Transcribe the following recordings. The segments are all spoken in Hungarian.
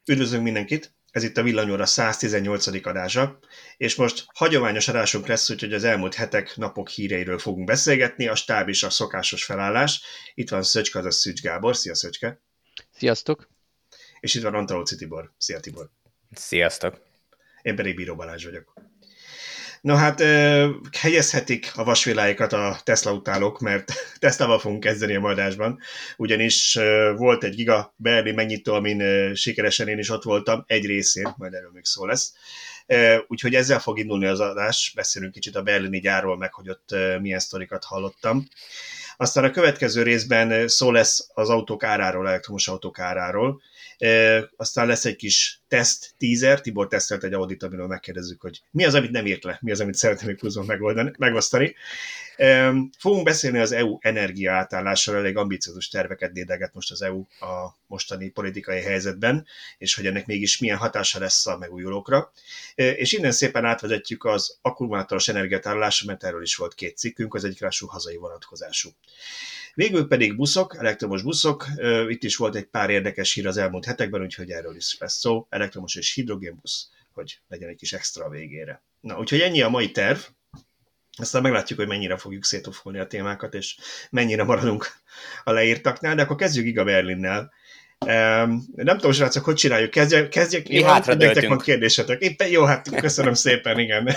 Üdvözlünk mindenkit! Ez itt a Villanyóra 118. adása, és most hagyományos adásunk lesz, úgyhogy az elmúlt hetek, napok híreiről fogunk beszélgetni, a stáb is a szokásos felállás. Itt van Szöcske, azaz Szűcs Gábor. Szia, Szöcske! Sziasztok! És itt van Antalóci Tibor. Szia, Tibor! Sziasztok! Én pedig Bíró Balázs vagyok. No hát, helyezhetik a vasvilláikat a Tesla utálók, mert Teslával fogunk kezdeni a mai adásban, ugyanis volt egy Giga Berlin megnyitó, amin sikeresen én is ott voltam, egy részén, majd erről még szó lesz. Úgyhogy ezzel fog indulni az adás, beszélünk kicsit a berlini gyárról, meg hogy ott milyen sztorikat hallottam. Aztán a következő részben szó lesz az autók áráról, elektromos autók áráról. Aztán lesz egy kis teszt, teaser, Tibor tesztelt egy Audit, amiről megkérdezzük, hogy mi az, amit nem írt le, mi az, amit szeretném még pluszban megosztani. Fogunk beszélni az EU energia átállásról, elég ambiciózus terveket dédelget most az EU a mostani politikai helyzetben, és hogy ennek mégis milyen hatása lesz a megújulókra. És innen szépen átvezetjük az akkumulátoros energiatárolásra, mert erről is volt két cikkünk, az egyik ráadásul hazai vonatkozású. Végül pedig buszok, elektromos buszok, itt is volt egy pár érdekes hír az elmúlt hetekben, úgyhogy erről is lesz szó, elektromos és hidrogénbusz, hogy legyen egy kis extra a végére. Na, úgyhogy ennyi a mai terv, aztán meglátjuk, hogy mennyire fogjuk szétofolni a témákat, és mennyire maradunk a leírtaknál, de akkor kezdjük Giga Berlinnel. Nem tudom, srácok, hogy csináljuk? Kezdjek? Mi hátradőltünk. Van kérdésetek. Éppen jó, hát köszönöm szépen, igen.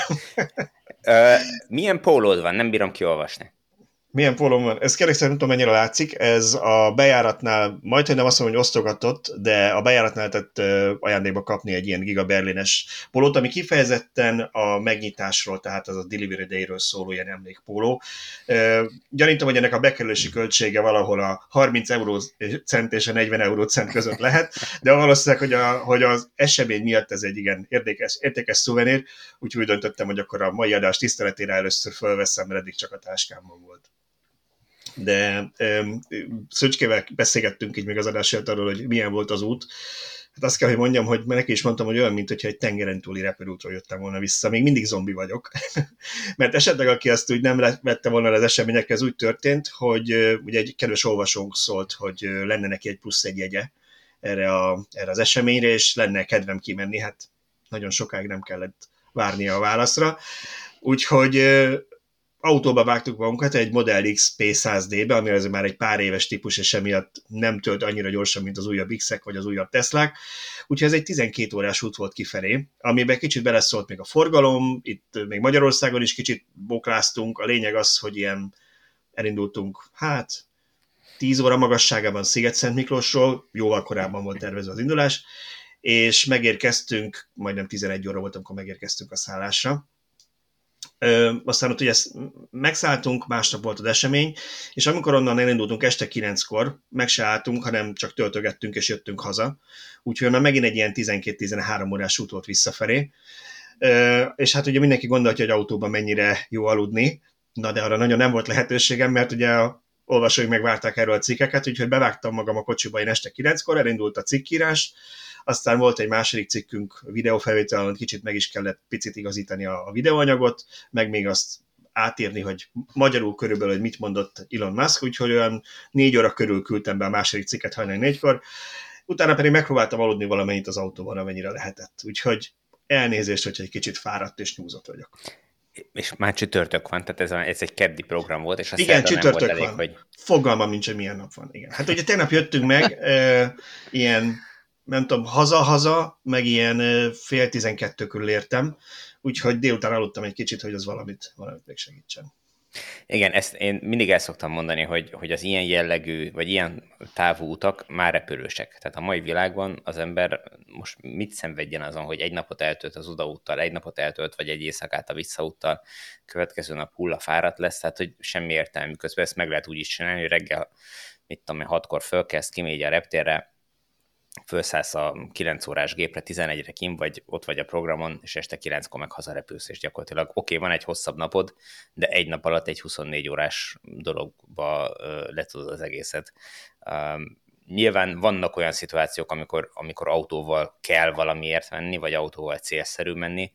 Milyen pólód van? Nem bírom kiolvasni. Milyen pólóm van? Ez kérlek szerint nem tudom, mennyire látszik. Ez a bejáratnál, majdhogy nem azt mondom, hogy osztogatott, de a bejáratnál tett ajándékba kapni egy ilyen Giga Berlines pólót, ami kifejezetten a megnyitásról, tehát az a Delivery Day-ről szóló ilyen emlékpóló. Gyanítom, hogy ennek a bekerülési költsége valahol a 30 eurócent és a 40 eurócent között lehet, de valószínűleg, hogy az esemény miatt ez egy igen értékes szuvenír, úgyhogy úgy döntöttem, hogy akkor a mai adás tiszteletére először fölveszem, mert eddig csak a táskámban volt. De Szöcskével beszélgettünk így még az adás előtt arról, hogy milyen volt az út. Hát azt kell, hogy mondjam, hogy neki is mondtam, hogy olyan, mintha egy tengeren túli repülőútról jöttem volna vissza. Még mindig zombi vagyok. Mert esetleg, aki azt úgy nem vette volna az eseményekkel, ez úgy történt, hogy ugye egy kedves olvasónk szólt, hogy lenne neki egy plusz egy jegye erre az eseményre, és lenne kedvem kimenni. Hát nagyon sokáig nem kellett várnia a válaszra. Úgyhogy autóba vágtuk magunkat egy Model X P100D-be, ami az már egy pár éves típus, és emiatt nem tölt annyira gyorsan, mint az újabb X-ek vagy az újabb Teslák. Úgyhogy ez egy 12 órás út volt kifelé, amiben kicsit beleszólt még a forgalom, itt még Magyarországon is kicsit bokláztunk. A lényeg az, hogy ilyen elindultunk, 10 óra magasságában Sziget-Szent-Miklósról, jóval korábban volt tervezve az indulás, és megérkeztünk, majdnem 11 óra volt, amikor megérkeztünk a szállásra. Aztán ott ugye megszálltunk, másnap volt az esemény, és amikor onnan elindultunk este 9-kor, meg se álltunk, hanem csak töltögettünk és jöttünk haza. Úgyhogy onnan megint egy ilyen 12-13 órás út volt visszafelé. És hát ugye mindenki gondolja, hogy autóban mennyire jó aludni, na de arra nagyon nem volt lehetőségem, mert ugye a olvasóink megvárták erről a cikkeket, úgyhogy bevágtam magam a kocsiba én este 9-kor, elindult a cikkírás, aztán volt egy második cikkünk videófelvétel, ahol kicsit meg is kellett picit igazítani a videóanyagot, meg még azt átírni, hogy magyarul körülbelül, hogy mit mondott Elon Musk, úgyhogy olyan 4 óra körül küldtem be a második cikket hajnali 4-kor, utána pedig megpróbáltam aludni valamennyit az autóban, amennyire lehetett. Úgyhogy elnézést, hogyha egy kicsit fáradt és nyúzott vagyok. És már csütörtök van, tehát ez egy keddi program volt, és a igen, csütörtök nem volt elég, van. Hogy... Fogalmam nincs, hogy milyen nap van. Igen. Hát ugye tegnap jöttünk meg, ilyen nem tudom, haza-haza, meg ilyen 11:30 körül értem, úgyhogy délután aludtam egy kicsit, hogy az valamit még segítsen. Igen, ezt én mindig el szoktam mondani, hogy az ilyen jellegű, vagy ilyen távú utak már repülősek. Tehát a mai világban az ember most mit szenvedjen azon, hogy egy napot eltölt az odaúttal, egy napot eltölt, vagy egy éjszakát a visszaúttal, következő nap hullafáradt lesz, tehát hogy semmi értelmű. Közben ezt meg lehet úgy is csinálni, hogy reggel, 6-kor fölkezd, kimegy a reptérre, felszállsz a 9 órás gépre, 11-re kim vagy, ott vagy a programon, és este 9-kor meg hazarepülsz, és gyakorlatilag van egy hosszabb napod, de egy nap alatt egy 24 órás dologba letudod az egészet. Nyilván vannak olyan szituációk, amikor autóval kell valamiért menni, vagy autóval célszerű menni,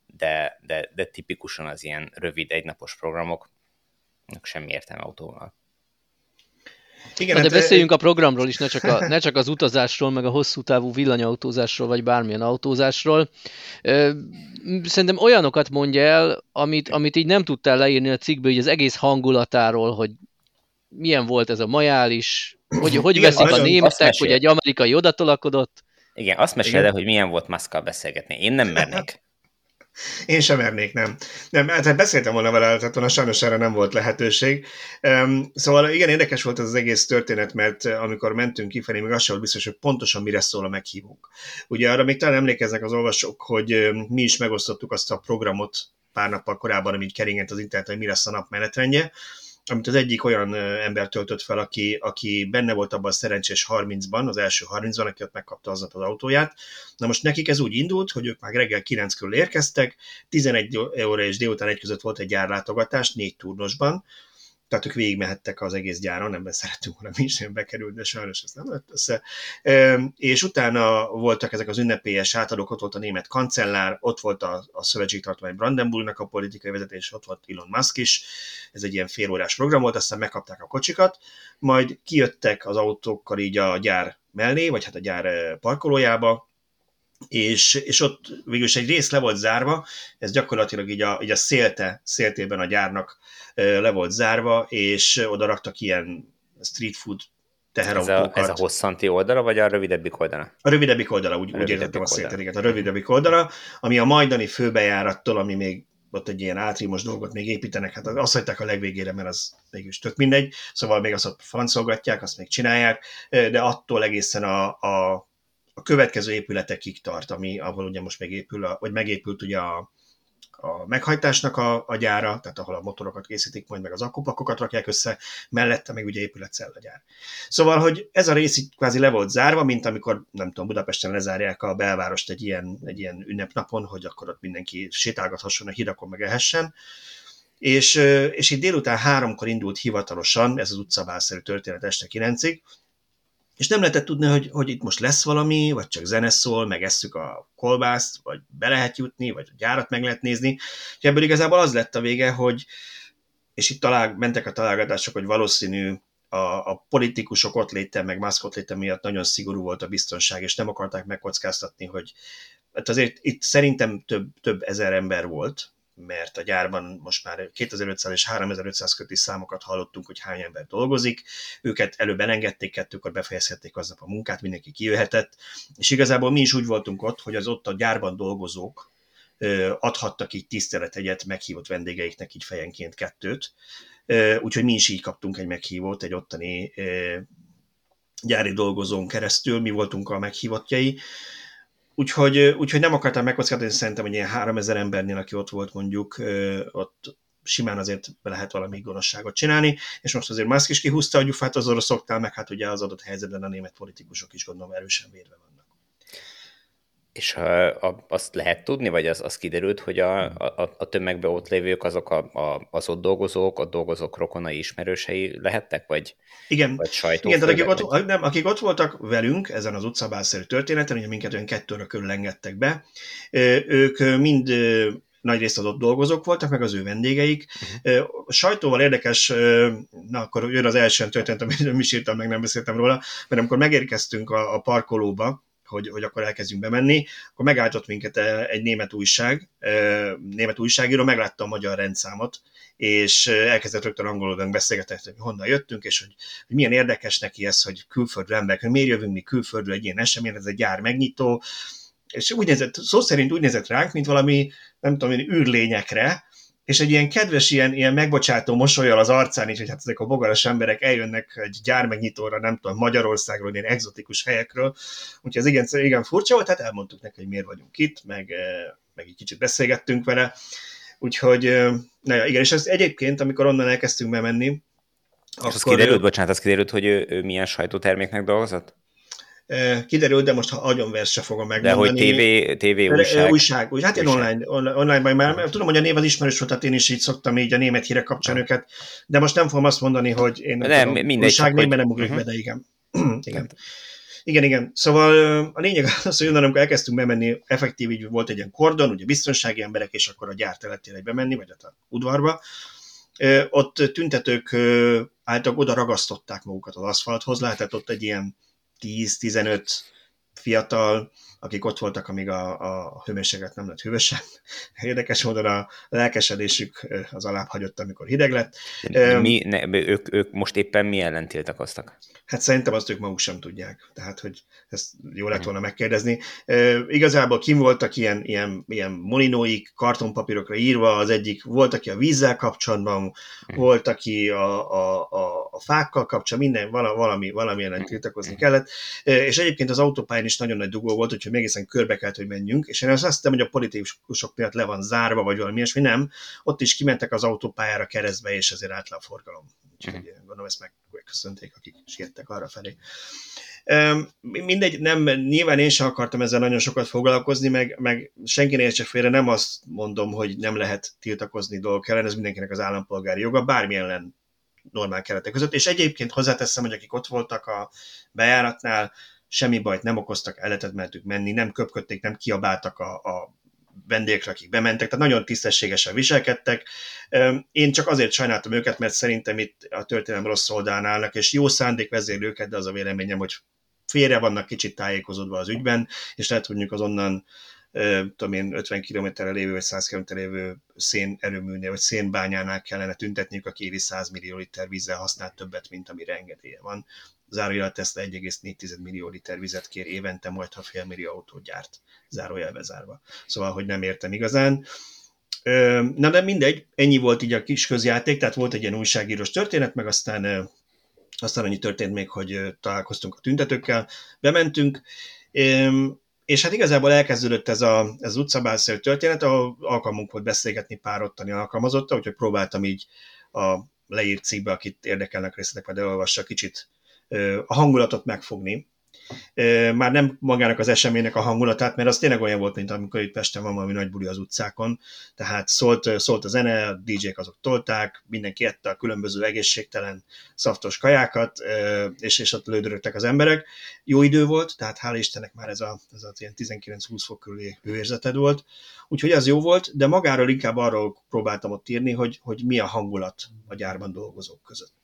de tipikusan az ilyen rövid egynapos programok, semmi értelme autóval. Igen, Na de hát, beszéljünk a programról is, ne csak az utazásról, meg a hosszú távú villanyautózásról, vagy bármilyen autózásról. Szerintem olyanokat mondja el, amit így nem tudtál leírni a cikkből, így az egész hangulatáról, hogy milyen volt ez a majális, hogy igen, veszik a nagyon, németek, hogy egy amerikai odatolakodott. Igen, azt meséld el, hogy milyen volt Muskkal beszélgetni. Én nem mernék. Én sem mernék, nem. Nem, hát beszéltem volna vele, tehát volna, sajnos erre nem volt lehetőség. Szóval igen, érdekes volt ez az egész történet, mert amikor mentünk kifelé, még az sem volt biztos, hogy pontosan mire szól a meghívónk. Ugye arra még talán emlékeznek az olvasók, hogy mi is megosztottuk azt a programot pár nappal korábban, amit keringett az interneten, hogy mi lesz a nap menetrendje, amit az egyik olyan ember töltött fel, aki benne volt abban a szerencsés 30-ban, az első 30-ban, aki ott megkapta aznap az autóját. Na most nekik ez úgy indult, hogy ők már reggel 9 körül érkeztek, 11 óra és délután 1 között volt egy gyárlátogatás, 4 turnosban, tehát ők végigmehettek az egész gyáron, nem szerettünk volna mi is bekerült, de sajnos ez nem lett össze. És utána voltak ezek az ünnepélyes átadók, ott volt a német kancellár, ott volt a szövetségtartomány Brandenburgnak a politikai vezetés, ott volt Elon Musk is, ez egy ilyen félórás program volt, aztán megkapták a kocsikat, majd kijöttek az autókkal így a gyár mellé, vagy hát a gyár parkolójába, és ott végülis egy rész le volt zárva, ez gyakorlatilag így a széltében a gyárnak le volt zárva, és oda raktak ilyen street food teherautókat. Ez a hosszanti oldala, vagy a rövidebbik oldala? A rövidebbik oldala, úgy értettem a széltet, a rövidebbik oldala, ami a majdani főbejárattól, ami még ott egy ilyen átrímos dolgot még építenek, hát azt hagyták a legvégére, mert az mégis tök mindegy, szóval még azt francolgatják, azt még csinálják, de attól egészen a következő épületekig tart, ahol ugye most megépül, vagy megépült ugye a meghajtásnak a gyára, tehát ahol a motorokat készítik, majd meg az akkupakokat rakják össze, mellette meg ugye épül egy cellagyár. Szóval, hogy ez a rész így kvázi le volt zárva, mint amikor, nem tudom, Budapesten lezárják a belvárost egy ilyen ünnepnapon, hogy akkor ott mindenki sétálgathasson a hídakon, meg ehessen. És így délután 3-kor indult hivatalosan ez az utcabálszerű történet este 9-ig, és nem lehetett tudni, hogy itt most lesz valami, vagy csak zene szól, meg esszük a kolbászt, vagy be lehet jutni, vagy a gyárat meg lehet nézni. És ebből igazából az lett a vége, hogy, és itt mentek a találgatások, hogy valószínű a politikusok ott léte, meg Musk ott léte miatt nagyon szigorú volt a biztonság, és nem akarták megkockáztatni, hogy hát azért itt szerintem több ezer ember volt, mert a gyárban most már 2500 és 3500 közötti számokat hallottunk, hogy hány ember dolgozik. Őket előbb elengedték, 2-kor befejezhették aznap a munkát, mindenki kijöhetett, és igazából mi is úgy voltunk ott, hogy az ott a gyárban dolgozók adhattak így tiszteletegyet meghívott vendégeiknek így fejenként 2, úgyhogy mi is így kaptunk egy meghívót, egy ottani gyári dolgozón keresztül, mi voltunk a meghívottjai, Úgyhogy nem akartam megkockáztatni, szerintem, hogy ilyen 3000 embernél, aki ott volt mondjuk, ott simán azért lehet valami gonoszságot csinálni, és most azért Musk is kihúzta a gyufát az oroszoktál, meg hát ugye az adott helyzetben a német politikusok is gondolom erősen védve vannak. És azt lehet tudni, vagy az kiderült, hogy a tömegben ott lévők azok az ott dolgozók rokonai, ismerősei lehettek, vagy sajtófőleg? Igen, tehát akik ott voltak velünk ezen az utcabálszerű történeten, ugye minket olyan 2 óra körül engedtek be, ők mind nagyrészt az ott dolgozók voltak, meg az ő vendégeik. A sajtóval érdekes, na akkor jön az első történet, amit nem is írtam, meg nem beszéltem róla, mert amikor megérkeztünk a parkolóba, hogy akkor elkezdjünk bemenni, akkor megálltott minket egy német újságíró, meglátta a magyar rendszámot, és elkezdett rögtön angolul velünk beszélgetni, hogy honnan jöttünk, és hogy milyen érdekes neki ez, hogy külföldről emberek, hogy miért jövünk mi külföldről egy ilyen esemény, ez egy gyár megnyitó, és szó szerint úgy nézett ránk, mint valami, nem tudom, űrlényekre, és egy ilyen kedves, ilyen megbocsátó mosollyal az arcán is, hogy hát ezek a bogaras emberek eljönnek egy gyár megnyitóra, nem tudom, Magyarországról, ilyen egzotikus helyekről. Úgyhogy ez igen furcsa volt, hát elmondtuk neki, hogy miért vagyunk itt, meg egy kicsit beszélgettünk vele. Úgyhogy, igen, és ez egyébként, amikor onnan elkezdtünk bemenni, és az kiderült, hogy ő milyen sajtóterméknek dolgozott? Kiderült, de most ha agyonversz se fogom megmondani. De hogy TV újság. Hát én online már tudom, hogy a név az ismerős volt, tehát én is így szoktam így a német hírek kapcsán őket, de most nem fogom azt mondani, hogy én nem tudom, újságnévben nem ugrik be, de igen. Igen. Szóval a lényeg az, hogy onnan, amikor elkezdtünk bemenni, effektív így volt egy ilyen kordon, ugye biztonsági emberek, és akkor a gyár területére bemenni, vagy a udvarba. Ott tüntetők általában oda ragasztották magukat az aszfalthoz, lehetett ott egy ilyen 10-15 fiatal, akik ott voltak, amíg a hőmérséklet nem lett hűvösen. Érdekes módon a lelkesedésük az alább hagyott, amikor hideg lett. Ők most éppen mi ellen tiltakoztak? Hát szerintem azt ők maguk sem tudják. Tehát, hogy ezt jó lett volna megkérdezni. Igazából kim voltak ilyen molinóik, kartonpapírokra írva, az egyik volt, aki a vízzel kapcsolatban, volt, aki a fákkal kapcsolatban, valami ellen tiltakozni kellett. És egyébként az autópályán is nagyon nagy dugó volt, úgyhogy egészen körbe kellett, hogy menjünk, és én azt hiszem, hogy a politikusok miatt le van zárva, vagy valami ilyesmi, nem. Ott is kimentek az autópályára keresztbe, és azért állt le a forgalom. Úgyhogy gondolom ezt megköszönték, akik siettek arra felé. Mindegy, nyilván én sem akartam ezzel nagyon sokat foglalkozni, meg senki ne értse félre, nem azt mondom, hogy nem lehet tiltakozni dolgok ellen, ez mindenkinek az állampolgári joga, bármilyen ellen normál keretek között, és egyébként hozzáteszem, hogy akik ott voltak a bejáratnál, semmi bajt nem okoztak, el lehetett mertük menni, nem köpködték, nem kiabáltak a vendégekre, akik bementek, tehát nagyon tisztességesen viselkedtek. Én csak azért sajnáltam őket, mert szerintem itt a történelem rossz oldalán állnak, és jó szándék vezérli őket, de az a véleményem, hogy félre vannak kicsit tájékozódva az ügyben, és lehet, hogy mondjuk az onnan 50 kilométerre lévő, vagy 100 kilométerre lévő szénerőműnél, vagy szénbányánál kellene tüntetniük, aki évi 100 millió liter vízzel használ többet, mint amire engedélye van. Zárójel Tesla 1,4 millió liter vizet kér évente, majd ha fél millió autót gyárt, zárójelbe zárva. Szóval, hogy nem értem igazán. Na de mindegy, ennyi volt így a kis közjáték, tehát volt egy ilyen újságírós történet, meg aztán annyi történt még, hogy találkoztunk a tüntetőkkel, bementünk, és hát igazából elkezdődött ez az utcabálszerű történet, ahol alkalmunk volt beszélgetni pár ottani alkalmazottal, úgyhogy próbáltam így a leírt cikkbe, akit érdekelnek részletek, majd elolvassa kicsit a hangulatot megfogni. Már nem magának az eseménynek a hangulatát, mert az tényleg olyan volt, mint amikor itt Pesten van valami nagy buli az utcákon, tehát szólt a zene, a DJ-k azok tolták, mindenki ette a különböző egészségtelen, szaftos kajákat, és ott lődörögtek az emberek. Jó idő volt, tehát hál' Istennek már ez az ilyen 19-20 fok körüli hőérzeted volt, úgyhogy az jó volt, de magáról inkább arról próbáltam ott írni, hogy mi a hangulat a gyárban dolgozók között.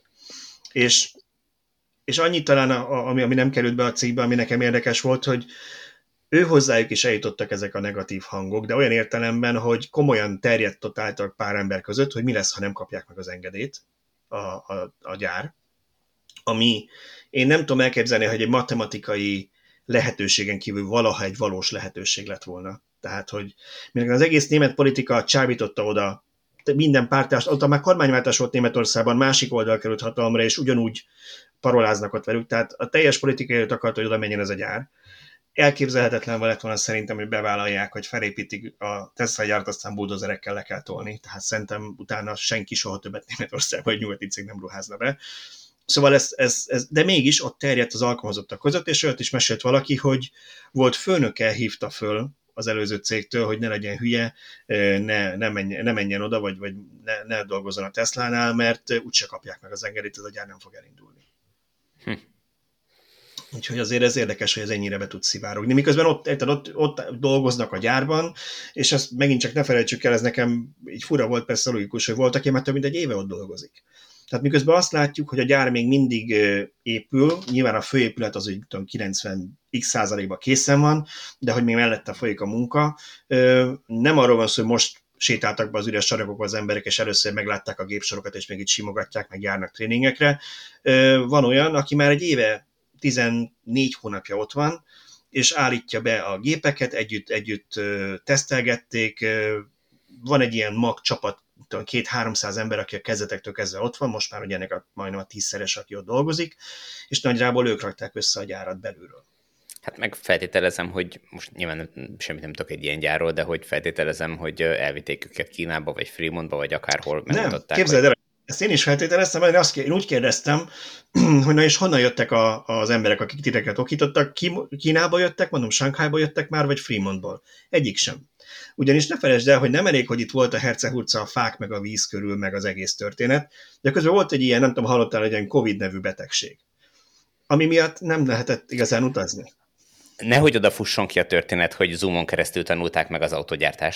És annyit talán, ami nem került be a cikkbe, ami nekem érdekes volt, hogy ő hozzájuk is eljutottak ezek a negatív hangok, de olyan értelemben, hogy komolyan terjedt ott által pár ember között, hogy mi lesz, ha nem kapják meg az engedélyt a gyár. Ami én nem tudom elképzelni, hogy egy matematikai lehetőségen kívül valaha egy valós lehetőség lett volna. Tehát, hogy az egész német politika csábította oda minden pártás, ott már kormányváltás volt Németországban, másik oldal került hatalomra, és ugyanúgy paroláznak ott velük, tehát a teljes politikai előtt akart, hogy oda menjen ez a gyár. Elképzelhetetlen lett volna szerintem, hogy bevállalják, hogy felépítik a Tesla gyárat, aztán buldozerekkel le kell tolni, tehát szerintem utána senki soha többet Németországban egy nyugati cég nem ruházna be. Szóval de mégis ott terjedt az alkalmazottak között, és olyat is mesélt valaki, hogy volt főnöke, hívta föl az előző cégtől, hogy ne legyen hülye, ne menjen oda, vagy ne dolgozzon a Teslánál, mert úgyse kapják meg az engedélyt, ez a gyár nem fog elindulni. Úgyhogy azért ez érdekes, hogy ez ennyire be tud szivárogni. Miközben ott dolgoznak a gyárban, és ezt megint csak ne felejtsük el, ez nekem így fura volt, persze logikus, hogy volt, aki már több mint egy éve ott dolgozik. Tehát miközben azt látjuk, hogy a gyár még mindig épül, nyilván a főépület az úgy 90x% készen van, de hogy még mellette folyik a munka. Nem arról van szó, hogy most sétáltak be az üres sarokokba az emberek, és először meglátták a gépsorokat, és még itt simogatják, meg járnak tréningekre. Van olyan, aki már egy éve 14 hónapja ott van, és állítja be a gépeket, együtt tesztelgették, van egy ilyen mag csapat, 200-300 ember, aki a kezdetektől kezdve ott van, most már ugye ennek majdnem a 10-szeres, aki ott dolgozik, és nagyjából ők rakták össze a gyárat belülről. Hát meg feltételezem, hogy most nyilván semmit nem tudok egy ilyen gyárról, de hogy feltételezem, hogy elvitték őket Kínába, vagy Fremontba, vagy akárhol megmutatták. Nem, képzeld el, ezt én is feltételeztem, mert én úgy kérdeztem, hogy na és honnan jöttek az emberek, akik titeket okítottak, Kínába jöttek, mondom, Shanghaiba jöttek már, vagy Fremontból. Egyik sem. Ugyanis ne felejtsd el, hogy nem elég, hogy itt volt a hercehurca, a fák, meg a víz körül, meg az egész történet, de közben volt egy ilyen, nem tudom, hallottál, egy ilyen Covid nevű betegség, ami miatt nem lehetett igazán utazni. Nehogy oda fusson ki a történet, hogy Zoomon keresztül tanulták meg az autogyártást.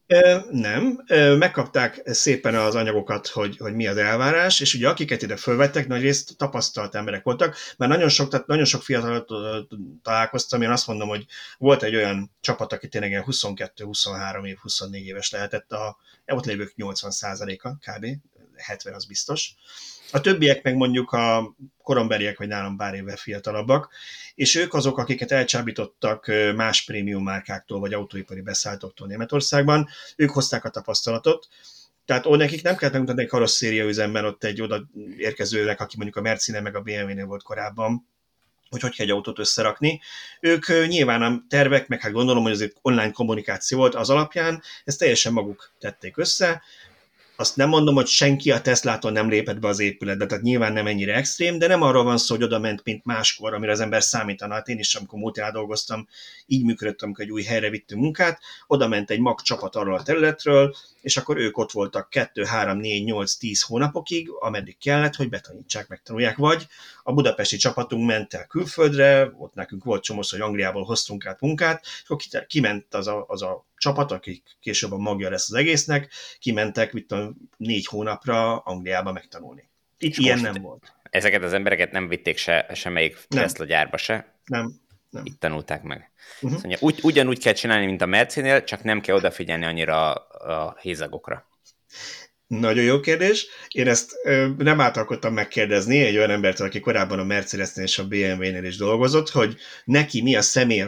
Nem, megkapták szépen az anyagokat, hogy mi az elvárás, és ugye akiket ide fölvettek, nagyrészt tapasztalt emberek voltak, mert nagyon sok fiatal találkoztam, én azt mondom, hogy volt egy olyan csapat, aki tényleg 22, 23 év, 24 éves lehetett, ott lévők 80%-a kb., 70 az biztos. A többiek meg mondjuk a koromberiek, vagy nálam pár évvel fiatalabbak, és ők azok, akiket elcsábítottak más prémium márkáktól, vagy autóipari beszállítóktól Németországban, ők hozták a tapasztalatot, tehát nekik nem kellett megmutatni egy karosszéria üzemben ott egy oda érkezőnek, aki mondjuk a Mercinél meg a BMW-nél volt korábban, hogy kell egy autót összerakni. Ők nyilván a tervek, meg hát gondolom, hogy ez egy online kommunikáció volt az alapján, ezt teljesen maguk tették össze. Azt nem mondom, hogy senki a Teslától nem lépett be az épületbe, tehát nyilván nem ennyire extrém, de nem arról van szó, hogy oda ment, mint máskor, amire az ember számítana. Hát én is, amikor múltján dolgoztam, így működött, amikor egy új helyre vittünk munkát, oda ment egy mag csapat arról a területről, és akkor ők ott voltak 2, 3, 4, 8, 10 hónapokig, ameddig kellett, hogy betanítsák, megtanulják, vagy a budapesti csapatunk ment el külföldre, ott nekünk volt csomószor, hogy Angliából hoztunk át munkát, és akkor kiment az a csapat, akik később a magja lesz az egésznek, kimentek 4 hónapra Angliába megtanulni. Itt ilyen nem volt. Ezeket az embereket nem vitték semmelyik Tesla gyárba se? Nem. Itt tanulták meg. Szóval ugyanúgy kell csinálni, mint a Mercinél, csak nem kell odafigyelni annyira a hézagokra. Nagyon jó kérdés. Én ezt nem átalakodtam megkérdezni egy olyan embertől, aki korábban a Mercedesnél és a BMW-nél is dolgozott, hogy neki mi a személy,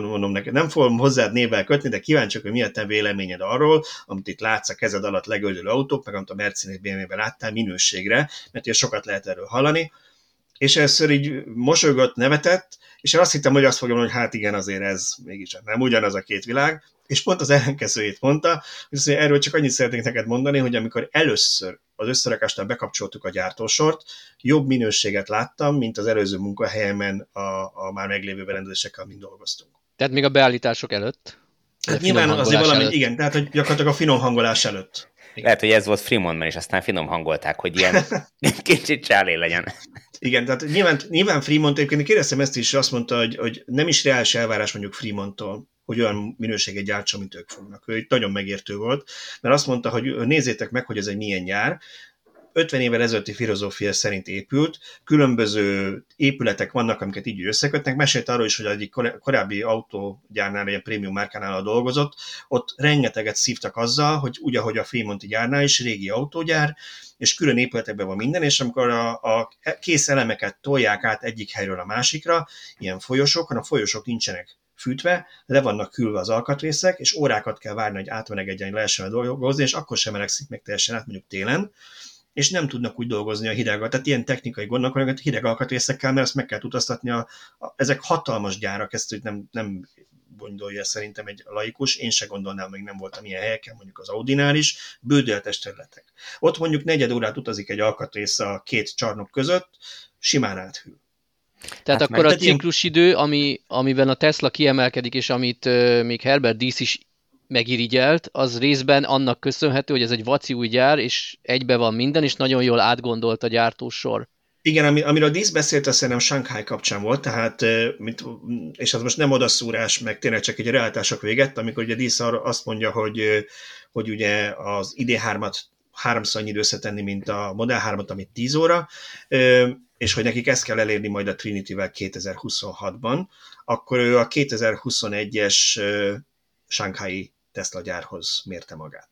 nem fogom hozzád névvel kötni, de kíváncsiak, hogy mi a te véleményed arról, amit itt látsz a kezed alatt legöldülő autók, meg amit a Mercedes BMW-ben láttál minőségre, mert ugye sokat lehet erről hallani. És először így mosolygott, nevetett, és én azt hittem, hogy azt fogom mondani, hogy hát igen, azért ez mégis nem ugyanaz a két világ, és pont az ellenkezőjét mondta, hogy erről csak annyit szeretnék neked mondani, hogy amikor először az összerakásnál bekapcsoltuk a gyártósort, jobb minőséget láttam, mint az előző munkahelyemen a már meglévő berendezésekkel, mint dolgoztunk. Tehát még a beállítások előtt? Hát nyilván azért valami, előtt. Igen, tehát hogy gyakorlatilag a finom hangolás előtt. Igen. Lehet, hogy ez volt Fremontban, és aztán finom hangolták, hogy ilyen kicsit csálé legyen. Igen, tehát nyilván Fremont, egyébként kérdeztem ezt is, azt mondta, hogy nem is reális elvárás mondjuk Fremonttól, hogy olyan minőséget gyártsa, mint ők fognak. Ő itt nagyon megértő volt, mert azt mondta, hogy nézzétek meg, hogy ez egy milyen gyár. 50 évvel ezelőtti filozófia szerint épült, különböző épületek vannak, amiket így összekötnek. Mesélt arról is, hogy egyik korábbi autógyárnál, egy prémium márkánál dolgozott, ott rengeteget szívtak azzal, hogy úgy, ahogy a Fremonti gyárnál is, régi autógyár, és külön épületekben van minden, és amikor a kész elemeket tolják át egyik helyről a másikra, ilyen folyosók, hanem a folyosók nincsenek fűtve, le vannak külve az alkatrészek, és órákat kell várni, hogy átmenegedjen, lehessen dolgozni, és akkor sem melegszik meg teljesen át, mondjuk télen, és nem tudnak úgy dolgozni a hideg, tehát ilyen technikai gondok vannak a hideg alkatrészekkel, mert ezt meg kell utaztatni, ezek hatalmas gyárak, ezt hogy nem gondolja szerintem egy laikus, én se gondolnám, még nem voltam ilyen helyeken, mondjuk az Audinál is, bődöletes területek. Ott mondjuk 4 órát utazik egy alkatrész a két csarnok között, simán áthűl. Tehát akkor a ciklusidő, amiben a Tesla kiemelkedik, és amit még Herbert Diess is megirigyelt, az részben annak köszönhető, hogy ez egy vaci új gyár, és egybe van minden, és nagyon jól átgondolt a gyártósor. Igen, amiről Diess beszélt, azt szerintem Shanghai kapcsán volt, tehát, és az most nem odaszúrás, meg tényleg csak egy realitások véget, amikor ugye Diess azt mondja, hogy ugye az ID3-at 3-szor annyi összetenni, mint a Model 3-at, amit 10 óra, és hogy nekik ezt kell elérni majd a Trinity-vel 2026-ban, akkor ő a 2021-es Shanghai Tesla gyárhoz mérte magát.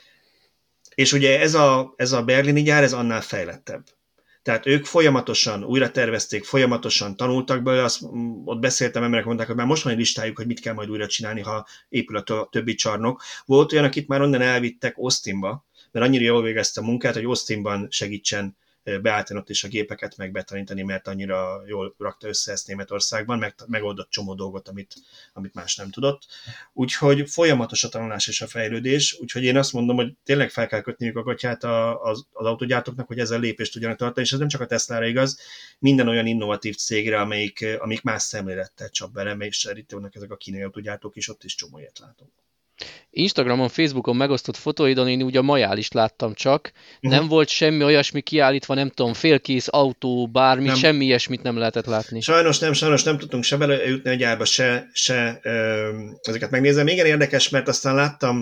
És ugye ez a berlini gyár, ez annál fejlettebb. Tehát ők folyamatosan újra tervezték, folyamatosan tanultak belőle, ott beszéltem, emberek mondták, hogy már most van egy listájuk, hogy mit kell majd újra csinálni, ha épül a többi csarnok. Volt olyan, akit már onnan elvittek Austinba, mert annyira jól végezte a munkát, hogy Austinban segítsen beállítani ott is a gépeket, meg betanítani, mert annyira jól rakta össze ezt Németországban, megoldott csomó dolgot, amit más nem tudott. Úgyhogy folyamatos a tanulás és a fejlődés, úgyhogy én azt mondom, hogy tényleg fel kell kötniük a gatyát az autógyártóknak, hogy ezzel lépést tudjanak tartani, és ez nem csak a Teslára igaz, minden olyan innovatív cégre, amik más szemlélettel csap bele, és itt vannak ezek a kínai autógyártók is, ott is csomó ilyet látunk. Instagramon, Facebookon megosztott fotóidon én ugye a Majál is láttam csak. Nem volt semmi olyasmi kiállítva, nem tudom, félkész autó, bármi, nem. Semmi ilyesmit nem lehetett látni. Sajnos nem tudtunk se belejutni a gyárba, se ezeket megnézem. Igen érdekes, mert aztán láttam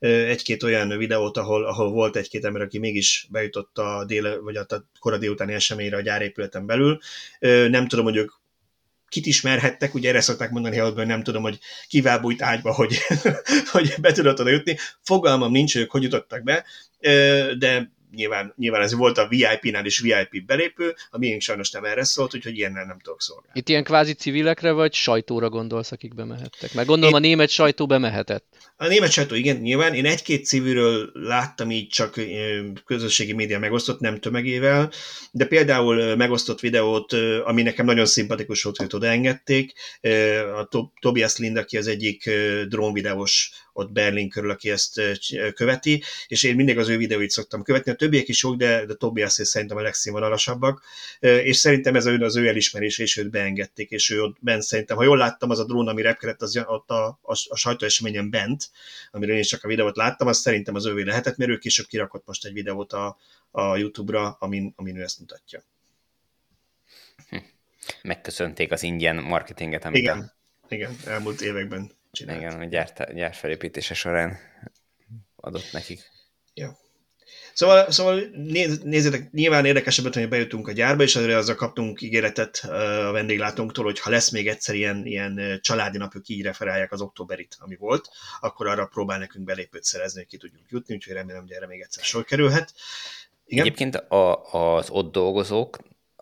egy-két olyan videót, ahol volt egy-két ember, aki mégis bejutott a vagy a kora délutáni eseményre a gyárépületen belül. Nem tudom, hogy ők kit ismerhettek, ugye erre szokták mondani, hogy nem tudom, hogy kivel bújt ágyba, hogy, hogy be tudott oda jutni. Fogalmam nincs, ők hogy jutottak be, de nyilván ez volt a VIP-nál is VIP belépő, a miénk sajnos nem erre szólt, úgyhogy ilyennel nem tudok szolgálni. Itt ilyen kvázi civilekre vagy sajtóra gondolsz, akik bemehettek? Mert gondolom a német sajtó bemehetett. A német sajtó, igen, nyilván. Én egy-két civilről láttam így csak közösségi média megosztott, nem tömegével, de például megosztott videót, ami nekem nagyon szimpatikus volt, hogy odaengedték, a Tobias Lind, aki az egyik drónvideós ott Berlin körül, aki ezt követi, és én mindig az ő videóit szoktam követni. A többiek is jók, de Tobias szerintem a legszínvonalasabbak, és szerintem ez az ő elismerés, és őt beengedték, és ő ott bent szerintem, ha jól láttam, az a drón, ami repkedett, az ott a sajtóeseményen bent, amiről én csak a videót láttam, az szerintem az ővé lehetett, mert ő később kirakott most egy videót a YouTube-ra, amin ő ezt mutatja. Megköszönték az ingyen marketinget, amit igen, elmúlt években csinált. Igen, a gyár felépítése során adott nekik. Ja. Szóval nézzétek, nyilván érdekesebb, hogy bejutunk a gyárba, és azzal kaptunk ígéretet a vendéglátónktól, hogy ha lesz még egyszer ilyen családi nap, ők így referálják az októberit, ami volt, akkor arra próbál nekünk belépőt szerezni, hogy ki tudjuk jutni, úgyhogy remélem, hogy erre még egyszer sor kerülhet. Igen? Egyébként az ott dolgozók,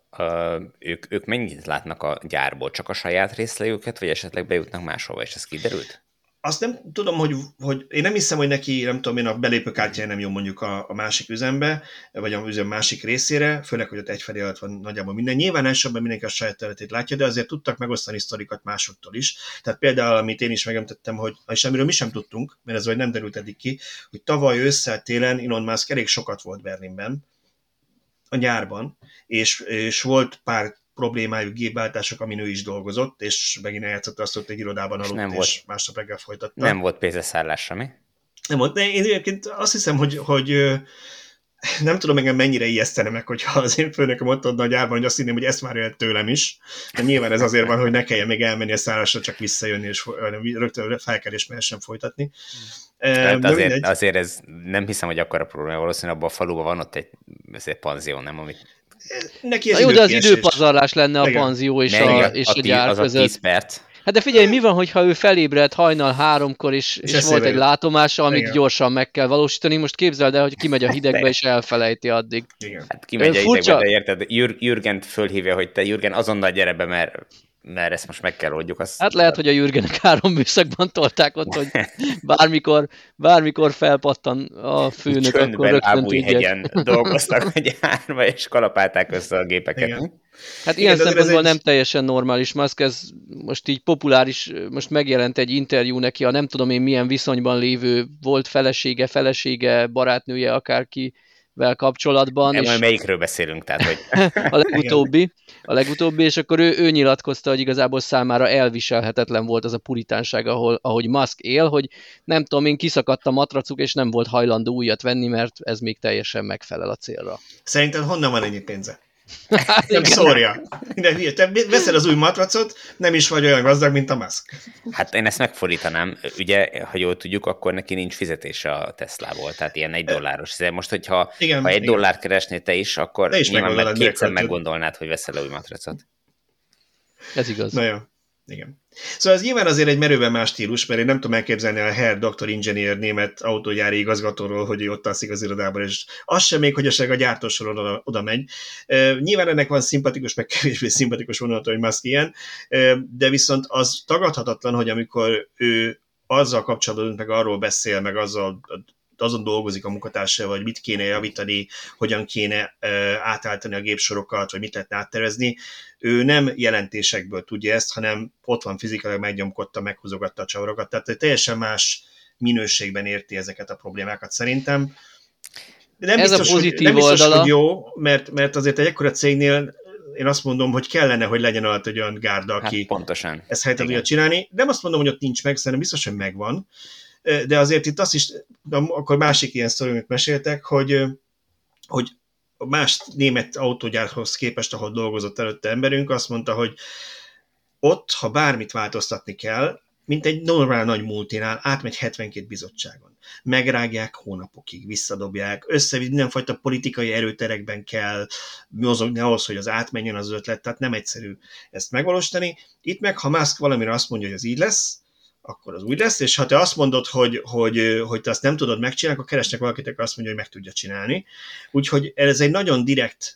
ők mennyit látnak a gyárból? Csak a saját részlegüket, vagy esetleg bejutnak máshova, és ez kiderült? Azt nem tudom, hogy én nem hiszem, hogy neki, nem tudom én, a belépőkártyája nem jó mondjuk a másik üzembe, vagy a üzem másik részére, főleg, hogy ott egyfelé alatt van nagyjából minden. Nyilván elsősorban mindenki a saját területét látja, de azért tudtak megosztani sztorikat másoktól is. Tehát például, amit én is megemlítettem, és amiről mi sem tudtunk, mert ez vagy nem derült eddig ki, hogy tavaly ősszel télen Elon Musk elég sokat volt Berlinben, a nyárban, és volt pár problémájuk, gépváltások, amin ő is dolgozott, és megint eljátszott azt, hogy egy irodában aludt, és másnap reggel folytatta. Nem volt pénzeszállásra, mi? Nem volt, de én egyébként azt hiszem, hogy nem tudom engem mennyire ijesztene meg, hogyha az én főnököm ott adna a gyárban, hogy azt hinném, hogy ezt várja el tőlem is. De nyilván ez azért van, hogy ne kelljen még elmenni a szállásra, csak visszajönni, és rögtön felkelés mehessen folytatni. Azért ez nem hiszem, hogy akkora probléma, valószínűleg abban a faluban van ott egy panzió, nem? Amit... Neki jó, de az időpazarlás lenne a panzió és a gyár között. 10 perc. Hát de figyelj, mi van, hogyha ő felébred hajnal 3-kor, és volt egy látomása, amit gyorsan meg kell valósítani. Most képzeld el, hogy kimegy a hidegbe, és elfelejti addig. Igen. Hát kimegy a hidegbe, de érted, Jürgent fölhívja, hogy te Jürgen azonnal gyere be, mert ezt most meg kell oldjuk. Hát lehet, hogy a Jürgenek 3 műszakban tolták ott, hogy bármikor felpattan a főnök, akkor rögtön hegyen dolgoztak a gyárba, és kalapálták össze a gépeket. Igen. Hát ilyen szempontból nem teljesen normális Musk, ez most így populáris, most megjelent egy interjú neki, a nem tudom én milyen viszonyban lévő volt felesége, barátnője, akárkivel kapcsolatban. Nem, melyikről beszélünk, tehát hogy... a legutóbbi, és akkor ő nyilatkozta, hogy igazából számára elviselhetetlen volt az a puritánság, ahogy Musk él, hogy nem tudom én, kiszakadt a matracuk, és nem volt hajlandó újat venni, mert ez még teljesen megfelel a célra. Szerinted honnan van ennyi pénze? Nem szórja. Te veszed az új matracot, nem is vagy olyan gazdag, mint a Musk. Hát én ezt megfordítanám. Ugye, ha jól tudjuk, akkor neki nincs fizetése a Teslából, tehát ilyen $1. De most, hogyha ha $1 keresnél te is, akkor nyilván kétszer meggondolnád, hogy veszel új matracot. Ez igaz. Na jó. Igen. Szóval ez nyilván azért egy merőben más stílus, mert én nem tudom elképzelni a Herr Dr. Ingenieur német autógyári igazgatóról, hogy ő ott alszik az irodában, és az sem még, hogy esetleg a gyártósoron oda megy. Nyilván ennek van szimpatikus, meg kevésbé szimpatikus vonulata, hogy Musk ilyen, de viszont az tagadhatatlan, hogy amikor ő azzal kapcsolatban meg arról beszél, meg azon dolgozik a munkatársával, hogy mit kéne javítani, hogyan kéne átállítani a gépsorokat, vagy mit lehetne áttervezni. Ő nem jelentésekből tudja ezt, hanem ott van fizikailag, megnyomkodta, meghúzogatta a csavarokat. Tehát teljesen más minőségben érti ezeket a problémákat szerintem. De nem ez biztos, a pozitív nem biztos, oldala. Hogy jó, mert azért egy ekkora cégnél én azt mondom, hogy kellene, hogy legyen alatt egy olyan gárda, aki pontosan. Ezt helyet tudja csinálni. Nem azt mondom, hogy ott nincs meg, szerintem biztos, hogy megvan. De azért itt azt is, akkor másik ilyen sztorimit meséltek, hogy a más német autógyárhoz képest, ahol dolgozott előtte emberünk, azt mondta, hogy ott, ha bármit változtatni kell, mint egy normál nagy multinál, átmegy 72 bizottságon. Megrágják hónapokig, visszadobják, mindenfajta politikai erőterekben kell mozogni ahhoz, hogy az átmenjen az ötlet, tehát nem egyszerű ezt megvalósítani. Itt meg, ha Musk valamire azt mondja, hogy ez így lesz, akkor az úgy lesz, és ha te azt mondod, hogy te azt nem tudod megcsinálni, akkor keresnek valakit, aki azt mondja, hogy meg tudja csinálni. Úgyhogy ez egy nagyon direkt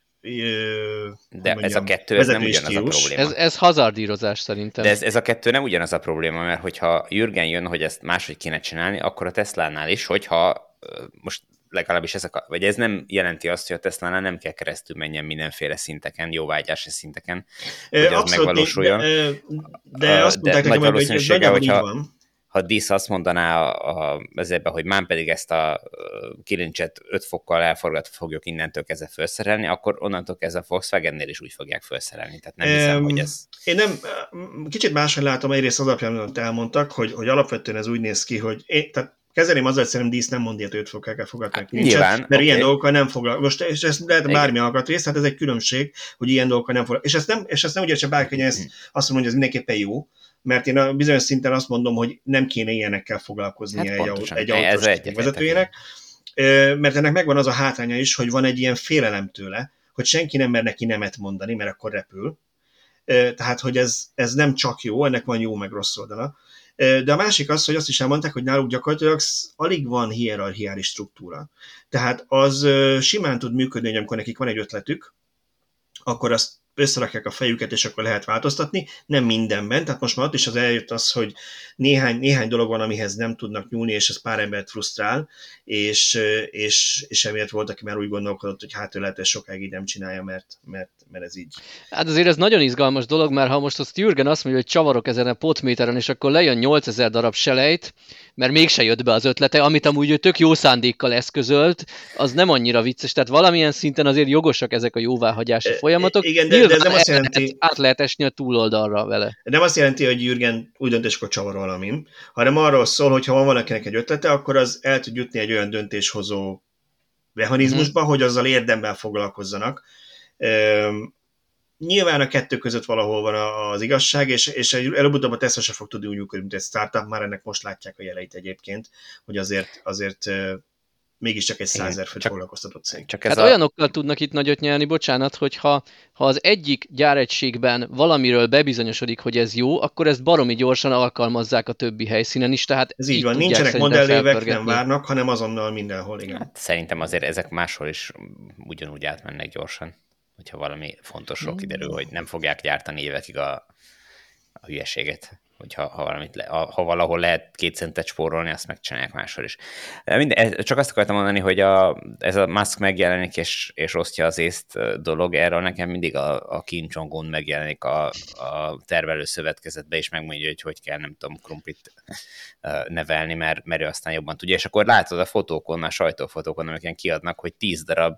de ez a kettő, ez nem ugyanaz a probléma. Ez hazardírozás szerintem. De ez a kettő nem ugyanaz a probléma, mert hogyha Jürgen jön, hogy ezt máshogy kéne csinálni, akkor a Teslánál is, hogyha most legalábbis vagy ez nem jelenti azt, hogy a Teslánál nem kell keresztül menjen mindenféle szinteken, jóvágyási szinteken, hogy az megvalósuljon. De azt mondták nekem, hogy ez nagyjából így van. Ha Disz azt mondaná ezekben, hogy már pedig ezt a kilincset 5 fokkal elforgatva fogjuk innentől kezdve felszerelni, akkor onnantól kezdve a Volkswagennél is úgy fogják felszerelni. Tehát nem hiszem, hogy ez... Én nem, kicsit máshogy látom, egyrészt az alapján, amit elmondtak, hogy alapvetően ez úgy néz ki, hogy tehát kezelném azzal, hogy szerintem Disz nem mondja, hogy 5 fokkal kell fogadni a kilincset, mert okay. Ilyen dolgokkal nem foglalkozik. Most és ez lehet bármi alkatrész, tehát ez egy különbség, hogy ilyen dolgokkal nem foglalkozik. És ezt nem úgy értse bárki, hogy ezt azt mondom, hogy ez mindenképpen jó, mert én a bizonyos szinten azt mondom, hogy nem kéne ilyenekkel foglalkoznia egy autós vezetőjének, mert ennek megvan az a hátránya is, hogy van egy ilyen félelem tőle, hogy senki nem mer neki nemet mondani, mert akkor repül. Tehát, hogy ez nem csak jó, ennek van jó meg rossz oldala. De a másik az, hogy azt is elmondták, hogy náluk gyakorlatilag alig van hierarchiális struktúra. Tehát az simán tud működni, hogy amikor nekik van egy ötletük, akkor azt összerakják a fejüket, és akkor lehet változtatni. Nem mindenben, tehát most már ott is az eljött az, hogy néhány dolog van, amihez nem tudnak nyúlni, és ez pár embert frusztrál, és emiatt volt, aki már úgy gondolkodott, hogy hát ő lehet, hogy sokáig így nem csinálja, mert ez így. Hát azért ez nagyon izgalmas dolog, mert ha most azt Jürgen azt mondja, hogy csavarok ezen a potméteren, és akkor lejön 8000 darab selejt, mert mégse jött be az ötlete, amit amúgy ő tök jó szándékkal eszközölt, az nem annyira vicces, tehát valamilyen szinten azért jogosak ezek a jóváhagyási folyamatok. Igen, de ez nem azt jelenti... át lehet esni a túloldalra vele. Nem azt jelenti, hogy Jürgen úgy dönt, és akkor csavar valamin, hanem arról szól, hogy ha van valakinek egy ötlete, akkor az el tud jutni egy olyan döntéshozó mechanizmusba, hogy azzal érdemben foglalkozzanak. Nyilván a kettő között valahol van az igazság, és előbb-utóbb a Tesla se fog tudni úgy működni, mint egy startup, már ennek most látják a jeleit egyébként, hogy azért mégiscsak egy 100 000 főt foglalkoztatott cég. Hát olyanokkal tudnak itt nagyot nyerni, bocsánat, hogy ha az egyik gyáregységben valamiről bebizonyosodik, hogy ez jó, akkor ezt baromi gyorsan alkalmazzák a többi helyszínen is, tehát ez így van, nincsenek modellévek, nem várnak, hanem azonnal mindenhol, igen. Hát szerintem azért ezek máshol is ugyanúgy átmennek gyorsan, hogyha valami fontosról kiderül, hogy nem fogják gyártani évekig a hülyeséget. Hogyha ha valahol lehet 2 centet spórolni, azt megcsinálják máshol is. Csak azt akartam mondani, hogy ez a Musk megjelenik és osztja az észt dolog, erről nekem mindig a Kim Jong-un megjelenik a tervelő szövetkezetbe, és megmondja, hogy kell, nem tudom, krumplit nevelni, mert ő aztán jobban tudja. És akkor látod a fotókon, a sajtófotókon, amiken kiadnak, hogy 10 darab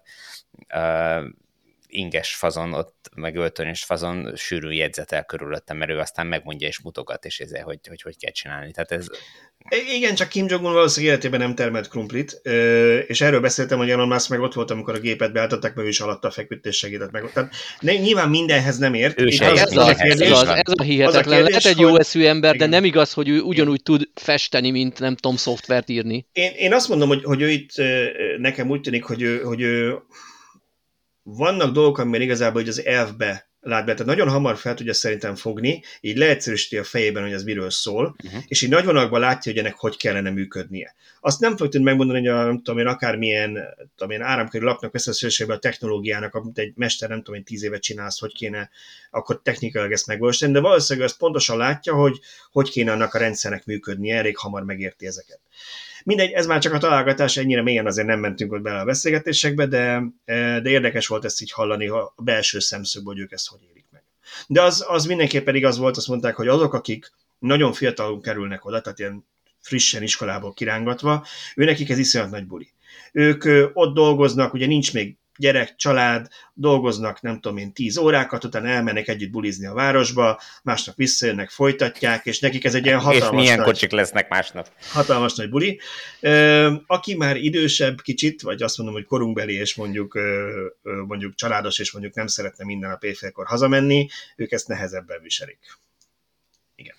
inges fazon, ott meg öltönyös fazon sűrűn jegyzetel körülöttem, mert ő aztán megmondja és mutogat, és ezzel, hogy kell csinálni. Tehát ez... Igen, csak Kim Jong-un valószínűleg életében nem termelt krumplit, és erről beszéltem, hogy Elon Musk meg ott volt, amikor a gépet beálltották, mert ő is alatta feküdt és segített meg. Tehát nyilván mindenhez nem ért. Ez a hihetetlen. Lehet egy jó eszű ember, de nem igaz, hogy ő ugyanúgy tud festeni, mint nem tudom, szoftvert írni. Én azt mondom, hogy ő itt nekem úgy tűnik, hogy ő vannak dolgok, amiben igazából hogy az elfbe lát be, tehát nagyon hamar fel tudja szerintem fogni, így leegyszerűsíti a fejében, hogy ez miről szól, és így nagy vonalakban látja, hogy ennek hogy kellene működnie. Azt nem fog tudni megmondani, hogy nem tudom én, akármilyen áramkörű lapnak összeszülésében a technológiának, amit egy mester nem tudom én 10 évet csinálsz, hogy kéne akkor technikailag ezt megvalósítani, de valószínűleg azt pontosan látja, hogy kéne annak a rendszernek működnie, elég hamar megérti ezeket. Mindegy, ez már csak a találgatás, ennyire mélyen azért nem mentünk ott bele a beszélgetésekbe, de érdekes volt ezt így hallani a belső szemszögből, hogy ők ezt hogy élik meg. De az mindenképpen igaz volt, azt mondták, hogy azok, akik nagyon fiatalon kerülnek oda, tehát ilyen frissen iskolából kirángatva, őnekik ez iszonyat nagy buli. Ők ott dolgoznak, ugye nincs még gyerek, család, dolgoznak, nem tudom én, 10 órákat, utána elmennek együtt bulizni a városba, másnap visszajönnek, folytatják, és nekik ez egy ilyen hatalmas és milyen kocsik lesznek másnap. Hatalmas nagy buli. Aki már idősebb kicsit, vagy azt mondom, hogy korunkbeli, és mondjuk családos, és mondjuk nem szeretne minden nap éjfélkor hazamenni, ők ezt nehezebben viselik. Igen.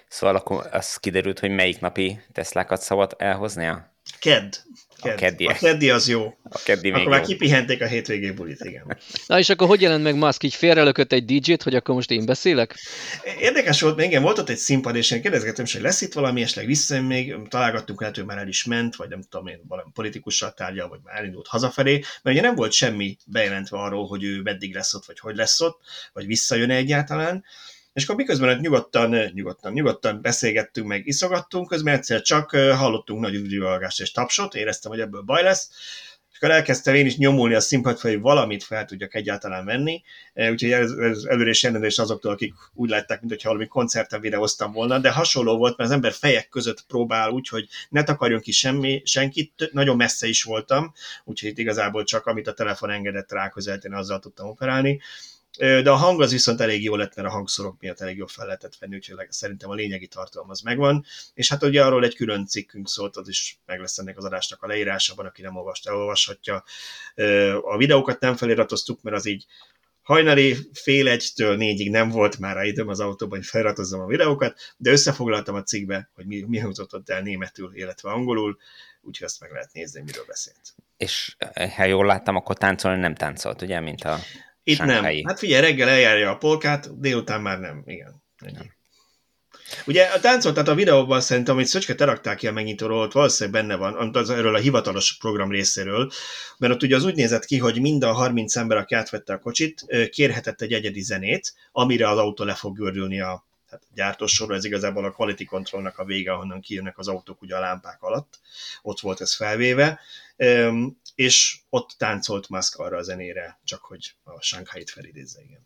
Szóval akkor az kiderült, hogy melyik napi Teslákat szabad elhoznia? Kedd. A keddiek. A keddi az jó. A keddi még Akkor már jó. kipihenték a hétvégé bulit, igen. Na és akkor hogy jelent meg Musk? Így félrelökött egy DJ-t, hogy akkor most én beszélek? Érdekes volt, mert igen, volt ott egy színpad, és én kérdezgettem, hogy lesz itt valami, esetleg visszajön még, találgattunk, lehet, hogy már el is ment, vagy nem tudom én, valami politikussal tárgyal, vagy már elindult hazafelé, mert ugye nem volt semmi bejelentve arról, hogy ő meddig lesz ott, vagy hogy lesz ott, vagy visszajön egyáltalán. És akkor miközben nyugodtan beszélgettünk, meg iszogattunk, közben egyszer csak hallottunk nagy üdvrivalgást és tapsot, éreztem, hogy ebből baj lesz, és akkor elkezdtem én is nyomulni a színpad, hogy valamit fel tudjak egyáltalán venni, úgyhogy ez előre is ellenőrzés azoktól, akik úgy látták, mintha valami koncerten videóztam volna, de hasonló volt, mert az ember fejek között próbál úgy, hogy ne takarjon ki senkit, nagyon messze is voltam, úgyhogy itt igazából csak amit a telefon engedett rá közelíteni, azzal tudtam operálni. De a hang az viszont elég jó lett, mert a hangszorok miatt elég jól fel lehetett venni, úgyhogy szerintem a lényegi tartalom az megvan. És hát ugye arról egy külön cikkünk szólt, az is meg lesz ennek az adásnak a leírásában, aki nem olvasta, elolvashatja. A videókat nem feliratoztuk, mert az így hajnali 12:30-től 4-ig nem volt már rá időm az autóban, hogy feliratozzam a videókat, de összefoglaltam a cikkbe, hogy mi hangzott el németül, illetve angolul, úgyhogy ezt meg lehet nézni, miről beszélt. És ha jól láttam, akkor táncolni nem táncolt, ugye, mint a itt Shanghai. nem. Hát figyelj, reggel eljárja a polkát, délután már nem. Igen. Ugye a táncolt, tehát a videóban szerintem, hogy Szöcske te raktál ki a megnyitóról, ott valószínűleg benne van, az erről a hivatalos program részéről, mert ott ugye az úgy nézett ki, hogy mind a 30 ember, aki átvette a kocsit, kérhetett egy egyedi zenét, amire az autó le fog gördülni a gyártósorról, ez igazából a quality controlnak a vége, ahonnan kijönnek az autók ugye a lámpák alatt, ott volt ez felvéve, és ott táncolt Musk arra a zenére, csak hogy a Shanghai-t felidézze, igen.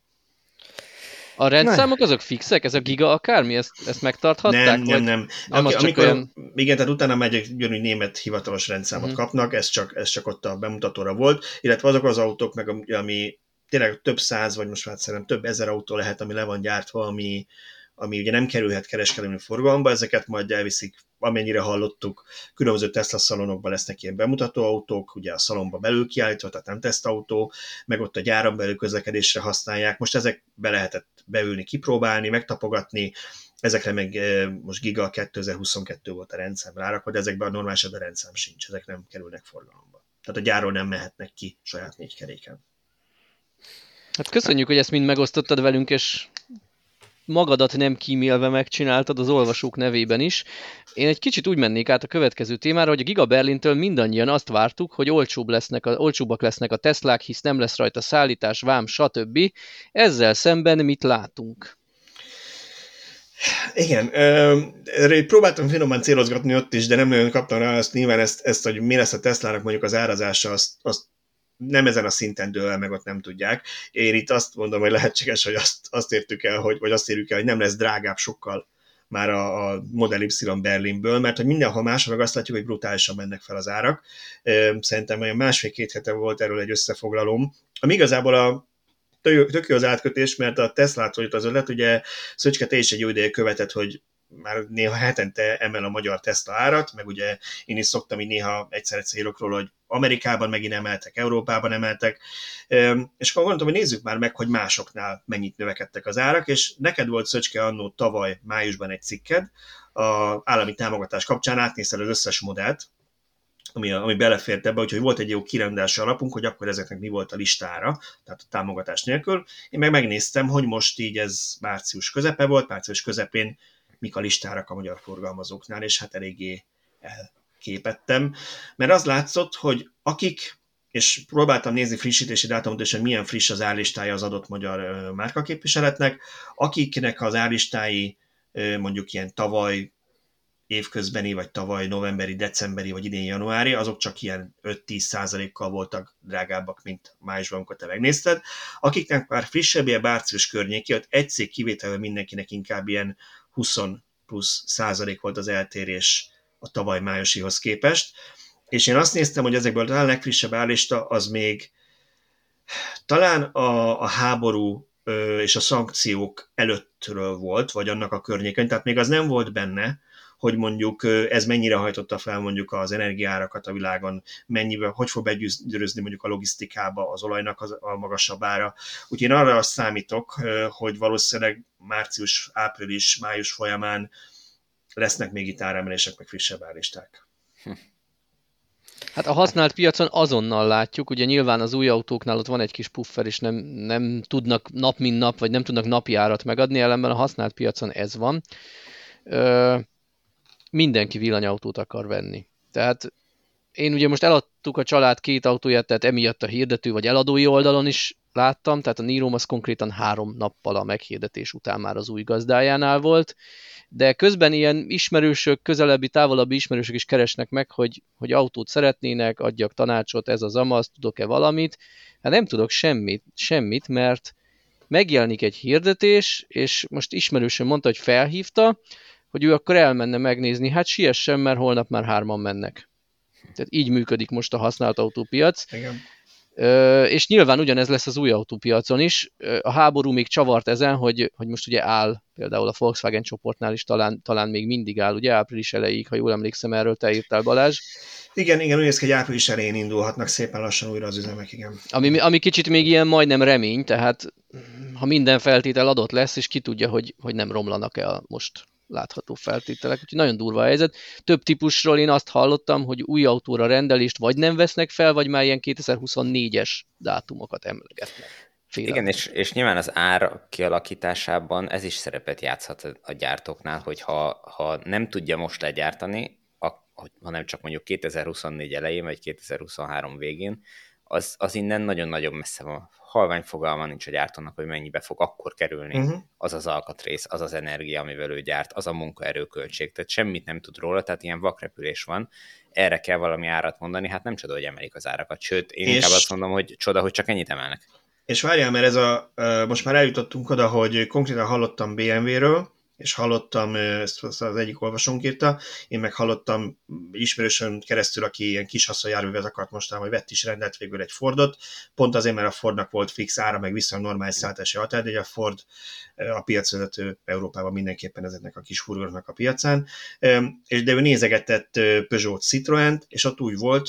A rendszámok azok fixek? Ez a giga akármi? Ezt megtarthatták? Nem. Amikor olyan... Igen, tehát utána megy egy német hivatalos rendszámot kapnak, ez csak ott a bemutatóra volt, illetve azok az autók, meg ami tényleg több száz, vagy most már szerintem több ezer autó lehet, ami le van gyártva, ami ugye nem kerülhet kereskedelmi forgalomba, ezeket majd elviszik, amennyire hallottuk, különböző Tesla szalonokban lesznek ilyen bemutató autók, ugye a szalonba belül kiállítva, tehát nem tesztautó, meg ott a gyáron belül közlekedésre használják. Most ezekbe lehetett beülni, kipróbálni, megtapogatni, ezekre meg most Giga 2022 volt a rendszám rárakva, de ezekben a normális esetben a rendszám sincs, ezek nem kerülnek forgalomba. Tehát a gyárról nem mehetnek ki saját 4 keréken. Hát köszönjük, hogy ezt mind megosztottad velünk, és magadat nem kímélve megcsináltad az olvasók nevében is. Én egy kicsit úgy mennék át a következő témára, hogy a Giga Berlintől mindannyian azt vártuk, hogy olcsóbbak lesznek a Teslák, hisz nem lesz rajta szállítás, vám, stb. Ezzel szemben mit látunk? Igen, próbáltam finoman célozgatni ott is, de nem nagyon kaptam rá nyilván ezt, hogy mi lesz a Teslának mondjuk az árazása, azt nem ezen a szinten dől el, meg ott nem tudják. Én itt azt mondom, hogy lehetséges, hogy azt értük el, vagy azt érjük el, hogy nem lesz drágább sokkal már a Model Y Berlinből, mert hogy mindenhol máshol meg azt látjuk, hogy brutálisan mennek fel az árak. Szerintem olyan 1,5-2 hete volt erről egy összefoglalom, ami igazából tök jó az átkötés, mert a Teslától jut az ötlet, ugye Szöcske, te is egy jó ideje követett, hogy már néha hetente emel a magyar Tesla árat, meg ugye én is szoktam így néha egyszer írok róla, hogy Amerikában megint emeltek, Európában emeltek, és akkor gondoltam, hogy nézzük már meg, hogy másoknál mennyit növekedtek az árak, és neked volt, Szöcske, annó tavaly májusban egy cikked, az állami támogatás kapcsán átnézted az összes modellt, ami belefért ebbe, úgyhogy volt egy jó kirendelési alapunk, hogy akkor ezeknek mi volt a listára, tehát a támogatás nélkül. Én meg megnéztem, hogy most így ez március közepe volt, március közepén mik a listárak a magyar forgalmazóknál, és hát eléggé elképettem, mert az látszott, hogy akik, és próbáltam nézni frissítési dátumot, és hogy milyen friss az árlistája az adott magyar márkaképviseletnek, akiknek az árlistái mondjuk ilyen tavaly évközbeni, vagy tavaly novemberi, decemberi, vagy idén januári, azok csak ilyen 5-10%-kal voltak drágábbak, mint májusban, amikor te megnézted. Akiknek már frissebb, ilyen március környéki, ott egy cég kivételvel mindenkinek inkább ilyen 20 plusz százalék volt az eltérés a tavaly májusihoz képest. És én azt néztem, hogy ezekből talán a legfrissebb állista az még talán a háború és a szankciók előttről volt, vagy annak a környéken, tehát még az nem volt benne, hogy mondjuk ez mennyire hajtotta fel mondjuk az energiárakat a világon, mennyivel, hogy fog begyűrűzni mondjuk a logisztikába az olajnak a magasabb ára. Úgyhogy én arra számítok, hogy valószínűleg március, április, május folyamán lesznek még itt áremelések, meg frissebb árlisták. Hát a használt piacon azonnal látjuk, ugye nyilván az új autóknál ott van egy kis puffer, és nem tudnak nap mint nap, vagy nem tudnak napi árat megadni, ellenben a használt piacon ez van. Mindenki villanyautót akar venni. Tehát én ugye most eladtuk a család 2 autóját, tehát emiatt a hirdető vagy eladói oldalon is láttam, tehát a Nirom az konkrétan 3 nappal a meghirdetés után már az új gazdájánál volt, de közben ilyen ismerősök, közelebbi, távolabbi ismerősök is keresnek meg, hogy autót szeretnének, adjak tanácsot, ez az amaz, tudok-e valamit. Hát nem tudok semmit, mert megjelenik egy hirdetés, és most ismerősöm mondta, hogy felhívta, hogy ő akkor elmenne megnézni, hát siessen, mert holnap már 3-an mennek. Tehát így működik most a használt autópiac. Igen. És nyilván ugyanez lesz az új autópiacon is. A háború még csavart ezen, hogy most ugye áll, például a Volkswagen csoportnál is talán még mindig áll, ugye április elejéig, ha jól emlékszem, erről te írtál, Balázs. Igen, úgy néz ki, hogy április elején indulhatnak szépen lassan újra az üzemek, igen. Ami kicsit még ilyen majdnem remény, tehát ha minden feltétel adott lesz, és ki tudja, hogy nem romlanak el most látható feltételek, úgyhogy nagyon durva a helyzet. Több típusról én azt hallottam, hogy új autóra rendelést vagy nem vesznek fel, vagy már ilyen 2024-es dátumokat emlegetnek. Igen, és nyilván az ár kialakításában ez is szerepet játszhat a gyártóknál, hogy ha nem tudja most legyártani, hanem csak mondjuk 2024 elején, vagy 2023 végén, az innen nagyon-nagyon messze van. Halvány fogalma nincs a gyártónak, hogy mennyibe fog akkor kerülni az az alkatrész, az az energia, amivel ő gyárt, az a munkaerőköltség. Tehát semmit nem tud róla, tehát ilyen vakrepülés van. Erre kell valami árat mondani, hát nem csoda, hogy emelik az árakat. Sőt, én inkább azt mondom, hogy csoda, hogy csak ennyit emelnek. És várjál, mert most már eljutottunk oda, hogy konkrétan hallottam BMW-ről, és hallottam, ezt az egyik olvasónk írta, én meg hallottam ismerősön keresztül, aki ilyen kis haszonjárművet akart mostanában, hogy vett is, rendelt végül egy Fordot, pont azért, mert a Fordnak volt fix ára, meg viszonylag normális szállítási határ, de a Ford a piacvezető Európában mindenképpen ezeknek a kis furgonoknak a piacán, de ő nézegetett Peugeot Citroënt, és ott úgy volt,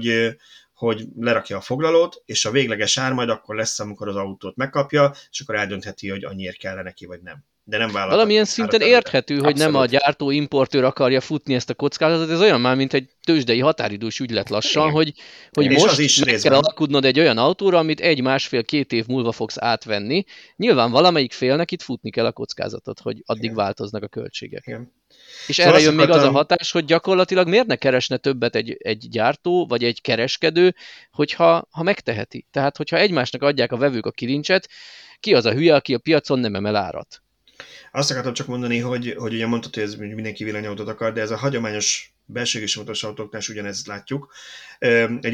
hogy lerakja a foglalót, és a végleges ár majd akkor lesz, amikor az autót megkapja, és akkor eldöntheti, hogy annyiért kell neki, vagy nem. De nem vállalt. Valamilyen szinten érthető, hogy abszolút. Nem a gyártó-importőr akarja futni ezt a kockázatot, ez olyan már, mint egy tőzsdei határidős ügylet lassan, hogy most meg kell alkudnod egy olyan autóra, amit 1-1,5-2 év múlva fogsz átvenni. Nyilván valamelyik félnek itt futni kell a kockázatot, hogy addig változnak a költségek. Igen. És erre jön még az a hatás, hogy gyakorlatilag miért ne keresne többet egy gyártó, vagy egy kereskedő, hogyha megteheti. Tehát, hogyha egymásnak adják a vevők a kilincset, ki az a hülye, aki a piacon nem emel árat? Azt akartam csak mondani, hogy ugye mondtad, hogy ez mindenki villanyautót akar, de ez a hagyományos belső égésű motoros autóknál is ugyanezt látjuk. Egy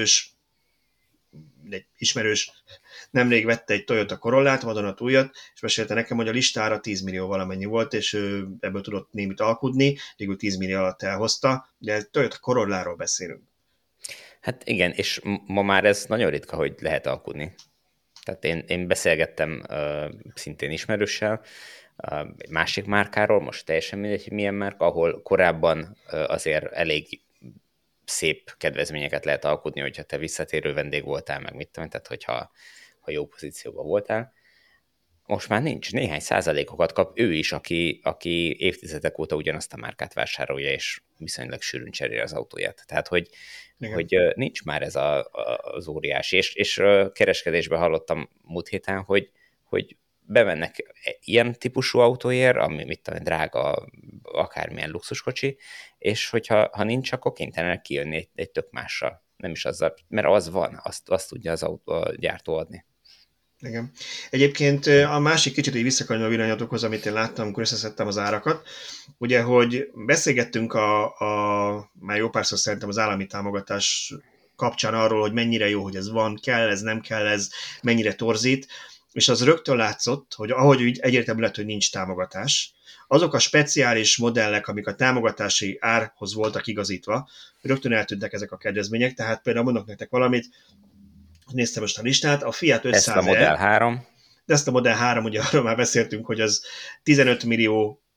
ismerős nemrég vette egy Toyota Corollát, vadonatújat, és mesélte nekem, hogy a listára 10 millió valamennyi volt, és ő ebből tudott némit alkudni, végül 10 millió alatt elhozta, de Toyota Corolláról beszélünk. Hát igen, és ma már ez nagyon ritka, hogy lehet alkudni. Tehát én beszélgettem szintén ismerőssel, egy másik márkáról, most teljesen mindegy, hogy milyen márka, ahol korábban azért elég szép kedvezményeket lehet alkudni, hogyha te visszatérő vendég voltál, meg mit tudom, tehát hogyha jó pozícióban voltál. Most már nincs, néhány százalékokat kap ő is, aki évtizedek óta ugyanazt a márkát vásárolja, és viszonylag sűrűn cserél az autóját. Tehát, hogy nincs már ez az óriási. És kereskedésben hallottam múlt héten, hogy bemennek ilyen típusú autóért, ami mit tudom, drága, akármilyen luxuskocsi, és hogyha nincs, akkor kénytelenek kijönni egy tök mással. Nem is azzal, mert az van, azt tudja a gyártó adni. Igen. Egyébként a másik kicsit így visszakanyarodva a villanyautókhoz, amit én láttam, amikor összeszedtem az árakat, ugye, hogy beszélgettünk már jó párszor szerintem az állami támogatás kapcsán arról, hogy mennyire jó, hogy ez van, kell ez, nem kell ez, mennyire torzít, és az rögtön látszott, hogy ahogy úgy egyértelmű lett, hogy nincs támogatás, azok a speciális modellek, amik a támogatási árhoz voltak igazítva, rögtön eltűntek ezek a kedvezmények, tehát például mondok nektek valamit, néztem most a listát, a Fiat 500 Ezt a Model 3. De ezt a Model 3, ugye arról már beszéltünk, hogy az 15 millió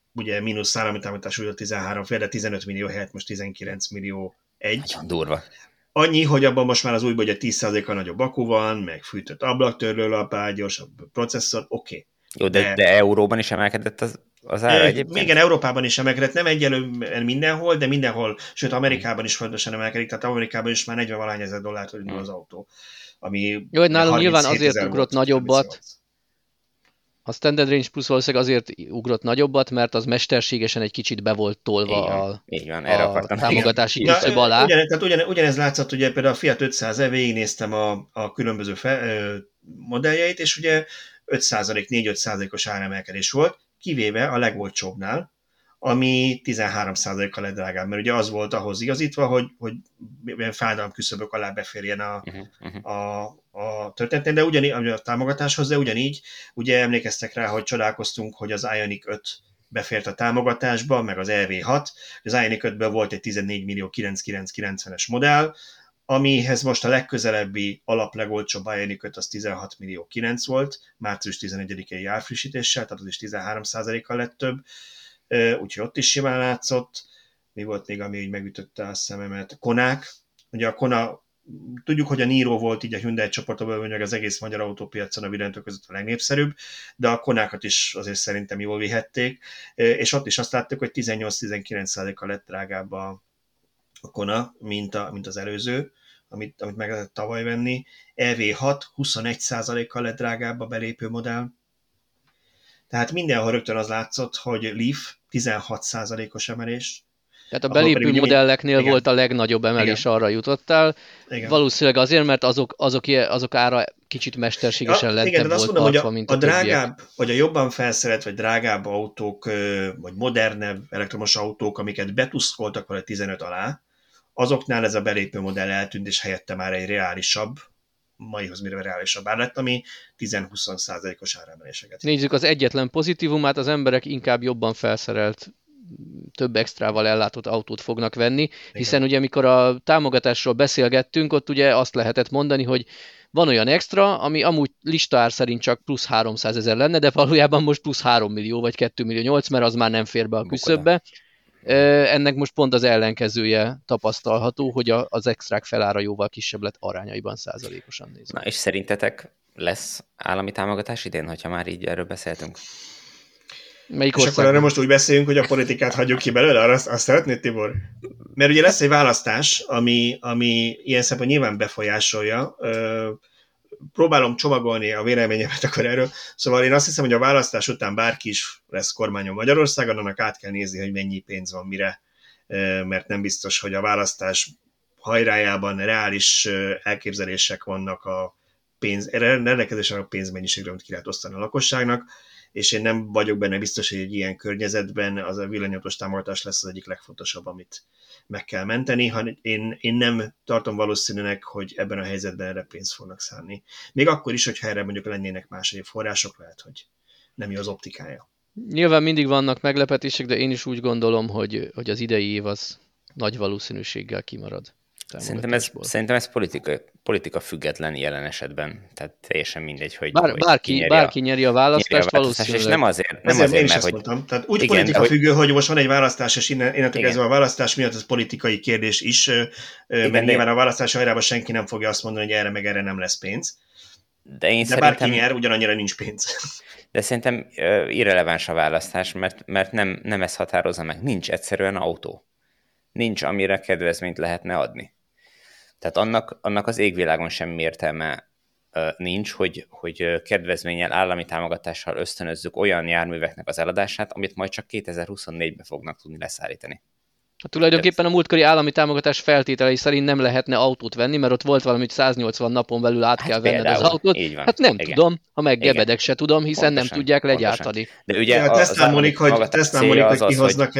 ugye mínusz állami támogatás újra 13 fél, de 15 millió helyett most 19 millió egy. Nagyon durva. Annyi, hogy abban most már az újban ugye 10%-kal nagyobb akku van, meg fűtött ablaktörlőlapágy, gyorsabb processzor, oké. Jó, de euróban is emelkedett az ára egyébként? Igen, Európában is emelkedett, nem egyelően mindenhol, de mindenhol, sőt Amerikában is fontosan emelkedik, tehát Amerikában is már 40-valahány ezer dollárt indul az autó. Ami jó, hogy nálunk nyilván azért ugrott nagyobbat, 38. a Standard Range Plus valószínűleg azért ugrott nagyobbat, mert az mesterségesen egy kicsit be volt tolva így van, erre akartam. Támogatási küszöb alá. Ugyanez látszott, ugye például a Fiat 500-e, végignéztem a különböző modelljeit, és ugye 5%, 4-5%-os áremelkedés volt, kivéve a legolcsóbbnál, ami 13%-kal lett drágább, mert ugye az volt ahhoz igazítva, hogy fájdalom küszöbök alá beférjen a történet, de ugyanígy a támogatáshoz, de ugyanígy, ugye emlékeztek rá, hogy csodálkoztunk, hogy az Ioniq 5 befért a támogatásba, meg az EV6, az Ioniq 5-ből volt egy 14 millió 9990-es modell, amihez most a legközelebbi legolcsóbb Ioniq 5 az 16 millió 9 volt, március 11-i árfrissítéssel, tehát az is 13%-kal lett több, úgyhogy ott is simán látszott. Mi volt még, ami így megütötte a szememet? Konák. Ugye a Kona, tudjuk, hogy a Niro volt így a Hyundai csoportban, mondjuk az egész magyar autópiacon a villanyatok között a legnépszerűbb, de a Konákat is azért szerintem jól vihették, és ott is azt láttuk, hogy 18-19%-kal lett drágább a Kona, mint az előző, amit meg lehetett tavaly venni. EV6 21%-kal lett drágább a belépő modell. Tehát mindenhol rögtön az látszott, hogy Leaf 16%-os emelés. Tehát a belépő modelleknél volt a legnagyobb emelés, arra jutottál. Igen. Valószínűleg azért, mert azok ára kicsit mesterségesen lentebb volt azt mondom, tartva, mint a drágább, vagy a jobban felszerelt, vagy drágább autók, vagy modernebb elektromos autók, amiket betuszkoltak vele 15 alá, azoknál ez a belépő modell eltűnt, és helyette már egy reálisabb, maihoz mire reálisabb ár lett, ami 10-20%-os áremeléseket. Nézzük az egyetlen pozitívumát, az emberek inkább jobban felszerelt, több extrával ellátott autót fognak venni, hiszen ugye amikor a támogatásról beszélgettünk, ott ugye azt lehetett mondani, hogy van olyan extra, ami amúgy listaár szerint csak plusz 300 000 lenne, de valójában most plusz 3 millió vagy 2 millió 8, mert az már nem fér be a küszöbbe. Ennek most pont az ellenkezője tapasztalható, hogy az extrák felára jóval kisebb lett arányaiban százalékosan nézve. Na és szerintetek lesz állami támogatás idén, hogyha már így erről beszéltünk? Melyik és akkor erre most úgy beszéljünk, hogy a politikát hagyjuk ki belőle, azt szeretnéd, Tibor? Mert ugye lesz egy választás, ami ilyen szempontból nyilván befolyásolja. Próbálom csomagolni a véleményemet akkor erről. Szóval én azt hiszem, hogy a választás után bárki is lesz kormányon Magyarországon, annak át kell nézni, hogy mennyi pénz van mire, mert nem biztos, hogy a választás hajrájában reális elképzelések vannak a rendelkezésre a pénzmennyiségre, amit ki lehet osztani a lakosságnak, és én nem vagyok benne biztos, hogy egy ilyen környezetben az a villanyautós támogatás lesz az egyik legfontosabb, amit meg kell menteni. Én nem tartom valószínűnek, hogy ebben a helyzetben erre pénzt fognak szánni. Még akkor is, hogyha erre mondjuk lennének más egyéb források, lehet, hogy nem jó az optikája. Nyilván mindig vannak meglepetések, de én is úgy gondolom, hogy az idei év az nagy valószínűséggel kimarad. Szerintem ez politika független jelen esetben. Tehát teljesen mindegy, hogy bárki nyeri a választást, valószínűleg. És nem azért mert hogy... Mondtam. Tehát úgy igen, politika függő, hogy most van egy választás, és innentől kezdve a választás miatt ez politikai kérdés is, mert nyilván a választás hajrában senki nem fogja azt mondani, hogy erre meg erre nem lesz pénz. De bárki nyer, ugyanannyira nincs pénz. De szerintem irreleváns a választás, mert nem ez határozza meg. Nincs egyszerűen autó. Nincs, amire kedvezményt lehetne adni. Tehát annak az égvilágon semmi értelme nincs, hogy kedvezménnyel, állami támogatással ösztönözzük olyan járműveknek az eladását, amit majd csak 2024-ben fognak tudni leszállítani. Tulajdonképpen a múltkori állami támogatás feltételei szerint nem lehetne autót venni, mert ott volt valami, hogy 180 napon belül át kell venned az autót. Hát nem tudom, ha meggebedek se tudom, hiszen pontosan, nem tudják legyártani. De ugye a Tesla Monik, hogy kihoznak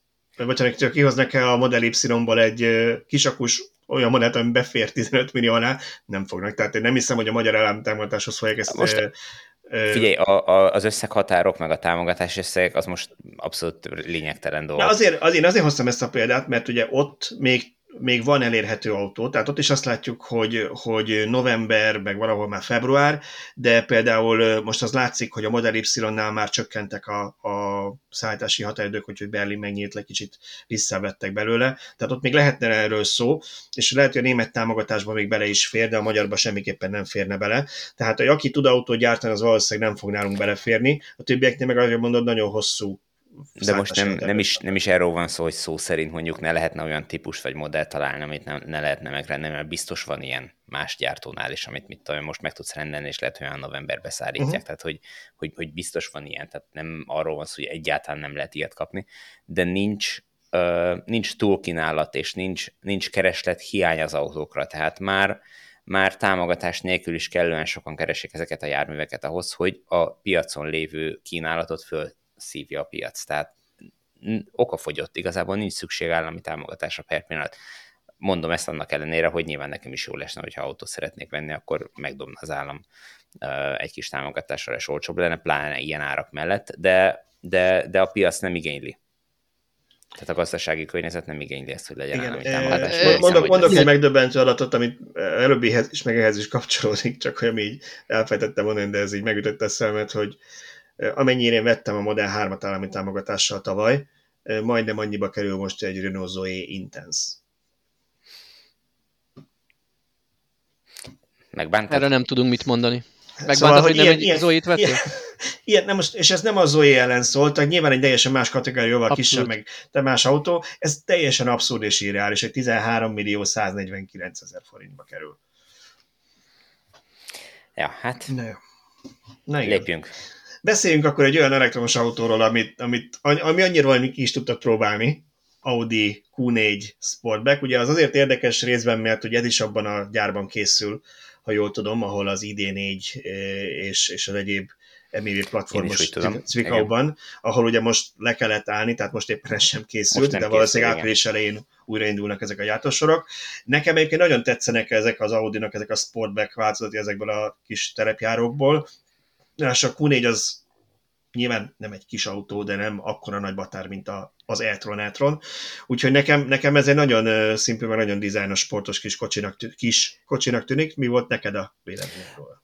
kihoznak a Model Y-ból egy kisakus olyan modellt, ami befér 15 millió alá, nem fognak. Tehát én nem hiszem, hogy a magyar államtámogatáshoz fogják ezt... Figyelj, az összeghatárok, meg a támogatás összegek, az most abszolút lényegtelen dolog. Azért hoztam ezt a példát, mert ugye ott még még van elérhető autó, tehát ott is azt látjuk, hogy november, meg valahol már február, de például most az látszik, hogy a Model Y-nál már csökkentek a szállítási határidők, úgyhogy Berlin megnyílt le, kicsit visszavettek belőle, tehát ott még lehetne erről szó, és lehet, hogy a német támogatásban még bele is fér, de a magyarban semmiképpen nem férne bele. Tehát, hogy aki tud autót gyártani, az valószínűleg nem fog nálunk beleférni, a többieknél meg azért mondod, nagyon hosszú. De most nem is erről van szó, hogy szó szerint mondjuk ne lehetne olyan típus vagy modell találni, amit ne lehetne megrendelni, mert biztos van ilyen más gyártónál is, amit mit tudom, most meg tudsz rendelni, és lehet, hogy olyan novemberbe szállítják. Tehát, hogy biztos van ilyen. Tehát nem arról van szó, hogy egyáltalán nem lehet ilyet kapni, de nincs túlkínálat, és nincs kereslet hiány az autókra. Tehát már támogatás nélkül is kellően sokan keresik ezeket a járműveket ahhoz, hogy a piacon lévő kínálatot fölszívja a piac. Tehát okafogyott, igazából nincs szükség állami támogatásra per pillanat. Mondom ezt annak ellenére, hogy nyilván nekem is jól esne, hogyha autót szeretnék venni, akkor megdobna az állam egy kis támogatásra, és olcsóbb lenne, pláne ilyen árak mellett, de a piac nem igényli. Tehát a gazdasági környezet nem igényli ezt, hogy legyen állami támogatás. Mondok egy megdöbbentő adatot, amit előbbihez is, meg ehhez is kapcsolódik, csak hogy így elfejtettem mondani, de ez így megütött eszelmet, hogy amennyire én vettem a Model 3-at állami támogatással tavaly, majdnem annyiba kerül most egy Renault Zoe Intense. Megbántad? Erre nem tudunk mit mondani. Megbántad, Szóval, hogy nem egy Zoe-t vettél? Ilyen, nem most, és ez nem a Zoe ellen szólt, tehát nyilván egy teljesen más kategóriával kisebb, meg de más autó, ez teljesen abszurd és irreális, hogy 13.149.000 forintba kerül. Ja, hát lépjünk. Beszéljünk akkor egy olyan elektromos autóról, ami annyira valami ki is tudtak próbálni, Audi Q4 Sportback. Ugye az azért érdekes részben, mert ugye ez is abban a gyárban készül, ha jól tudom, ahol az ID4 és az egyéb MEV platformos Zwickauban, ahol ugye most le kellett állni, tehát most éppen ez sem készült, de valószínűleg április elején újraindulnak ezek a gyártósorok. Nekem egyébként nagyon tetszenek ezek az Audinak, ezek a Sportback változati ezekből a kis terepjárókból. És a Q4 az nyilván nem egy kis autó, de nem akkora nagy batár, mint az e-tron. Úgyhogy nekem ez egy nagyon szimplő, nagyon dizájnos, sportos kis kocsinak tűnik. Mi volt neked a véleményedről?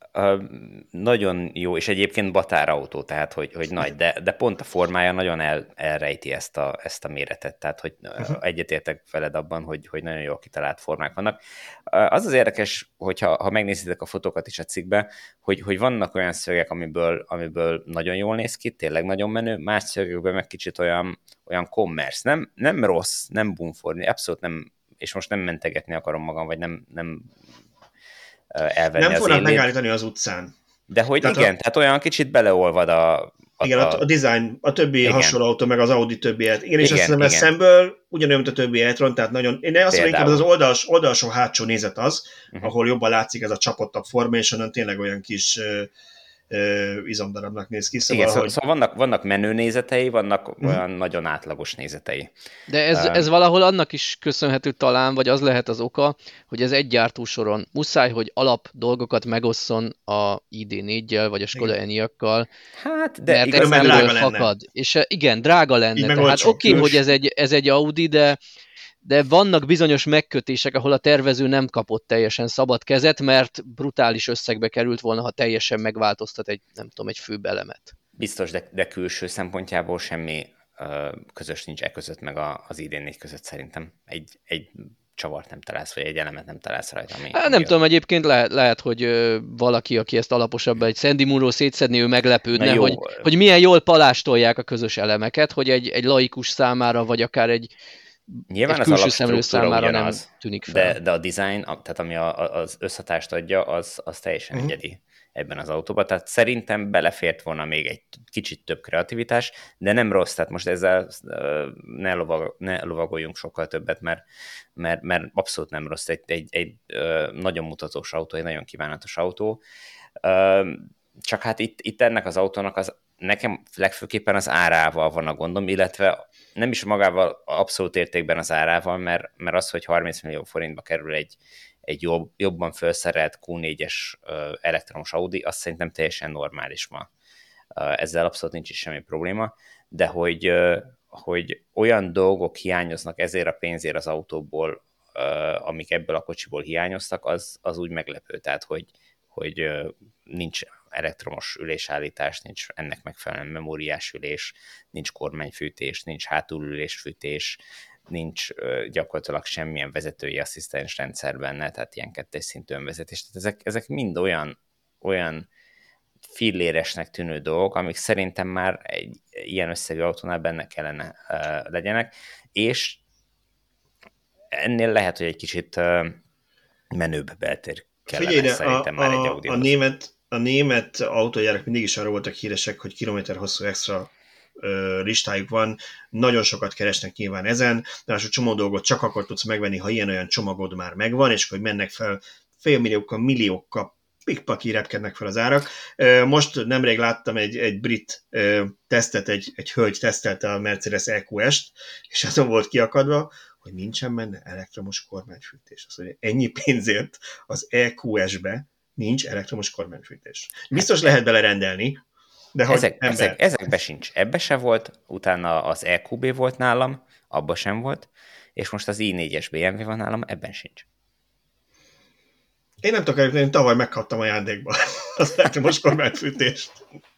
Nagyon jó, és egyébként batárautó, tehát hogy nagy, de pont a formája nagyon elrejti ezt a méretet, tehát hogy egyetértek veled abban, hogy nagyon jól kitalált formák vannak. Az érdekes, hogyha megnézitek a fotókat is a cikkbe, hogy vannak olyan szögek, amiből nagyon jól néz ki, tényleg nagyon menő, más szögekben meg kicsit olyan commerce, nem rossz, nem bumforni, abszolút nem, és most nem mentegetni akarom magam, vagy nem elvenni nem az fognak élét. megállítani az utcán. De hogy tehát igen, tehát olyan kicsit beleolvad a design, a többi igen. Hasonló autó, meg az Audi többiet. Igen, és azt hiszem, ez szemből ugyanolyan, mint a többi e-tron, tehát nagyon, én azt mondom, az oldalsó hátsó nézet az, ahol jobban látszik ez a csapottabb forma, és onnan tényleg olyan kis izomdarabnak néz ki. Szóval, igen, szóval vannak menő nézetei, vannak olyan nagyon átlagos nézetei. De ez valahol annak is köszönhető talán, vagy az lehet az oka, hogy ez egy gyártósoron muszáj, hogy alap dolgokat megosszon a ID4-jel, vagy a Skoda Enyaq-kal, hát, de mert ez belül fakad. És igen, drága lenne. Tehát oké, hogy ez egy Audi, de vannak bizonyos megkötések, ahol a tervező nem kapott teljesen szabad kezet, mert brutális összegbe került volna, ha teljesen megváltoztat egy főbb elemet. Biztos, de külső szempontjából semmi közös nincs között, meg az ID4 között szerintem. Egy csavart nem találsz, vagy egy elemet nem találsz rajta. Nem tudom, egyébként lehet, hogy valaki, aki ezt alaposabban egy Sandy Moore-ról szétszedni, ő meglepődne, hogy milyen jól palástolják a közös elemeket, hogy egy laikus számára, vagy akár egy nyilván az külső szemlő számára nem tűnik fel. De a design, tehát ami az összhatást adja, az teljesen egyedi ebben az autóban. Tehát szerintem belefért volna még egy kicsit több kreativitás, de nem rossz, tehát most ezzel ne lovagoljunk sokkal többet, mert abszolút nem rossz. Egy nagyon mutatós autó, egy nagyon kívánatos autó. Csak hát itt ennek az autónak nekem legfőképpen az árával van a gondom, illetve nem is magával abszolút értékben az árával, mert az, hogy 30 millió forintba kerül egy jobban felszerelt Q4-es elektromos Audi, azt szerintem teljesen normális ma. Ezzel abszolút nincs is semmi probléma, de hogy olyan dolgok hiányoznak ezért a pénzért az autóból, amik ebből a kocsiból hiányoztak, az úgy meglepő. Tehát, hogy nincs elektromos ülésállítás, nincs ennek megfelelően memóriás ülés, nincs kormányfűtés, nincs hátulülésfűtés, nincs gyakorlatilag semmilyen vezetői asszisztens rendszer benne, tehát ilyen kettes szintű önvezetés. Tehát ezek mind olyan filléresnek tűnő dolgok, amik szerintem már egy ilyen összegű autónál benne kellene legyenek, és ennél lehet, hogy egy kicsit menőbb beltér kellene. Figyelj, szerintem már egy Audihoz. A német autógyárak mindig is arra voltak híresek, hogy kilométer hosszú extra listájuk van, nagyon sokat keresnek nyilván ezen, de a csomó dolgot csak akkor tudsz megvenni, ha ilyen-olyan csomagod már megvan, és hogy mennek fel félmilliókkal, milliókkal, pikpaki repkednek fel az árak. Most nemrég láttam egy brit tesztet, egy hölgy tesztelte a Mercedes EQS-t, és azon volt kiakadva, hogy nincsen benne elektromos kormányfűtés. Azt mondja, ennyi pénzért az EQS-be nincs elektromos kormányfűtés. Biztos lehet belerendelni, de hogy ezekbe sincs. Ebbe se volt, utána az EQB volt nálam, abba sem volt, és most az i4-es BMW van nálam, ebben sincs. Én nem tudok, én tavaly megkaptam ajándékba az elektromos kormányfűtést.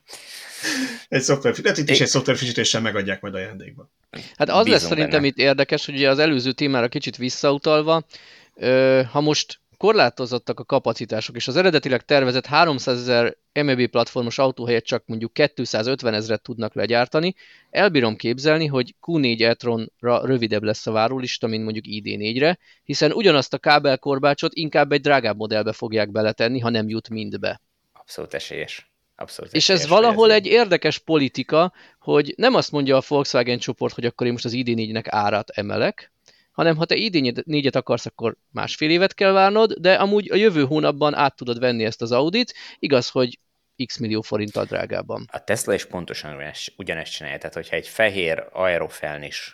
Egy szoftverfrissítéssel megadják majd ajándékba. Hát az lesz szerintem itt érdekes, hogy ugye az előző témára kicsit visszautalva, ha most korlátozottak a kapacitások, és az eredetileg tervezett 300 000 MEB platformos autó helyett csak mondjuk 250 000-et tudnak legyártani, elbírom képzelni, hogy Q4 e-tronra rövidebb lesz a várólista, mint mondjuk ID4-re, hiszen ugyanazt a kábelkorbácsot inkább egy drágább modellbe fogják beletenni, ha nem jut mindbe. Abszolút esélyes. És ez valahol egy érdekes politika, hogy nem azt mondja a Volkswagen csoport, hogy akkor én most az ID4-nek árat emelek, hanem ha te ID4-et akarsz, akkor másfél évet kell várnod, de amúgy a jövő hónapban át tudod venni ezt az Audit, igaz, hogy x millió forinttal drágábban. A Tesla is pontosan ugyanezt csinálja, tehát hogyha egy fehér aerofelnis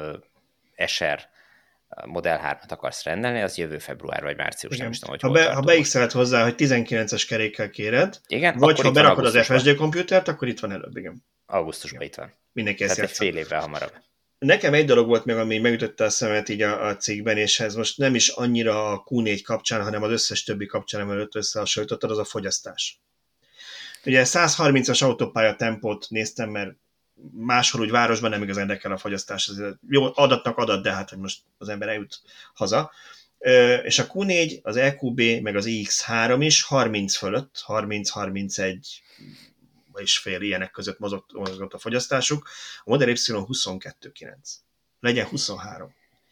SR Model 3-at akarsz rendelni, az jövő február vagy március, igen. Nem is tudom, hogy ha beixeled hozzá, hogy 19-es kerékkel kéred, igen, vagy ha berakod az FSD komputert, akkor itt van előbb, igen. Augusztusban itt van. Mindenki ezt tehát egy fél évvel hamarabb. Nekem egy dolog volt meg, ami megütötte a szemet így a cikkben, és ez most nem is annyira a Q4 kapcsán, hanem az összes többi kapcsán, amelőtt összehasonlítottad, az a fogyasztás. Ugye 130-as autópálya tempót néztem, mert máshol úgy városban nem igazán érdekel a fogyasztás. Jó, adatnak adat, de hát, hogy most az ember eljut haza. És a Q4, az EQB, meg az iX3 is 30 fölött, 30-31 és fél ilyenek között mozgott a fogyasztásuk. A Model Y 22,9. Legyen 23.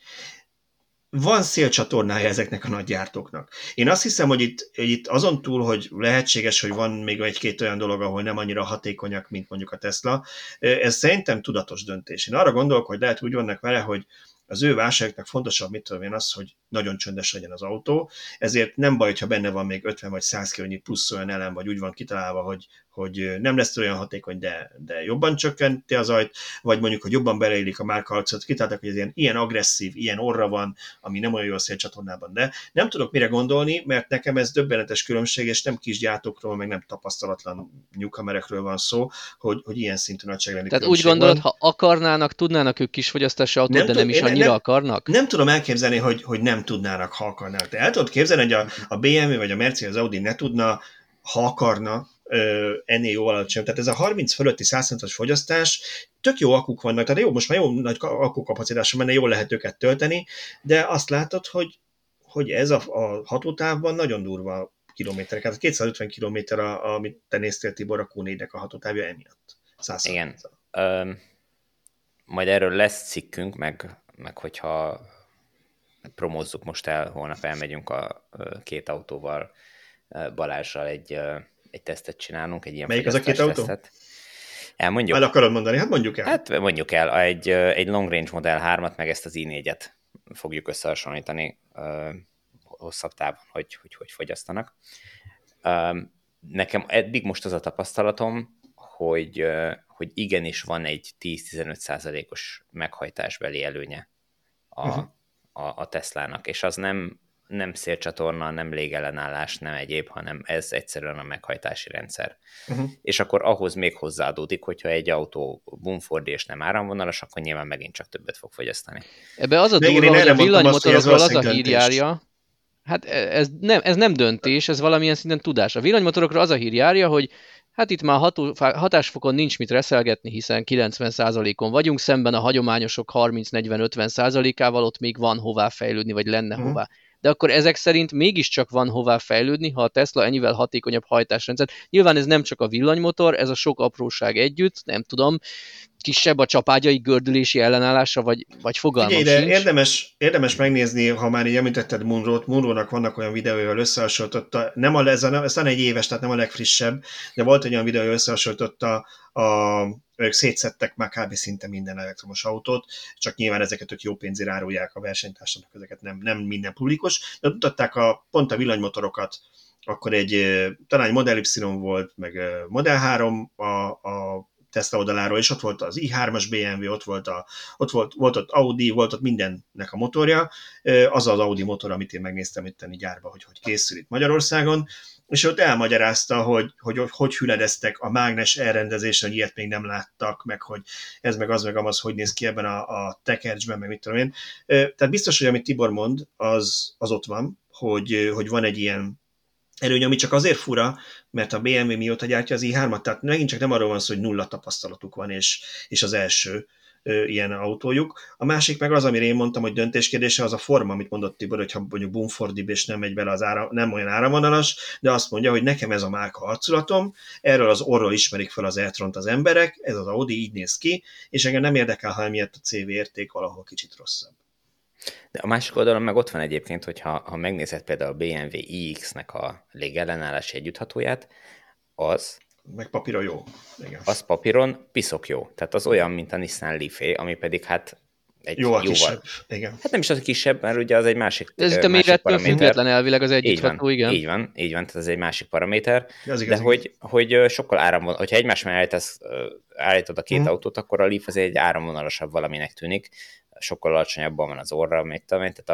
Van szélcsatornája ezeknek a nagy gyártóknak. Én azt hiszem, hogy itt azon túl, hogy lehetséges, hogy van még egy-két olyan dolog, ahol nem annyira hatékonyak, mint mondjuk a Tesla, ez szerintem tudatos döntés. Én arra gondolok, hogy lehet úgy vannak vele, hogy az ő vásárlóknak fontosabb, mit tudom én, az, hogy nagyon csöndes legyen az autó, ezért nem baj, ha benne van még 50 vagy 100 kg plusz olyan elem, vagy úgy van kitalálva, hogy nem lesz olyan hatékony, de jobban csökkenti az zajt, vagy mondjuk, hogy jobban beleillik a márkaarcot, kitaláltak, hogy ez ilyen agresszív, ilyen orra van, ami nem olyan jó a szélcsatornában, de nem tudok mire gondolni, mert nekem ez döbbenetes különbség, és nem kis gyártókról, meg nem tapasztalatlan newcomerekről van szó, hogy ilyen szintű nagyságrendi Tehát úgy gondolod, ha akarnának, tudnának ők kis fogyasztási autót, de nem is annyira akarnak? Nem tudom elképzelni, hogy nem tudnának, ha akarnának. Te el tudod képzelni, hogy a BMW vagy a Mercedes, az Audi ne tudna, ha akarna, ennél jó alacsony. Tehát ez a 30 fölötti 100%-os fogyasztás, tök jó akuk vannak, tehát jó, most már jó nagy akukapacitásra menne, jól lehet őket tölteni, de azt látod, hogy ez a hatótávban nagyon durva kilométerek. Hát 250 kilométer, amit te néztél, Tibor, a Q4-nek a hatótávja emiatt. 100%. Igen. Majd erről lesz cikkünk, meg hogyha promózzuk most el, holnap elmegyünk a két autóval, Balázsral egy tesztet csinálunk, egy ilyen melyik az a két autó? Elmondjuk? El akarod mondani? Hát mondjuk el. Hát mondjuk el, egy Long Range Model 3-at, meg ezt az i4-et fogjuk összehasonlítani hosszabb távon, hogy fogyasztanak. Nekem eddig most az a tapasztalatom, hogy igenis van egy 10-15%-os meghajtásbeli előnye a Teslának, és az nem nem szélcsatorna, nem légellenállás, nem egyéb, hanem ez egyszerűen a meghajtási rendszer. És akkor ahhoz még hozzáadódik, hogyha egy autó bumfordi és nem áramvonalas, akkor nyilván megint csak többet fog fogyasztani. Ebbe az a durva, hogy a villanymotorokról az a hír járja, hát ez nem döntés, ez valamilyen szinten tudás. A villanymotorokról az a hír járja, hogy hát itt már hatásfokon nincs mit reszelgetni, hiszen 90%-on vagyunk, szemben a hagyományosok 30-40-50%-ával ott még van hová fejlődni, vagy lenne hová. De akkor ezek szerint mégiscsak van hová fejlődni, ha a Tesla ennyivel hatékonyabb hajtásrendszer. Nyilván ez nem csak a villanymotor, ez a sok apróság együtt, nem tudom, kisebb a csapágyai gördülési ellenállása, vagy fogalmam sincs. Érdemes megnézni, ha már így említetted Munro-nak vannak olyan videóival összehasonlította, ez nem egy éves, tehát nem a legfrissebb, de volt egy olyan videó, hogy összehasonlította ők szétszettek már kb. Szinte minden elektromos autót, csak nyilván ezeket ők jó pénzért árulják a versenytársaknak, ezeket nem minden publikus, de mutatták pont a villanymotorokat, akkor talán egy Model Y volt, meg Model 3 a Tesla oldaláról, és ott volt az i3-as BMW, volt ott Audi, volt ott mindennek a motorja, az az Audi motor, amit én megnéztem itt a gyárba, hogy készül itt Magyarországon, és ott elmagyarázta, hogy hüledeztek a mágnes elrendezésen, hogy ilyet még nem láttak, meg hogy ez meg az, meg amaz, hogy néz ki ebben a tekercsben, meg mit tudom én. Tehát biztos, hogy amit Tibor mond, az ott van, hogy van egy ilyen előny, ami csak azért fura, mert a BMW mióta gyártja az i3-at, tehát megint csak nem arról van szó, hogy nulla tapasztalatuk van, és az első ilyen autójuk. A másik meg az, amire én mondtam, hogy döntéskérdése, az a forma, amit mondott Tibor, hogyha mondjuk bumfordibb, és nem megy bele nem olyan áramvonalas, de azt mondja, hogy nekem ez a márka arculatom, erről az orról ismerik fel az e-tront az emberek, ez az Audi így néz ki, és engem nem érdekel, ha emiatt a CV érték valahol kicsit rosszabb. De a másik oldalon meg ott van egyébként, hogy ha megnézed például a BMW iX-nek a légellenállási együtthatóját, az meg papíron jó. Igen. Az papíron piszok jó. Tehát az olyan, mint a Nissan Leaf-é, ami pedig hát egy jóval kisebb. Igen. Hát nem is az kisebb, mert ugye az egy másik paraméter. Ez itt a mérettől független elvileg az együttható, igen. Így van, tehát ez egy másik paraméter. De hogy sokkal áramvonalas, hogyha egymás mellé állítod a két autót, akkor a Leaf az egy áramvonalasabb valaminek tűnik, sokkal alacsonyabban van az orra, tehát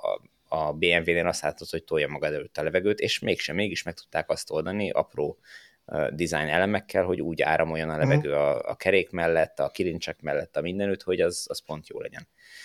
a BMW-nél azt látod, hogy tolja magad előtt a levegőt, és mégis meg tudták azt oldani apró design elemekkel, hogy úgy áramoljon a levegő a kerék mellett, a kilincsek mellett, a mindenütt, hogy az pont jó legyen.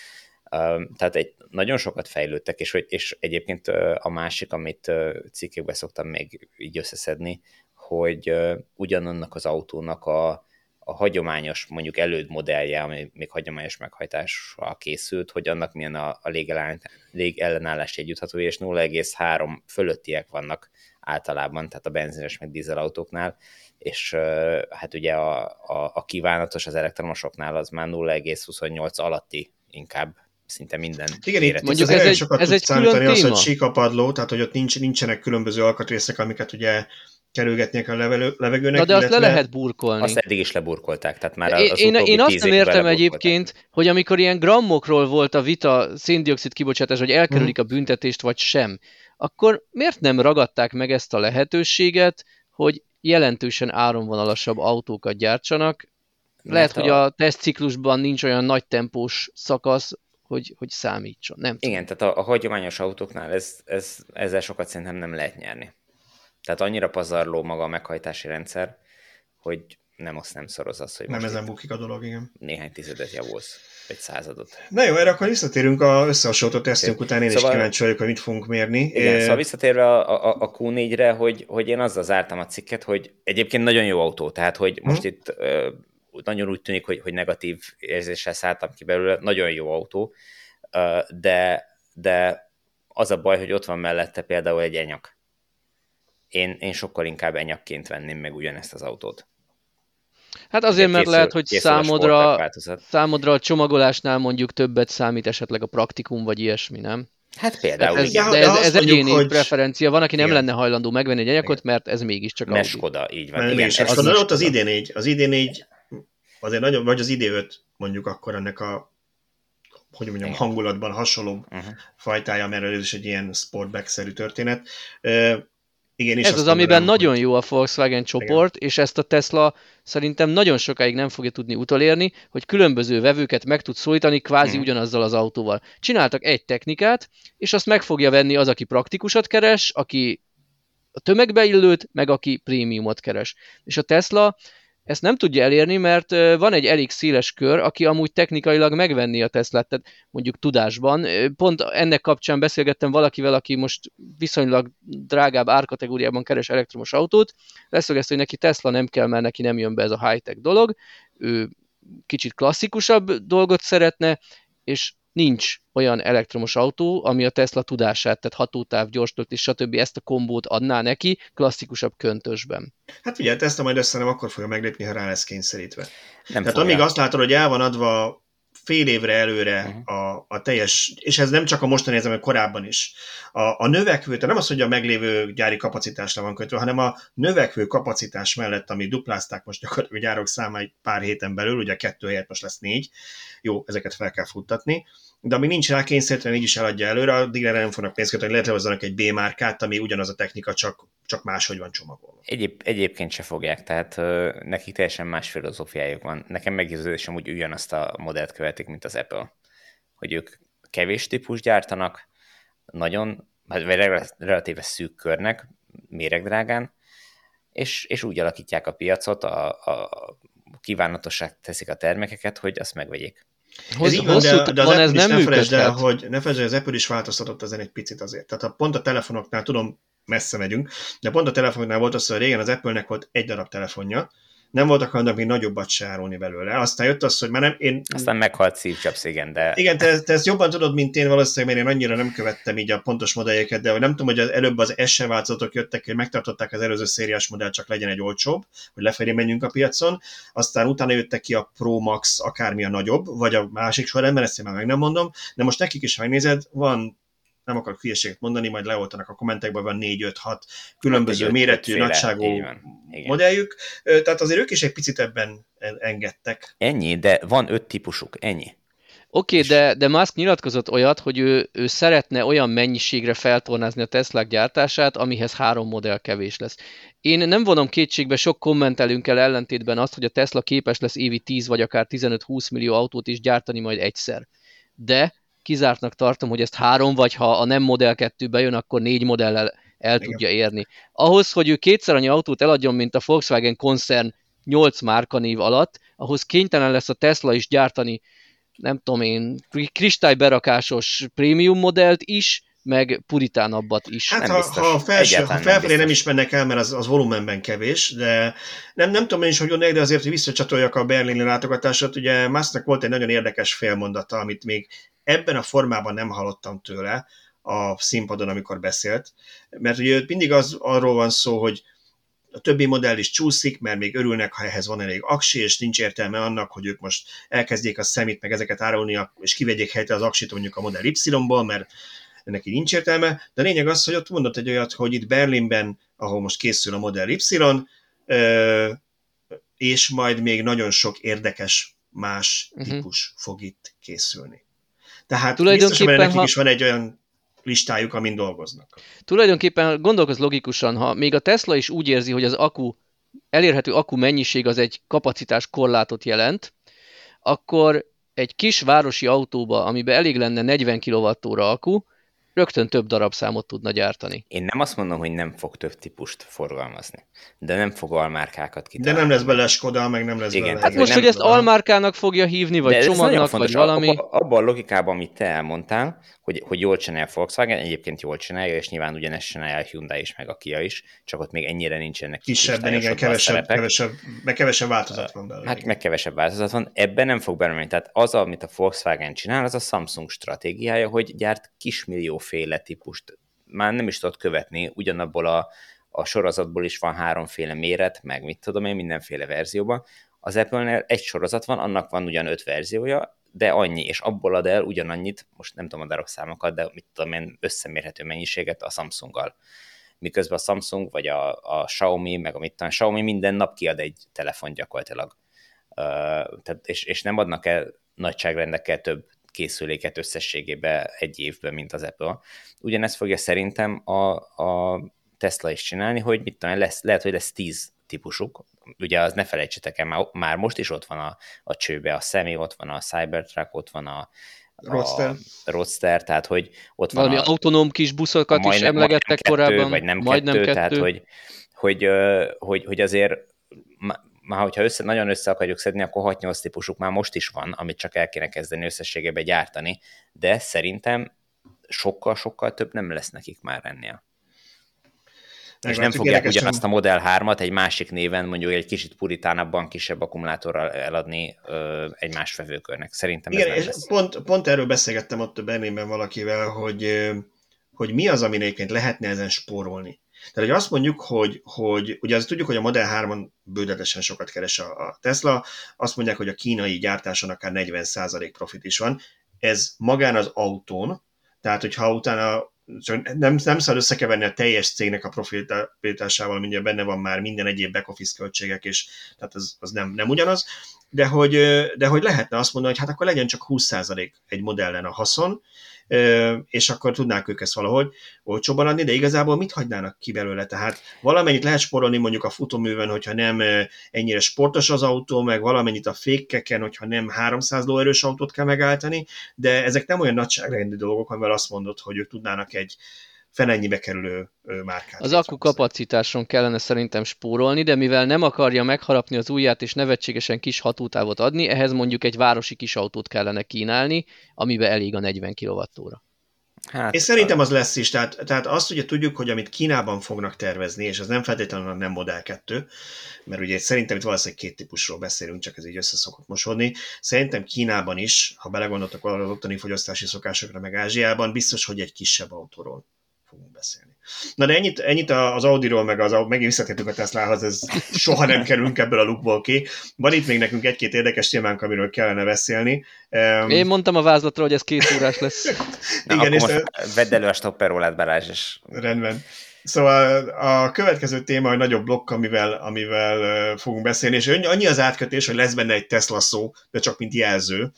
Tehát nagyon sokat fejlődtek, és egyébként a másik, amit cikkekben szoktam még így összeszedni, hogy ugyanannak az autónak a hagyományos, mondjuk előd modellje, ami még hagyományos meghajtással készült, hogy annak milyen a légellenállás együtthatója, és 0,3 fölöttiek vannak általában, tehát a benzines meg dízelautóknál, és hát ugye a kívánatos az elektromosoknál az már 0,28 alatti inkább szinte minden. Igen, itt mondjuk ez egy külön téma. Az, hogy síkapadló, tehát hogy ott nincsenek különböző alkatrészek, amiket ugye kerülgetnék a levegőnek. Na de azt le lehet burkolni. Azt eddig is leburkolták. Tehát már én azt nem értem egyébként, hogy amikor ilyen grammokról volt a vita széndioxid kibocsátás, hogy elkerülik a büntetést, vagy sem, akkor miért nem ragadták meg ezt a lehetőséget, hogy jelentősen áramvonalasabb autókat gyártsanak? Lehet, hogy a tesztciklusban nincs olyan nagy tempós szakasz, hogy számítson. Nem tudom. Igen, tehát a hagyományos autóknál ezzel sokat szerintem nem lehet nyerni. Tehát annyira pazarló maga a meghajtási rendszer, hogy nem szoroz az, hogy nem ezen bukik a dolog, igen. Néhány tizedet javulsz, egy századot. Na jó, erre akkor visszatérünk a összehasonlító tesztünk után, én is kíváncsi vagyok, hogy mit fogunk mérni. Igen, szóval visszatérve a Q4-re, hogy én azzal zártam a cikket, hogy egyébként nagyon jó autó, tehát hogy most itt nagyon úgy tűnik, hogy negatív érzéssel szálltam ki belőle, nagyon jó autó, de az a baj, hogy ott van mellette például egy enyak. Én sokkal inkább enyakként venném meg ugyanezt az autót. Hát azért, mert lehet, hogy számodra a csomagolásnál mondjuk többet számít esetleg a praktikum, vagy ilyesmi, nem? Hát például ez egyéni preferencia. Van, aki nem lenne hajlandó megvenni egy enyakot, mert ez mégiscsak Audi. Skoda, így van. Igen, ott az ID4. Az ID4 azért nagyon, vagy az ID5 mondjuk akkor ennek a hogy mondjam, hangulatban hasonló fajtája, mert ez is egy ilyen sportback-szerű történet. Igen, Ez az, amiben nagyon jó a Volkswagen csoport, igen. És ezt a Tesla szerintem nagyon sokáig nem fogja tudni utolérni, hogy különböző vevőket meg tud szólítani kvázi ugyanazzal az autóval. Csináltak egy technikát, és azt meg fogja venni az, aki praktikusat keres, aki a tömegbe illőt, meg aki prémiumot keres. És a Tesla ezt nem tudja elérni, mert van egy elég széles kör, aki amúgy technikailag megvenni a Teslát, tehát mondjuk tudásban. Pont ennek kapcsán beszélgettem valakivel, aki most viszonylag drágább árkategóriában keres elektromos autót. Leszögezte, hogy neki Tesla nem kell, mert neki nem jön be ez a high-tech dolog. Ő kicsit klasszikusabb dolgot szeretne, és nincs olyan elektromos autó, ami a Tesla tudását, tehát hatótáv, gyorstölt és stb. Ezt a kombót adná neki klasszikusabb köntösben. Hát ugye, Tesla majd össze nem akkor fogja meglépni, ha rá lesz kényszerítve. Nem tehát fogja. amíg azt látod, hogy el van adva fél évre előre a teljes, és ez nem csak a mostani, hanem korábban is. A növekvő, tehát nem az, hogy a meglévő gyári kapacitásra van kötve, hanem a növekvő kapacitás mellett, ami duplázták most gyakorlatilag a gyárok számát pár héten belül, ugye 2 helyett most lesz 4, jó, ezeket fel kell futtatni, de ami nincs rá kényszerítve, így is eladja előre, addig nem fognak pénzt kötni, hogy létrehozzanak egy B-márkát, ami ugyanaz a technika, csak máshogy van csomagolva. Egyébként se fogják, tehát nekik teljesen más filozófiájuk van. Nekem meggyőződésem, hogy ugyanazt a modellt követik, mint az Apple. Hogy ők kevés típus gyártanak, nagyon, relatíve szűk körnek, méregdrágán, és úgy alakítják a piacot, a kívánatosság teszik a termékeket, hogy azt megvegyék. Ez így van, de az Apple is ne felejtsd el, hogy az Apple is változtatott ezen egy picit azért. Tehát pont a telefonoknál, tudom, messze megyünk, de pont a telefonoknál volt az, hogy régen az Apple-nek volt egy darab telefonja, nem voltak annak még nagyobbat se árulni belőle. Aztán jött az, hogy már nem... Aztán meghalt Steve Jobs, igen, de... Igen, te ezt jobban tudod, mint én valószínűleg, mert én annyira nem követtem így a pontos modelljeket, de nem tudom, hogy előbb az SE változatok jöttek, hogy megtartották az előző szériás modell, csak legyen egy olcsóbb, hogy lefelé menjünk a piacon, aztán utána jöttek ki a Pro Max, akármi a nagyobb, vagy a másik sorrendben, ezt én már meg nem mondom, de most nekik is megnézed, van, nem akarok hülyeséget mondani, majd leoltanak a kommentekben, van 4-5-6 különböző méretű, nagyságú modelljük, tehát azért ők is egy picit ebben engedtek. Ennyi, de van 5 típusuk, ennyi. Oké, de Musk nyilatkozott olyat, hogy ő szeretne olyan mennyiségre feltornázni a Teslák gyártását, amihez 3 modell kevés lesz. Én nem vonom kétségbe sok kommentelünkkel ellentétben azt, hogy a Tesla képes lesz évi 10 vagy akár 15-20 millió autót is gyártani majd egyszer. De kizártnak tartom, hogy ezt 3, vagy ha a nem Model 2 bejön, akkor 4 modellel el tudja érni. Ahhoz, hogy ő 2-szer annyi autót eladjon, mint a Volkswagen koncern 8 márkanév alatt, ahhoz kénytelen lesz a Tesla is gyártani, nem tudom én, kristályberakásos prémium modellt is, meg puritánabbat is. Hát ha felfelé nem is mennek el, mert az volumenben kevés, de nem tudom én is, hogy gondolják, de azért, hogy visszacsatoljak a berlini látogatásot, ugye Musknak volt egy nagyon érdekes félmondata, amit még ebben a formában nem hallottam tőle a színpadon, amikor beszélt, mert ugye mindig arról van szó, hogy a többi modell is csúszik, mert még örülnek, ha ehhez van elég aksi, és nincs értelme annak, hogy ők most elkezdjék a szemét, meg ezeket árulni, és kivegyék helyette az aksit mondjuk a Model Y-ból, mert neki nincs értelme, de a lényeg az, hogy ott mondott egy olyat, hogy itt Berlinben, ahol most készül a Model Y, és majd még nagyon sok érdekes más típus fog itt készülni. Tehát biztosan, mert nekik is van egy olyan listájuk, amin dolgoznak. Tulajdonképpen gondolkozz logikusan, ha még a Tesla is úgy érzi, hogy az elérhető akku mennyiség az egy kapacitás korlátot jelent, akkor egy kis városi autóba, amiben elég lenne 40 kWh akku, rögtön több darabszámot tudna gyártani. Én nem azt mondom, hogy nem fog több típust forgalmazni, de nem fog almárkákat kitalálni. De nem lesz bele Skoda, meg nem lesz bele. Hát most, hogy ezt almárkának fogja hívni, vagy csomagnak, vagy valami. Abban a logikában, amit te elmondtál, hogy jól csinálja a Volkswagen, egyébként jól csinálja, és nyilván ugyanezt csinálja a Hyundai is, meg a Kia is, csak ott még ennyire nincsenek kisebben, igen, kevesebb változat van belőle. Hát meg kevesebb változat van, ebben nem fog belemenni. Tehát az, amit a Volkswagen csinál, az a Samsung stratégiája, hogy gyárt kismillióféle típust. Már nem is tudod követni, ugyanabból a sorozatból is van 3 méret, meg mit tudom én, mindenféle verzióban. Az Apple-nél egy sorozat van, annak van ugyan 5 verziója, de annyi, és abból ad el ugyanannyit, most nem tudom a darabszámokat, de mit tudom én, összemérhető mennyiséget a Samsunggal. Miközben a Samsung, vagy a Xiaomi, meg a Xiaomi minden nap kiad egy telefon gyakorlatilag. És nem adnak el nagyságrendekkel több készüléket összességében egy évben, mint az Apple. Ugyanezt fogja szerintem a Tesla is csinálni, hogy mit tudom, lehet, hogy lesz 10 típusuk. Ugye az ne felejtsétek el, már most is ott van a csőbe a Semi, ott van a Cybertruck, ott van a Roadster, tehát hogy ott van valami autonóm kis buszokat is emlegettek korábban. Vagy nem kettő, tehát hogy azért már hogyha nagyon össze akarjuk szedni, akkor 6-8 típusuk már most is van, amit csak el kéne kezdeni összességében gyártani, de szerintem sokkal-sokkal több nem lesz nekik már ennél. És nem fogják ugyanazt a Model 3-at egy másik néven, mondjuk egy kicsit puritánabban, kisebb akkumulátorral eladni egy más vevőkörnek. Szerintem igen, ez és pont erről beszélgettem ott Berlinben valakivel, hogy mi az, amin egyébként lehetne ezen spórolni. Tehát, hogy azt mondjuk, hogy ugye azt tudjuk, hogy a Model 3-on bődetesen sokat keres a Tesla, azt mondják, hogy a kínai gyártáson akár 40% profit is van. Ez magán az autón, tehát hogyha utána nem szabad összekeverni a teljes cégnek a profitálásával, mindjárt benne van már minden egyéb back-office költségek, és tehát az nem ugyanaz, de hogy lehetne azt mondani, hogy hát akkor legyen csak 20% egy modellen a haszon, és akkor tudnák ők ezt valahogy olcsóban adni, de igazából mit hagynának ki belőle? Tehát valamennyit lehet spórolni mondjuk a futóművön, hogyha nem ennyire sportos az autó, meg valamennyit a fékeken, hogyha nem 300 lóerős autót kell megállítani, de ezek nem olyan nagyságrendű dolgok, amivel azt mondod, hogy ők tudnának egy felennyibe kerülő márkát. Az akku kapacitáson kellene szerintem spórolni, de mivel nem akarja megharapni az ujját és nevetségesen kis hatótávot adni, ehhez mondjuk egy városi kis autót kellene kínálni, amiben elég a 40 kWh. Hát, és szerintem az lesz is, tehát azt ugye tudjuk, hogy amit Kínában fognak tervezni, és ez nem feltétlenül nem Model 2, mert ugye szerintem itt valószínűleg 2 típusról beszélünk, csak ez így össze szokott mosodni. Szerintem Kínában is, ha belegondoltak valahol az ottani fogyasztási szokásokra, meg Ázsiában, biztos, hogy egy kisebb autóról fogunk beszélni. Na de ennyit az Audiról, megint visszatértünk a Teslahoz, ez soha nem kerülünk ebből a lukból ki. Van itt még nekünk egy-két érdekes témánk, amiről kellene beszélni. Én mondtam a vázlatra, hogy ez 2 órás lesz. Igen, és vedd elő a stopperrólát, Balázs, és... Rendben. Szóval a következő téma egy nagyobb blokk, amivel fogunk beszélni, és annyi az átkötés, hogy lesz benne egy Tesla szó, de csak mint jelző.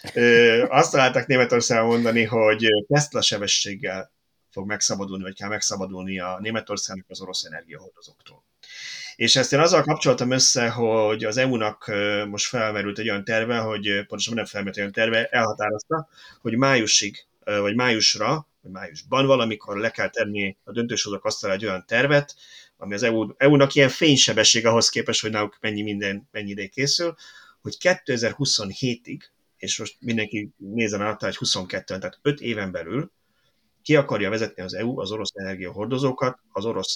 Azt találták Németországon mondani, hogy Tesla sebességgel fog megszabadulni, vagy kell megszabadulni a Németországnak az orosz energiahordozóktól. És ezt én azzal kapcsoltam össze, hogy az EU-nak most felmerült egy olyan terve, hogy pontosan nem felmerült egy olyan terve, elhatározta, hogy májusig, vagy májusban valamikor le kell tenni a döntéshozók asztalra egy olyan tervet, ami az EU-nak ilyen fénysebesség ahhoz képest, hogy náluk mennyi ideig készül, hogy 2027-ig, és most mindenki nézzen alatt, hogy 22, tehát 5 éven belül ki akarja vezetni az EU az orosz energiahordozókat, az orosz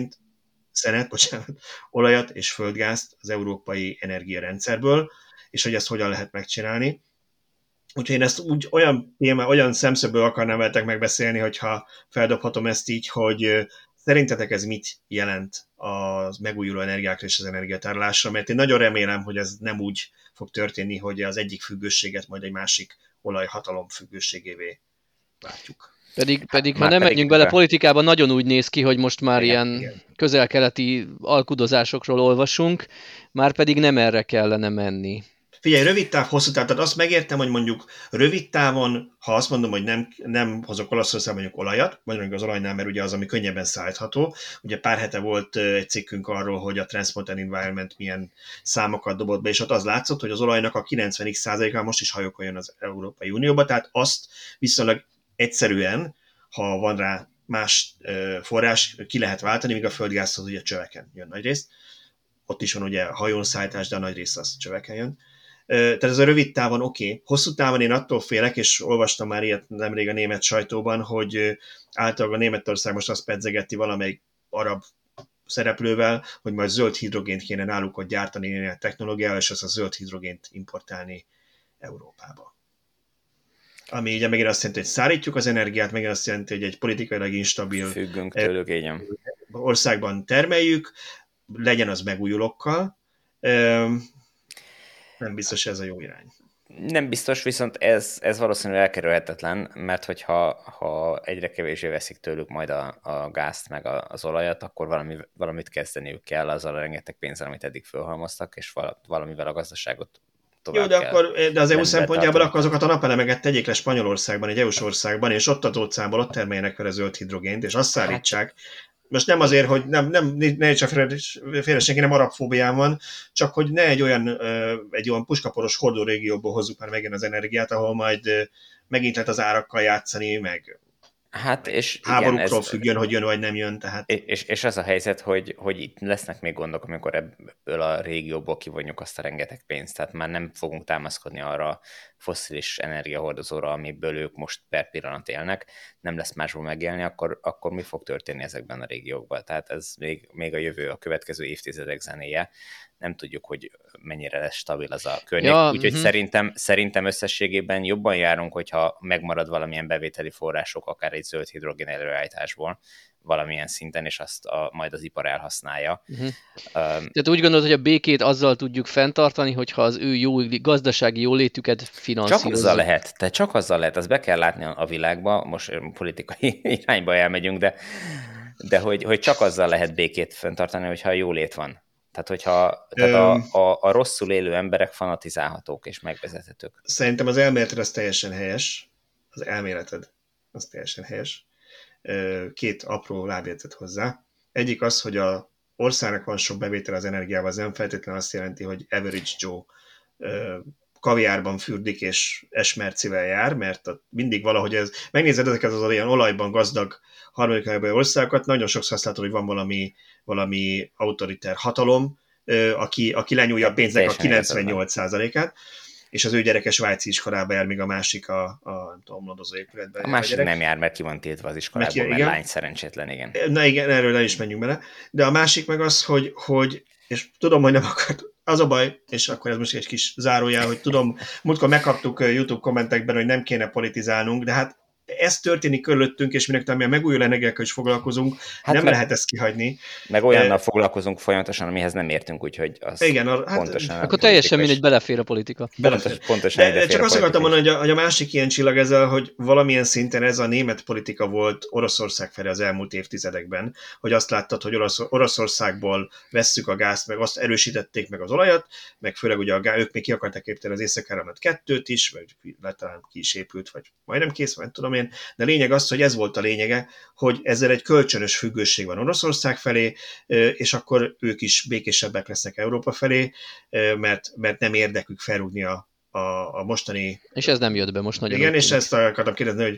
olajat és földgázt az európai energiarendszerből, és hogy ezt hogyan lehet megcsinálni. Úgyhogy én ezt olyan szemszögből akarnám veletek megbeszélni, hogyha feldobhatom ezt így, hogy szerintetek ez mit jelent a megújuló energiákra és az energiatárolásra, mert én nagyon remélem, hogy ez nem úgy fog történni, hogy az egyik függőséget majd egy másik olajhatalom függőségévé látjuk. Pedig ha nem menjünk bele politikában, nagyon úgy néz ki, hogy most már ilyen közel-keleti alkudozásokról olvasunk, már pedig nem erre kellene menni. Figyelj, rövid táv, hosszú táv, tehát azt megértem, hogy mondjuk rövid távon, ha azt mondom, hogy nem hozok Olaszországban mondjuk olajat, vagy mondjuk az olajnál, mert ugye az, ami könnyebben szállítható. Ugye pár hete volt egy cikkünk arról, hogy a Transport and Environment milyen számokat dobott be, és ott az látszott, hogy az olajnak a 90%-a most is hajókon jön az Európai Unióba, tehát azt viszonylag egyszerűen, ha van rá más forrás, ki lehet váltani, míg a földgázhoz ugye csöveken jön nagyrészt. Ott is van ugye hajón szállítás, de a nagy rész az csöveken jön. Tehát ez a rövid távon oké. Hosszú távon én attól félek, és olvastam már ilyet nemrég a német sajtóban, hogy általában a Németország most azt pedzegeti valamelyik arab szereplővel, hogy majd zöld hidrogént kéne náluk ott gyártani a technológiával, és azt a zöld hidrogént importálni Európába. Ami ugye megint azt jelenti, hogy szállítjuk az energiát, megint azt jelenti, hogy egy politikailag instabil függünk tőlük, igen. Országban termeljük, legyen az megújulókkal. Nem biztos, ez a jó irány. Nem biztos, viszont ez valószínűleg elkerülhetetlen, mert hogyha egyre kevésbé veszik tőlük majd a gázt meg az olajat, akkor valamit kezdeniük kell azzal a rengeteg pénzzel, amit eddig fölhalmoztak, és valamivel a gazdaságot tovább jó, de az EU szempontjából akkor azokat a napelemeket tegyék le Spanyolországban, egy EU-s országban, és ott a tócából ott termeljenek vele zöld hidrogént, és azt szállítsák. Most nem azért, hogy ne csak félre senki, nem arabfóbiám van, csak hogy ne egy olyan puskaporos hordó régióból hozzuk már megint az energiát, ahol majd megint lehet az árakkal játszani, meg Hát és háborúkról függjön, hogy jön vagy nem jön. Tehát. És az a helyzet, hogy itt lesznek még gondok, amikor ebből a régióból kivonjuk azt a rengeteg pénzt, tehát már nem fogunk támaszkodni arra a fosszilis energiahordozóra, amiből ők most per pillanat élnek, nem lesz másból megélni, akkor mi fog történni ezekben a régiókban? Tehát ez még a jövő, a következő évtizedek zenéje. Nem tudjuk, hogy mennyire lesz stabil az a környék. Ja, úgyhogy szerintem összességében jobban járunk, hogyha megmarad valamilyen bevételi források, akár egy zöld hidrogén előállításból valamilyen szinten, és azt majd az ipar elhasználja. Tehát úgy gondolod, hogy a békét azzal tudjuk fenntartani, hogyha az ő gazdasági jólétüket finanszírozzuk. Csak azzal lehet, azt be kell látni a világba, most politikai irányba elmegyünk, de hogy csak azzal lehet békét fenntartani, hogyha jólét van. Tehát, hogyha a rosszul élő emberek fanatizálhatók és megvezethetők. Szerintem az elméleted az teljesen helyes. Az elméleted az teljesen helyes. Két apró lábjegyzet hozzá. Egyik az, hogy az országnak van sok bevétel az energiával, az nem feltétlenül azt jelenti, hogy average Joe kaviárban fürdik és esmercivel jár, mert mindig valahogy ez, megnézed ezeket az olyan olajban gazdag harmadik országokat, nagyon sokszor azt látod, hogy van valami autoritár hatalom, aki lenyúlja a pénznek a 98%-át, és az ő gyereke svájci iskolába jár, míg a másik nem tudom, londozó épületben. A másik nem jár, mert ki van tiltva az iskolából, mert lány szerencsétlen, igen. Na igen, erről le is menjünk bele. De a másik meg az, hogy és tudom, hogy nem akart, az a baj, és akkor ez most egy kis zárójel, hogy tudom, múltkor megkaptuk YouTube kommentekben, hogy nem kéne politizálnunk, de hát ez történik körülöttünk, és minek talán a megújuló energiákkal is foglalkozunk, hát nem lehet ezt kihagyni. Meg olyannal foglalkozunk folyamatosan, amihez nem értünk, úgyhogy az igen, pontosan... Akkor teljesen mindegy, belefér a politika. Pontosan de csak azt akartam mondani, hogy a másik ilyen csillag ezzel, hogy valamilyen szinten ez a német politika volt Oroszország felé az elmúlt évtizedekben, hogy azt láttad, hogy Oroszországból vesszük a gázt, meg azt erősítették meg az olajat, meg főleg ugye ők még ki akarták építeni az Észak-Áramlat 2-t is, vagy talán ki is épült, vagy majdnem kész, vagy tudom én, de lényeg az, hogy ez volt a lényege, hogy ezzel egy kölcsönös függőség van Oroszország felé, és akkor ők is békésebbek lesznek Európa felé, mert nem érdekük felrúgni a mostani... És ez nem jött be most nagyon. Igen, és ezt akartam kérdezni, hogy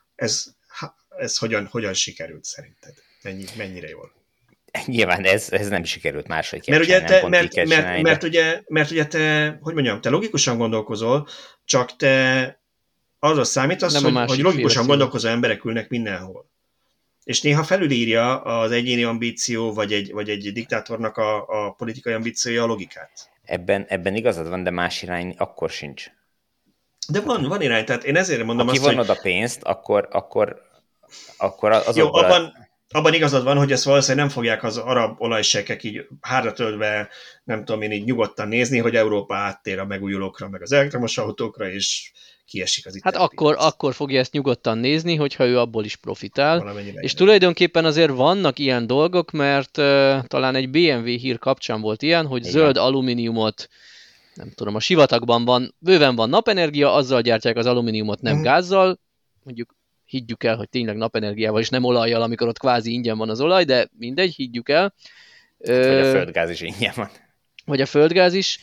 ez hogyan sikerült szerinted? Mennyire jól? Nyilván ez nem sikerült máshogy kell csinálni, mert ugye te, hogy mondjam, te logikusan gondolkozol, csak te arra számítasz, hogy logikusan gondolkozó emberek ülnek mindenhol. És néha felülírja az egyéni ambíció, vagy egy diktátornak a politikai ambíciója a logikát. Ebben igazad van, de más irány akkor sincs. De van irány, tehát én ezért mondom azt, hogy... Ha kivonod a pénzt, akkor azokból... Jó, abban igazad van, hogy ezt valószínűleg nem fogják az arab olajsekkek így hárra töltve, nem tudom én így nyugodtan nézni, hogy Európa áttér a megújulókra, meg az elektromos autókra, és kiesik az itt. Hát akkor fogja ezt nyugodtan nézni, hogyha ő abból is profitál. És tulajdonképpen azért vannak ilyen dolgok, mert talán egy BMW hír kapcsán volt ilyen, hogy zöld alumíniumot, nem tudom, a sivatagban bőven van napenergia, azzal gyártják az alumíniumot, nem gázzal, mondjuk higgyük el, hogy tényleg napenergiával és nem olajjal, amikor ott kvázi ingyen van az olaj, de mindegy, higgyük el. Vagy a földgáz is ingyen van. Vagy a földgáz is.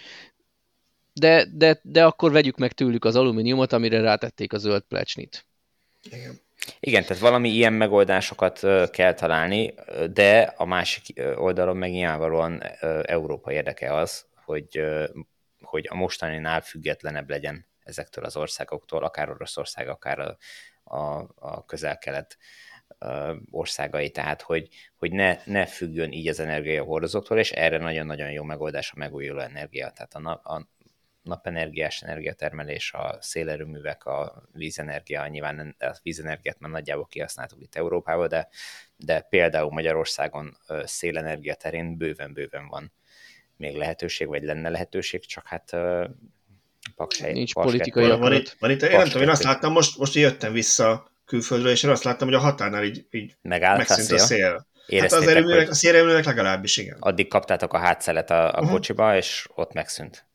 De akkor vegyük meg tőlük az alumíniumot, amire rátették a zöld plecsnit. Igen, tehát valami ilyen megoldásokat kell találni, de a másik oldalon meg nyilvánvalóan Európa érdeke az, hogy a mostaninál függetlenebb legyen ezektől az országoktól, akár Oroszország, akár a közel-kelet országai, tehát hogy ne függjön így az energiahordozóktól, és erre nagyon-nagyon jó megoldás a megújuló energia, tehát a napenergiás energiatermelés, a szélerőművek, a vízenergia, nyilván a vízenergiát már nagyjából kihasználtuk itt Európában, de például Magyarországon szélenergia terén bőven van még lehetőség, vagy lenne lehetőség, csak hát nincs politikai akarat. Van itt, én nem tudom, én azt láttam, most jöttem vissza külföldről, és én azt láttam, hogy a határnál így megszűnt a szél. Hát a szélerőművek legalábbis, igen. Addig kaptátok a hátszelet a kocsiba, és ott megszűnt.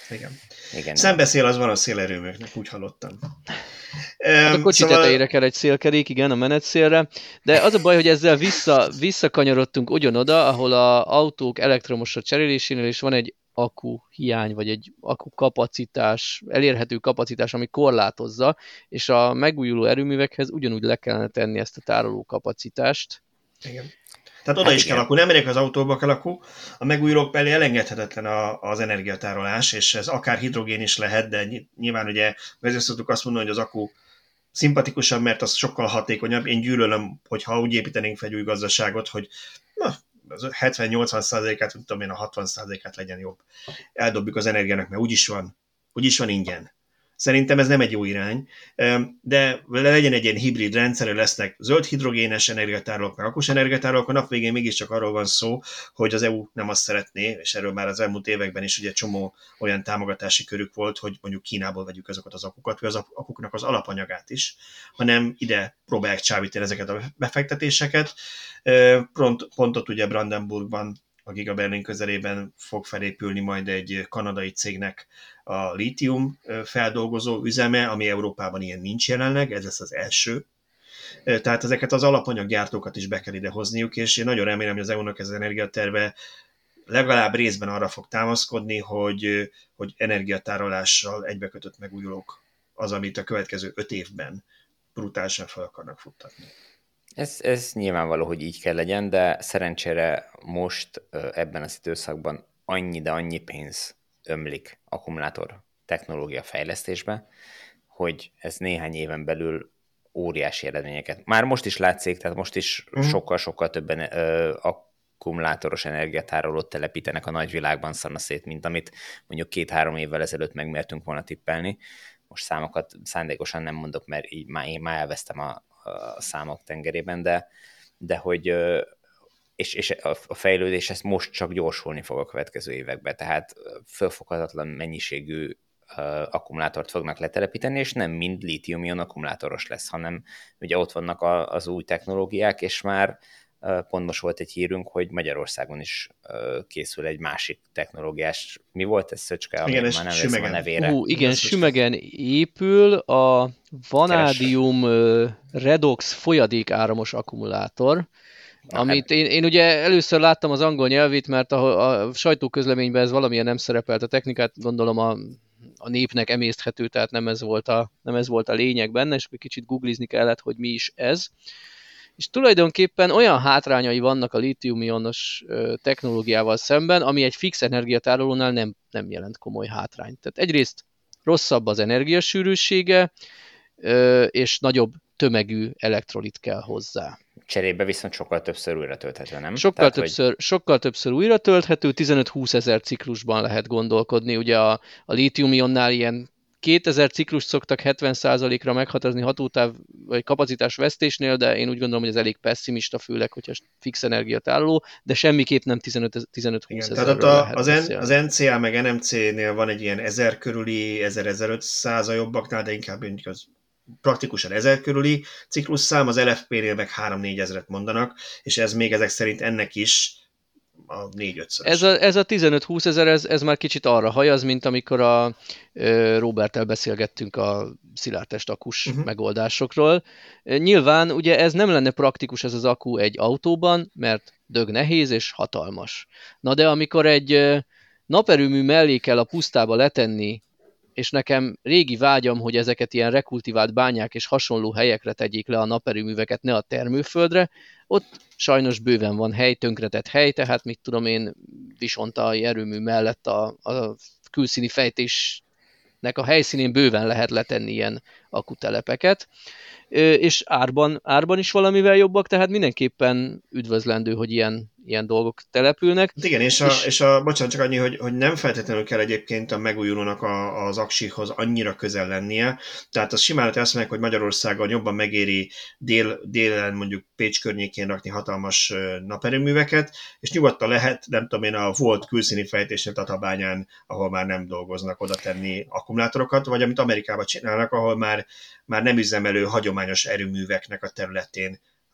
Igen. Szembeszél az van a szélerőműknek, úgy hallottam. Hát a kocsi tetejére kell egy szélkerék, igen, a menetszélre, de az a baj, hogy ezzel visszakanyarodtunk ugyanoda, ahol az autók elektromosra cserélésénél is van egy akku hiány, vagy egy akku kapacitás, elérhető kapacitás, ami korlátozza, és a megújuló erőművekhez ugyanúgy le kellene tenni ezt a tároló kapacitást. Igen. Tehát oda is kell akku, nem elég az autóba kell akku, a megújulók mellé elengedhetetlen az energiatárolás, és ez akár hidrogén is lehet, de nyilván ugye szoktuk azt mondani, hogy az akku szimpatikusabb, mert az sokkal hatékonyabb. Én gyűlölöm, hogyha úgy építenénk fel egy új gazdaságot, hogy az 70-80%-át, tudom én, a 60%-át legyen jobb. Eldobjuk az energiának, mert úgyis van ingyen. Szerintem ez nem egy jó irány, de legyen egy ilyen hibrid rendszer, lesznek zöld hidrogénes energiatárolók, meg akkus energiatárolók, a nap végén mégiscsak arról van szó, hogy az EU nem azt szeretné, és erről már az elmúlt években is ugye csomó olyan támogatási körük volt, hogy mondjuk Kínából vegyük azokat az akukat, vagy az akuknak az alapanyagát is, hanem ide próbálják csábítani ezeket a befektetéseket. Pont ott ugye Brandenburgban, a Giga Berlin közelében fog felépülni majd egy kanadai cégnek a lítium feldolgozó üzeme, ami Európában ilyen nincs jelenleg, ez lesz az első. Tehát ezeket az alapanyaggyártókat is be kell ide hozniuk, és én nagyon remélem, hogy az EU-nak ez az energiaterve legalább részben arra fog támaszkodni, hogy energiatárolással egybekötött megújulók az, amit a következő 5 évben brutálisan fel akarnak futtatni. Ez nyilvánvaló, hogy így kell legyen, de szerencsére most ebben az időszakban annyi pénz ömlik akkumulátor technológia fejlesztésbe, hogy ez néhány éven belül óriási eredményeket. Már most is látszik, tehát most is sokkal többen akkumulátoros energiatárolót telepítenek a nagyvilágban szanaszét, mint amit mondjuk 2-3 évvel ezelőtt megmertünk volna tippelni. Most számokat szándékosan nem mondok, mert így én már elvesztem a számok tengerében, de hogy és a fejlődés ez most csak gyorsulni fog a következő években, tehát fölfoghatatlan mennyiségű akkumulátort fognak letelepíteni, és nem mind lítium-ion akkumulátoros lesz, hanem ugye ott vannak az új technológiák, és már pont most volt egy hírünk, hogy Magyarországon is készül egy másik technológiás. Mi volt ez, Szöcske? Igen, már nem veszem a nevére. Igen, Sümegen épül a vanádium redox folyadékáramos akkumulátor, amit én ugye először láttam az angol nyelvét, mert a sajtóközleményben ez valamilyen nem szerepelt, a technikát gondolom a népnek emészthető, tehát nem ez volt a lényeg benne, és akkor kicsit googlizni kellett, hogy mi is ez. És tulajdonképpen olyan hátrányai vannak a lítium-ionos technológiával szemben, ami egy fix energiatárolónál nem jelent komoly hátrányt. Tehát egyrészt rosszabb az energiasűrűsége, és nagyobb tömegű elektrolit kell hozzá. Cserébe viszont sokkal többször újra tölthető, nem? Sokkal többször újra tölthető, 15-20 ezer ciklusban lehet gondolkodni. Ugye a lítium-ionnál ilyen 2000 ciklust szoktak 70%-ra meghatározni hatótáv vagy kapacitás vesztésnél, de én úgy gondolom, hogy ez elég pessimista, főleg, hogyha fix energiatároló, de semmiképp nem 15-20 ezerről tehát az NCA meg NMC-nél van egy ilyen 1000 körüli, 1000-1500 a jobbaknál, de inkább az praktikusan 1000 körüli ciklusszám, az LFP-nél meg 3-4 ezret mondanak, és ez még ezek szerint ennek is a 4-5-szörös. Ez a 15-20 ezer, ez már kicsit arra hajaz, mint amikor a Roberttel beszélgettünk a szilárdtest akkus megoldásokról. Nyilván ugye ez nem lenne praktikus ez az akku egy autóban, mert dög nehéz és hatalmas. Na de amikor egy naperőmű mellé kell a pusztába letenni, és nekem régi vágyam, hogy ezeket ilyen rekultivált bányák és hasonló helyekre tegyék le a naperőműveket, ne a termőföldre, ott sajnos bőven van hely, tönkretett hely, tehát mit tudom én, visontai erőmű mellett a külszíni fejtésnek a helyszínén bőven lehet letenni ilyen akutelepeket, és árban is valamivel jobbak, tehát mindenképpen üdvözlendő, hogy ilyen dolgok települnek. Igen, bocsánat, csak annyi, hogy nem feltétlenül kell egyébként a megújulónak az aksihoz annyira közel lennie, tehát az simán azt mondják, hogy Magyarországon jobban megéri délen mondjuk Pécs környékén rakni hatalmas naperőműveket, és nyugodtan lehet, nem tudom én, a volt külszíni fejtésnél Tatabányán, ahol már nem dolgoznak, oda tenni akkumulátorokat, vagy amit Amerikában csinálnak, ahol már nem üzemelő hagyományos erőműveknek a területén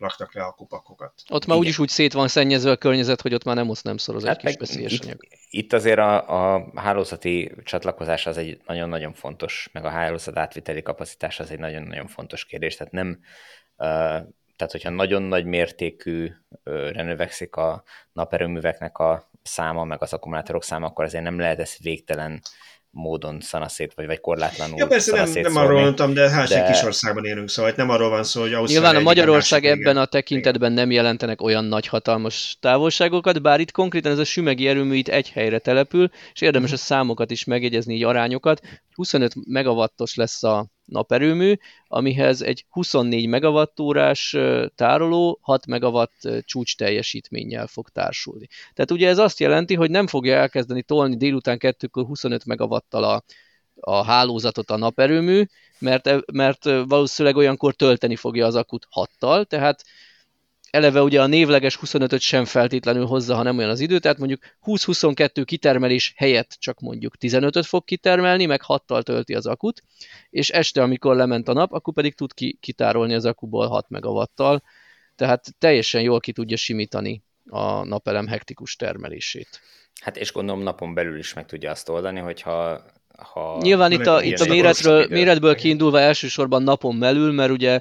raknak le akupakokat. Ott már úgyis úgy szét van szennyezve a környezet, hogy ott már nem szoroz egy kis veszélyes anyag. Itt azért a hálózati csatlakozás az egy nagyon-nagyon fontos, meg a hálózat átviteli kapacitás az egy nagyon-nagyon fontos kérdés. Tehát nem, tehát hogyha nagyon nagy mértékű növekszik a naperőműveknek a száma, meg az akkumulátorok száma, akkor azért nem lehet ezt végtelen módon szanaszét, vagy korlátlanul. Ja, persze nem arról mondtam, de egy kis országban élünk, szóval nem arról van szó, hogy Ausztrália. Nyilván a Magyarország ebben a tekintetben nem jelentenek olyan nagy hatalmas távolságokat, bár itt konkrétan ez a sümegi erőmű itt egy helyre települ, és érdemes a számokat is megjegyezni, így arányokat. 25 megawattos lesz a naperőmű, amihez egy 24 megawattórás tároló 6 megawatt csúcs teljesítménnyel fog társulni. Tehát ugye ez azt jelenti, hogy nem fogja elkezdeni tolni délután 2-kor 25 megawattal a hálózatot a naperőmű, mert valószínűleg olyankor tölteni fogja az akut 6-tal, tehát eleve ugye a névleges 25-öt sem feltétlenül hozza, ha nem olyan az idő, tehát mondjuk 20-22 kitermelés helyett csak mondjuk 15-öt fog kitermelni, meg 6-tal tölti az akut, és este, amikor lement a nap, akkor pedig tud kitárolni az akuból 6 megawattal, tehát teljesen jól ki tudja simítani a napelem hektikus termelését. Hát és gondolom napon belül is meg tudja azt oldani, hogyha nyilván itt a méretből kiindulva elsősorban napon belül, mert ugye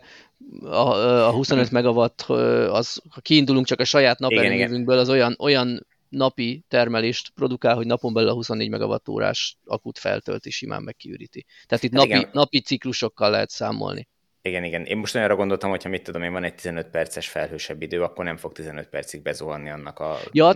a 25 megawatt, az, ha kiindulunk csak a saját naperőművünkből, az olyan napi termelést produkál, hogy napon belül a 24 megawattórás akut feltölti, simán meg kiüríti. Tehát itt napi ciklusokkal lehet számolni. Igen. Én most olyanra gondoltam, hogyha mit tudom én, van egy 15 perces felhősebb idő, akkor nem fog 15 percig bezuhanni annak a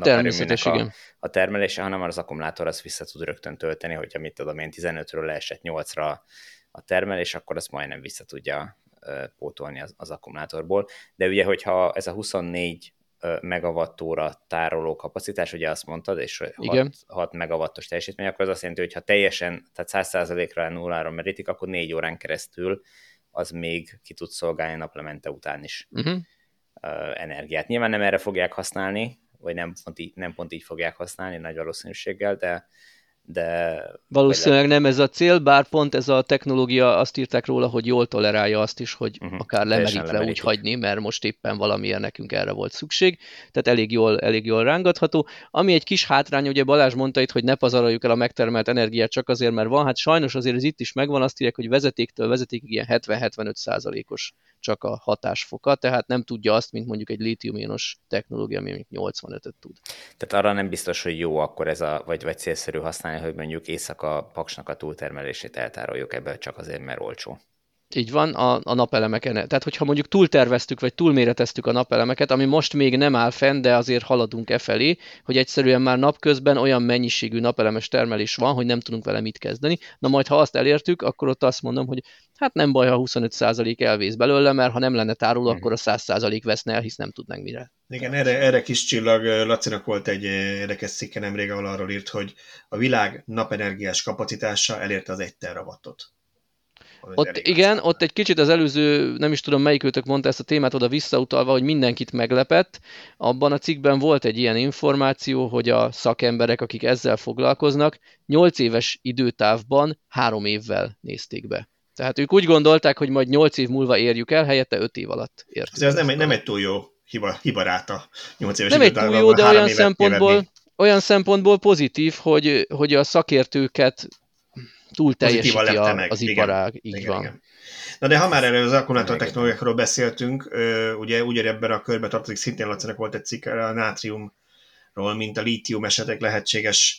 a termelése, hanem az akkumulátor az vissza tud rögtön tölteni, hogyha mit tudom én, 15-ről leesett 8-ra a termelés, akkor azt majdnem vissza tudja pótolni az akkumulátorból. De ugye, hogyha ez a 24 megawattóra tároló kapacitás, ugye azt mondtad, és 6 megawattos teljesítmény, akkor az azt jelenti, hogy ha teljesen, tehát 100%-ra nullára merítik, akkor 4 órán keresztül az még ki tud szolgálni naplemente után is energiát. Nyilván nem erre fogják használni, vagy nem pont így fogják használni nagy valószínűséggel, de valószínűleg nem ez a cél, bár pont ez a technológia, azt írták róla, hogy jól tolerálja azt is, hogy akár lemerítve úgy hagyni, mert most éppen valamiért nekünk erre volt szükség, tehát elég jól rángatható. Ami egy kis hátrány, ugye Balázs mondta itt, hogy ne pazaroljuk el a megtermelt energiát csak azért, mert van, hát sajnos azért ez itt is megvan, azt írják, hogy vezetéktől vezetékig ilyen 70-75%-os csak a hatásfoka, tehát nem tudja azt, mint mondjuk egy lítium-ionos technológia, ami mondjuk 85-öt tud. Tehát arra nem biztos, hogy jó akkor vagy célszerű használni, hogy mondjuk éjszaka paksnak a túltermelését eltároljuk ebből csak azért, mert olcsó. Így van, a napelemeken. Tehát, hogyha mondjuk túlterveztük, vagy túlméreteztük a napelemeket, ami most még nem áll fenn, de azért haladunk felé, hogy egyszerűen már napközben olyan mennyiségű napelemes termelés van, hogy nem tudunk vele mit kezdeni. Na majd, ha azt elértük, akkor ott azt mondom, hogy hát nem baj, ha 25% elvész belőle, mert ha nem lenne tároló, akkor a 100% veszne el, hisz nem tudnánk mire. Igen, erre kis csillag, Lacinak volt egy érdekes cikke nemrég, ahol arról írt, hogy a világ napenergiás kapacitása elérte az 1 terawattot. Ott egy kicsit az előző, nem is tudom melyikőtök mondta ezt a témát oda visszautalva, hogy mindenkit meglepett. Abban a cikkben volt egy ilyen információ, hogy a szakemberek, akik ezzel foglalkoznak, 8 éves időtávban 3 évvel nézték be. Tehát ők úgy gondolták, hogy majd 8 év múlva érjük el, helyette 5 év alatt értük. Ez nem egy túl jó hibaráta. 8 éves nem egy túl jó, de olyan szempontból pozitív, hogy a szakértőket túl teljesíti az iparág. Így van. Igen. Na de ha már erről az akkumulátor technológiákról beszéltünk, ugye úgy ebben a körben tartozik, szintén Lacinak volt egy cikk a nátriumról, mint a lítium esetek lehetséges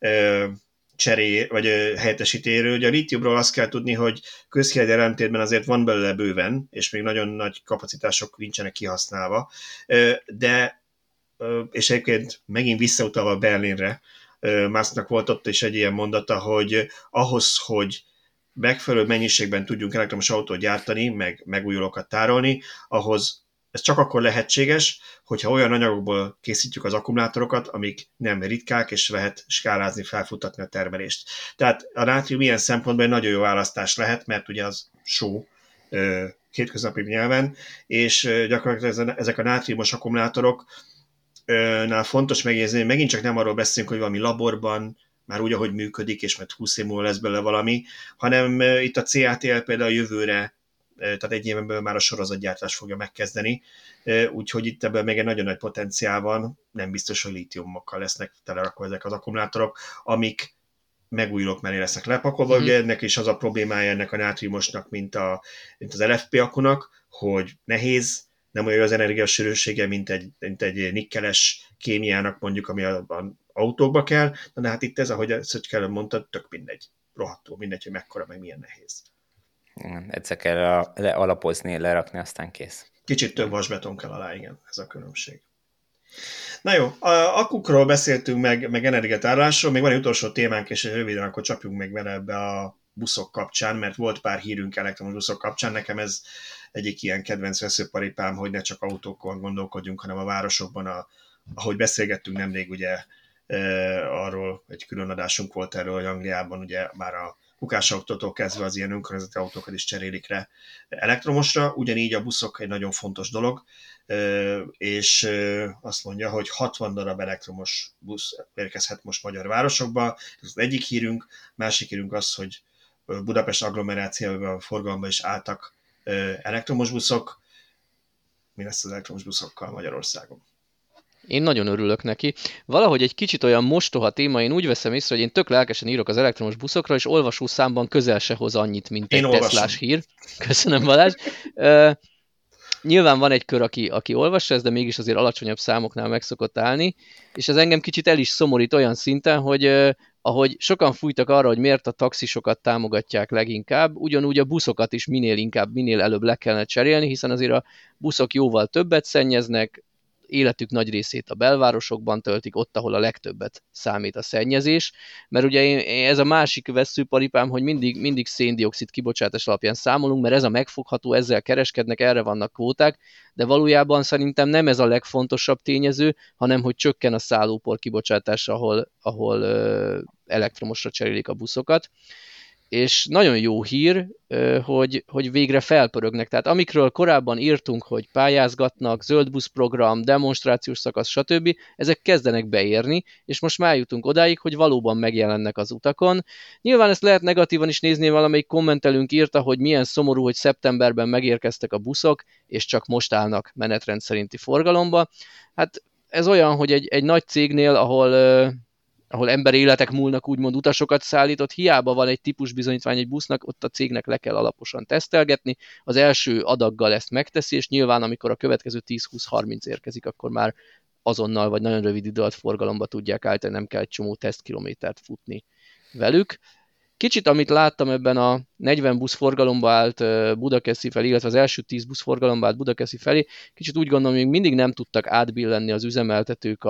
cseré, vagy helyettesítéről. Ugye a lítiumról azt kell tudni, hogy közhiány elemtérben azért van belőle bőven, és még nagyon nagy kapacitások nincsenek kihasználva, de, és egyébként megint visszautalva Berlinre, Musknak volt ott is egy ilyen mondata, hogy ahhoz, hogy megfelelő mennyiségben tudjunk elektromos autót gyártani, meg megújulókat tárolni, ahhoz ez csak akkor lehetséges, hogyha olyan anyagokból készítjük az akkumulátorokat, amik nem ritkák, és lehet skálázni, felfuttatni a termelést. Tehát a nátrium ilyen szempontból egy nagyon jó választás lehet, mert ugye az só hétköznapi nyelven, és gyakorlatilag ezek a nátriumos akkumulátorok fontos megjegyezni, hogy megint csak nem arról beszélünk, hogy valami laborban már úgy, ahogy működik, és majd 20 év múlva lesz belőle valami, hanem itt a CATL például a jövőre tehát egy éven belül már a sorozatgyártás fogja megkezdeni, úgyhogy itt ebből még egy nagyon nagy potenciál van, nem biztos, hogy lítiumokkal lesznek telerakva ezek az akkumulátorok, amik megújulók mellé lesznek lepakolva, ugye ennek is az a problémája ennek a nátriumosnak, mint az LFP akkunak, hogy nehéz, nem olyan az energiasűrűsége, mint egy nikkeles kémiának mondjuk, ami az autókba kell, de hát itt ez, ahogy ezt kell mondtad, tök mindegy, rohadtul mindegy, hogy mekkora, meg milyen nehéz. Egyszer kell alapozni, lerakni, aztán kész. Kicsit több vasbeton kell alá, igen, ez a különbség. Na jó, akkukról beszéltünk meg energiatárolásról, még van egy utolsó témánk, és röviden akkor csapjunk meg vele ebbe a buszok kapcsán, mert volt pár hírünk elektromos buszok kapcsán, nekem ez egyik ilyen kedvenc veszőparipám, hogy ne csak autókon gondolkodjunk, hanem a városokban, ahogy beszélgettünk nemrég, ugye arról egy külön adásunk volt erről, hogy Angliában ugye már a kukásautótól kezdve az ilyen önkormányzati autókat is cserélik rá elektromosra, ugyanígy a buszok egy nagyon fontos dolog, és azt mondja, hogy 60 darab elektromos busz érkezhet most magyar városokba. Ez az egyik hírünk, másik hírünk az, hogy Budapest agglomerációban forgalomba is álltak elektromos buszok. Mi lesz az elektromos buszokkal Magyarországon? Én nagyon örülök neki. Valahogy egy kicsit olyan mostoha téma, én úgy veszem észre, hogy én tök lelkesen írok az elektromos buszokra, és olvasó számban közel se hoz annyit, mint egy Teslás hír. Köszönöm, Balázs. Nyilván van egy kör, aki olvassa ezt, de mégis azért alacsonyabb számoknál meg szokott állni, és ez engem kicsit el is szomorít olyan szinten, hogy ahogy sokan fújtak arra, hogy miért a taxisokat támogatják leginkább, ugyanúgy a buszokat is minél előbb le kellene cserélni, hiszen azért a buszok jóval többet szennyeznek, életük nagy részét a belvárosokban töltik, ott, ahol a legtöbbet számít a szennyezés, mert ugye ez a másik vesszőparipám, hogy mindig széndioxid kibocsátás alapján számolunk, mert ez a megfogható, ezzel kereskednek, erre vannak kvóták, de valójában szerintem nem ez a legfontosabb tényező, hanem hogy csökken a szállópor kibocsátás, ahol elektromosra cserélik a buszokat. És nagyon jó hír, hogy végre felpörögnek. Tehát amikről korábban írtunk, hogy pályázgatnak, zöldbuszprogram, demonstrációs szakasz, stb., ezek kezdenek beérni, és most már jutunk odáig, hogy valóban megjelennek az utakon. Nyilván ezt lehet negatívan is nézni, valamelyik kommentelünk írta, hogy milyen szomorú, hogy szeptemberben megérkeztek a buszok, és csak most állnak menetrend szerinti forgalomba. Hát ez olyan, hogy egy nagy cégnél, ahol emberi életek múlnak, úgymond utasokat szállított, hiába van egy típusbizonyítvány egy busznak, ott a cégnek le kell alaposan tesztelgetni. Az első adaggal ezt megteszi, és nyilván amikor a következő 10-20-30 érkezik, akkor már azonnal vagy nagyon rövid idő alatt forgalomba tudják állítani, nem kell egy csomó tesztkilométert futni velük. Kicsit, amit láttam ebben a 40 busz forgalomba állt Budakeszi felé, illetve az első 10 busz forgalomba állt Budakeszi felé, kicsit úgy gondolom, hogy még mindig nem tudtak átbillenni az üzemeltetők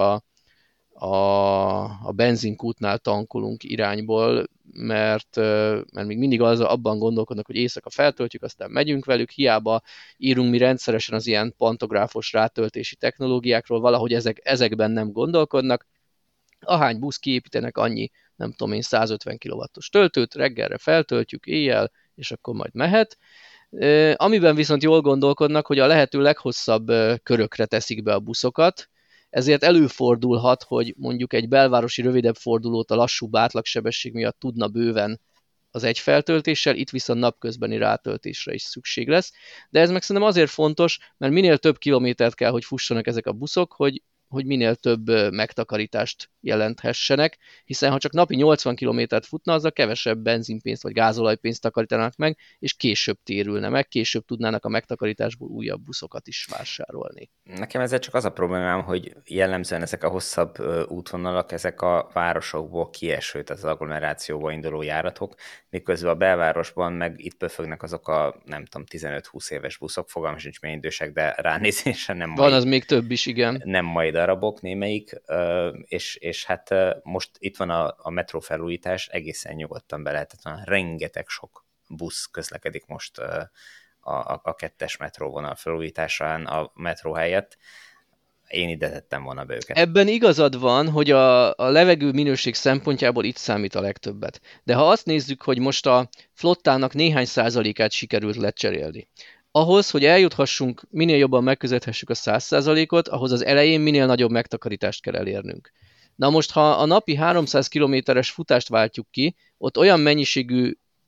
a benzinkútnál tankolunk irányból, mert még mindig abban gondolkodnak, hogy éjszaka feltöltjük, aztán megyünk velük, hiába írunk mi rendszeresen az ilyen pantográfos rátöltési technológiákról, valahogy ezekben nem gondolkodnak. Ahány busz kiépítenek, annyi, nem tudom én, 150 kW-os töltőt, reggelre feltöltjük, éjjel, és akkor majd mehet. Amiben viszont jól gondolkodnak, hogy a lehető leghosszabb körökre teszik be a buszokat, ezért előfordulhat, hogy mondjuk egy belvárosi rövidebb fordulót a lassúbb átlagsebesség miatt tudna bőven az egy feltöltéssel, itt viszont napközbeni rátöltésre is szükség lesz. De ez meg szerintem azért fontos, mert minél több kilométert kell, hogy fussanak ezek a buszok, hogy minél több megtakarítást jelenthessenek, hiszen ha csak napi 80 kilométert futna, azzal kevesebb benzinpénzt vagy gázolajpénzt takarítanának meg, és később térülne meg, később tudnának a megtakarításból újabb buszokat is vásárolni. Nekem ezzel csak az a problémám, hogy jellemzően ezek a hosszabb útvonalak, ezek a városokból kieső, tehát az agglomerációba induló járatok, miközben a belvárosban meg itt pöfögnek azok a, nem tudom, 15-20 éves buszok, fogalmam sincs milyen idősek, de ránézésre nem van, az még több is, igen. Nem mai darabok némelyik, és hát most itt van a metró felújítás, egészen nyugodtan be lehetett, rengeteg sok busz közlekedik most a 2-es metróvonal felújításán a metró helyett. Én ide tettem volna be őket. Ebben igazad van, hogy a levegő minőség szempontjából itt számít a legtöbbet. De ha azt nézzük, hogy most a flottának néhány százalékát sikerült lecserélni, ahhoz, hogy eljuthassunk, minél jobban megközelíthessük a 100%-ot, ahhoz az elején minél nagyobb megtakarítást kell elérnünk. Na most, ha a napi 300 kilométeres futást váltjuk ki, ott olyan mennyiségű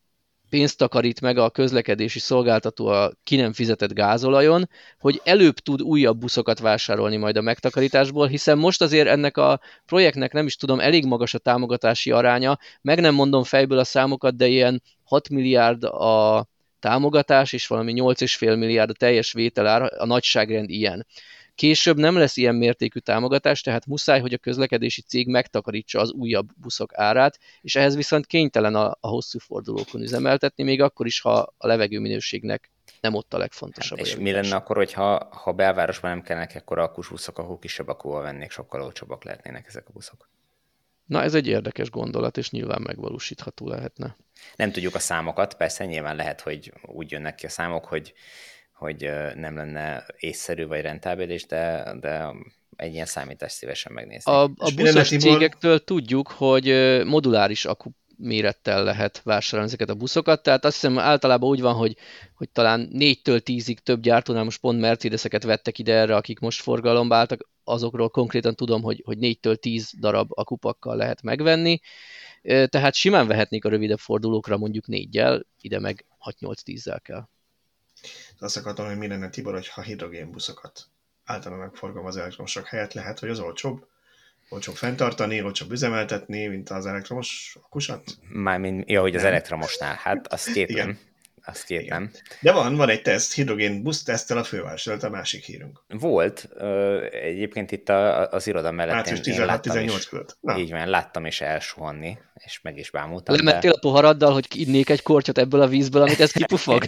pénzt takarít meg a közlekedési szolgáltató a ki nem fizetett gázolajon, hogy előbb tud újabb buszokat vásárolni majd a megtakarításból, hiszen most azért ennek a projektnek nem is tudom, elég magas a támogatási aránya, meg nem mondom fejből a számokat, de ilyen 6 milliárd a támogatás, és valami 8,5 milliárd a teljes vételár, a nagyságrend ilyen. Később nem lesz ilyen mértékű támogatás, tehát muszáj, hogy a közlekedési cég megtakarítsa az újabb buszok árát, és ehhez viszont kénytelen a hosszú fordulókon üzemeltetni, még akkor is, ha a levegőminőségnek nem ott a legfontosabb. És mi lenne akkor, hogyha belvárosban nem kellene akkor alkus buszok, ahol kisebb akúval vennék, sokkal olcsóbbak lehetnének ezek a buszok? Na, ez egy érdekes gondolat, és nyilván megvalósítható lehetne. Nem tudjuk a számokat, persze nyilván lehet, hogy úgy jönnek ki a számok, hogy nem lenne észszerű vagy rentábilis, de egy ilyen számítást szívesen megnézni. A buszos cégektől tudjuk, hogy moduláris akku mérettel lehet vásárolni ezeket a buszokat, tehát azt hiszem általában úgy van, hogy talán 4-től 10-ig több gyártónál, most pont Mercedeseket vettek ide erre, akik most forgalomba álltak, azokról konkrétan tudom, hogy 4-től 10 darab akupakkal lehet megvenni, tehát simán vehetnék a rövidebb fordulókra mondjuk 4-jel, ide meg 6-8-10-zel kell. Azt akartam, hogy mi lenne, Tibor, hogyha hidrogénbuszokat általában forgalom az elektromosok helyett, lehet, hogy az olcsóbb fenntartani, olcsóbb üzemeltetni, mint az elektromos akusat? Mármint, hogy az elektromosnál, hát azt kétlem. Azt kétlem. De van egy teszt, hidrogén busz tesztel a főváros, a másik hírünk. Volt, egyébként itt az iroda mellett március 16-18 között. Így van, láttam is elsuhanni, és meg is bámultam. Lementél a poharaddal, hogy innék egy kortyot ebből a vízből, amit ez kipufog?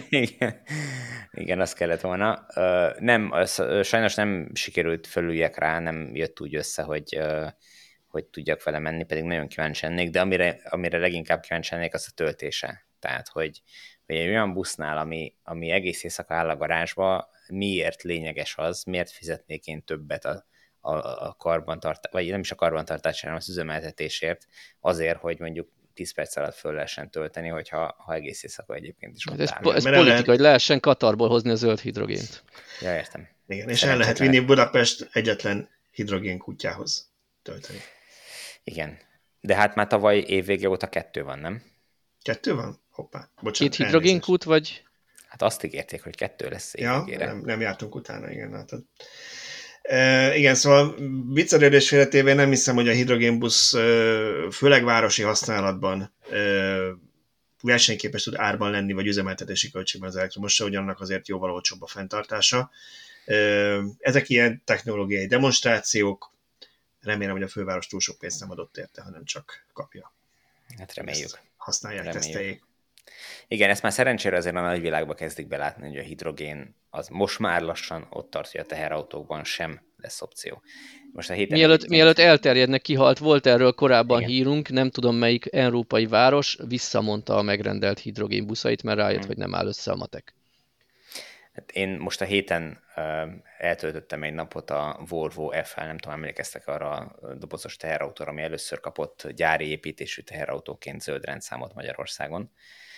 Igen, az kellett volna. Sajnos nem sikerült fölüljek rá, nem jött úgy össze, hogy tudjak vele menni, pedig nagyon kíváncsi lennék, de amire leginkább kíváncsi lennék, az a töltése. Tehát, hogy egy olyan busznál, ami egész éjszaka áll a garázsba, miért lényeges az, miért fizetnék én többet a karbantartás, vagy nem is a karbantartásra, hanem az üzemeltetésért, azért, hogy mondjuk 10 perc alatt föl lehessen tölteni, ha egész éjszaka egyébként is ott áll. Ez politika, hogy lehessen Katarból hozni a zöld hidrogént. Ja, értem. Igen, és el lehet vinni Budapest egyetlen hidrogén kutyához tölteni. Igen. De hát már tavaly évvége óta 2 van, nem? 2 van? Hoppá. Bocsánat, 2 hidrogénkút, vagy? Hát azt ígérték, hogy 2 lesz évvégére. Ja, nem jártunk utána, igen. Látod. Igen, szóval viccelődés félretéve nem hiszem, hogy a hidrogénbusz főleg városi használatban versenyképes tud árban lenni, vagy üzemeltetési költségben az elektromos, hogy annak azért jóval olcsóbb a fenntartása. Ezek ilyen technológiai demonstrációk, remélem, hogy a főváros túl sok pénzt nem adott érte, hanem csak kapja. Hát reméljük. Ezt használják, teszteljék. Igen, ezt már szerencsére azért a nagyvilágba kezdik belátni, hogy a hidrogén az most már lassan ott tart, hogy a teherautókban sem lesz opció. Most a mielőtt elterjednek, kihalt, volt erről korábban hírunk, nem tudom melyik európai város visszamondta a megrendelt hidrogénbuszait, mert rájött, hogy nem áll össze a matek. Hát én most a héten eltöltöttem egy napot a Volvo F-el, nem tudom, emlékeztek arra a dobozos teherautóra, ami először kapott gyári építésű teherautóként zöld rendszámot Magyarországon.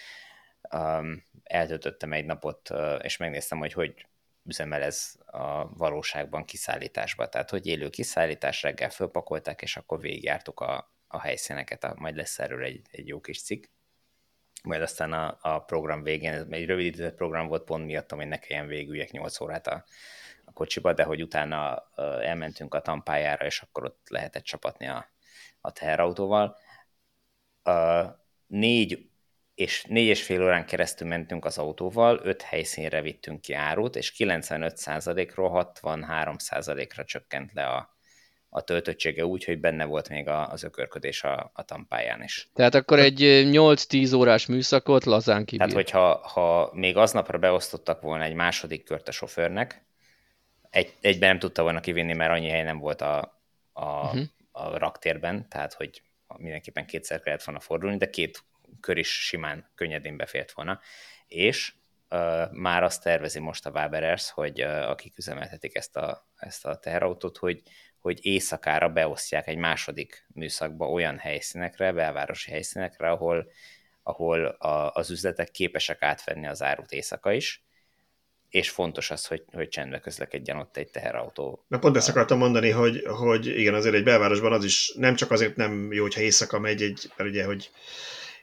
Eltöltöttem egy napot, és megnéztem, hogy üzemel ez a valóságban kiszállításba. Tehát, hogy élő kiszállítás, reggel fölpakolták, és akkor végigjártuk a helyszíneket, majd lesz erről egy jó kis cikk. Majd aztán a program végén, egy rövidített program volt pont miattam, hogy ne kelljen végüljek 8 órát a kocsiba, de hogy utána elmentünk a tampájára, és akkor ott lehetett csapatni a teherautóval. 4,5 órán keresztül mentünk az autóval, 5 helyszínre vittünk ki árut, és 95%-ról 63%-ra csökkent le a töltöttsége úgy, hogy benne volt még az ökörködés a tampáján is. Tehát akkor egy 8-10 órás műszakot lazán kibír. Tehát, hogyha még aznapra beosztottak volna egy második kört a sofőrnek, egyben nem tudta volna kivinni, mert annyi hely nem volt a raktérben, tehát, hogy mindenképpen 2-szer kellett volna fordulni, de 2 kör is simán, könnyedén befért volna. És már azt tervezi most a Waberers, hogy akik üzemeltetik ezt a teherautót, hogy éjszakára beosztják egy második műszakba olyan helyszínekre, belvárosi helyszínekre, ahol az üzletek képesek átvenni az árut éjszaka is, és fontos az, hogy csendbe közlekedjen ott egy teherautó. Na pont ezt akartam mondani, hogy igen, azért egy belvárosban az is nem csak azért nem jó, hogyha éjszaka megy mert ugye, hogy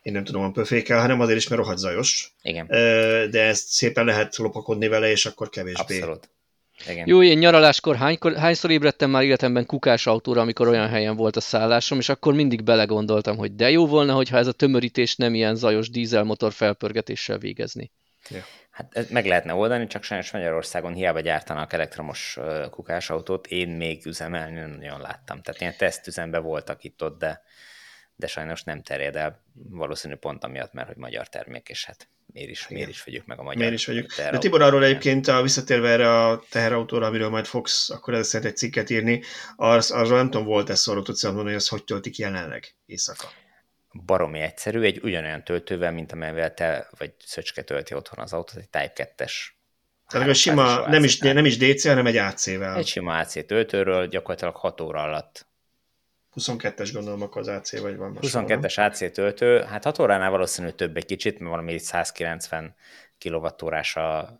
én nem tudom, pöfékel, hanem azért is, mert rohadt zajos. Igen. De ezt szépen lehet lopakodni vele, és akkor kevésbé. Abszolút. Igen. Jó, én nyaraláskor hányszor ébredtem már életemben kukás autóra, amikor olyan helyen volt a szállásom, és akkor mindig belegondoltam, hogy de jó volna, hogyha ez a tömörítés nem ilyen zajos dízelmotor felpörgetéssel végezni. Ja. Hát ez meg lehetne oldani, csak sajnos Magyarországon hiába gyártanak elektromos kukásautót, én még üzemelni nem nagyon láttam. Tehát ilyen tesztüzemben voltak itt-ott, de sajnos nem terjed el, valószínű pont amiatt, mert hogy magyar termék, és hát miért is vegyük meg a magyar. Miért is vegyük. De Tibor, arról egyébként visszatérve erre a teherautóra, amiről majd fogsz akkor ezzel szerint egy cikket írni, arról nem tudom, volt ez szorról, tudsz mondani, hogy az hogy töltik jelenleg éjszaka. Baromi egyszerű, egy ugyanolyan töltővel, mint amelyvel te vagy Szöcske tölti otthon az autót, egy Type 2-es. Tehát a sima, nem is DC, hanem egy AC-vel. Egy sima AC töltőről gyakorlatilag 6 óra alatt. 22-es gondolom, akkor az AC vagy van most. 22-es AC töltő, hát 6 óránál valószínűleg több egy kicsit, mert valami 190 kWh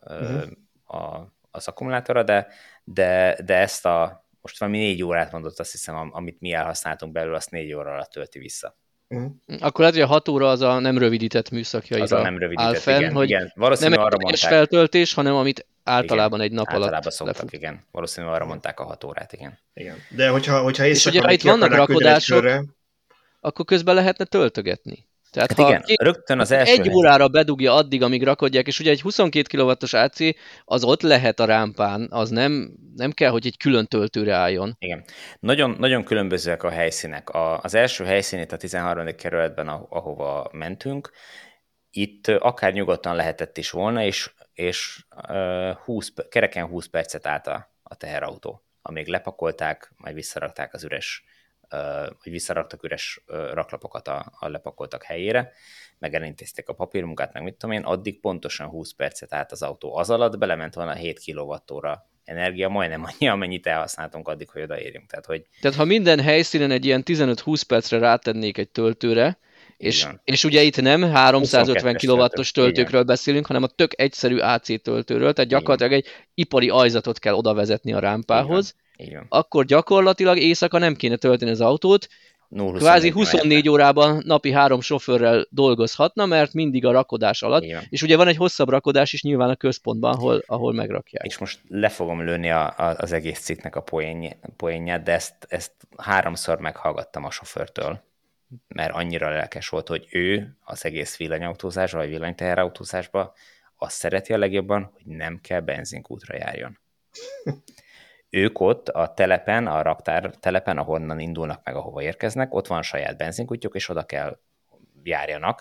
az akkumulátora, de ezt most valami 4 órát mondott, azt hiszem, amit mi elhasználtunk belőle, azt 4 óra alatt tölti vissza. Akkor lehet, hogy a 6 óra az a nem rövidített műszakjaira áll fenn, hogy igen. nem egy teljes feltöltés, hanem amit általában egy nap általában szoktak, igen. Valószínűleg arra mondták a 6 órát, igen. De hogyha éjszaka itt vannak rakodások, akkor közben lehetne töltögetni. Tehát hát igen, rögtön az első egy órára bedugja addig, amíg rakodják, és ugye egy 22 kW-os AC az ott lehet a rámpán, az nem kell, hogy egy külön töltőre álljon. Igen. Nagyon, nagyon különbözőek a helyszínek. Az első helyszínét a 13. kerületben, ahova mentünk, itt akár nyugodtan lehetett is volna, és kereken 20 percet állt a teherautó, amíg lepakolták, majd visszarakták az üres hogy visszaraktak üres raklapokat a lepakoltak helyére, meg elintézték a papírmunkát, meg mit tudom én, addig pontosan 20 percet állt az autó. Az alatt belement volna 7 kWh energia, majdnem annyi, amennyit elhasználtunk addig, hogy odaérjünk. Tehát ha minden helyszínen egy ilyen 15-20 percre rátennék egy töltőre, és ugye itt nem 350 kW-os töltőkről beszélünk, hanem a tök egyszerű AC töltőről, tehát gyakorlatilag egy ipari ajzatot kell oda vezetni a rámpához, akkor gyakorlatilag éjszaka nem kéne tölteni az autót, kvázi 24 órában napi 3 sofőrrel dolgozhatna, mert mindig a rakodás alatt, és ugye van egy hosszabb rakodás is nyilván a központban, ahol megrakják. És most le fogom lőni az egész cikknek a poénját, de ezt 3-szor meghallgattam a sofőrtől, mert annyira lelkes volt, hogy ő az egész villanyautózásban, vagy villanyteherautózásban azt szereti a legjobban, hogy nem kell benzinkútra járjon. Ők ott a telepen, a raktár telepen, ahonnan indulnak meg, ahova érkeznek, ott van saját benzinkútjuk, és oda kell járjanak.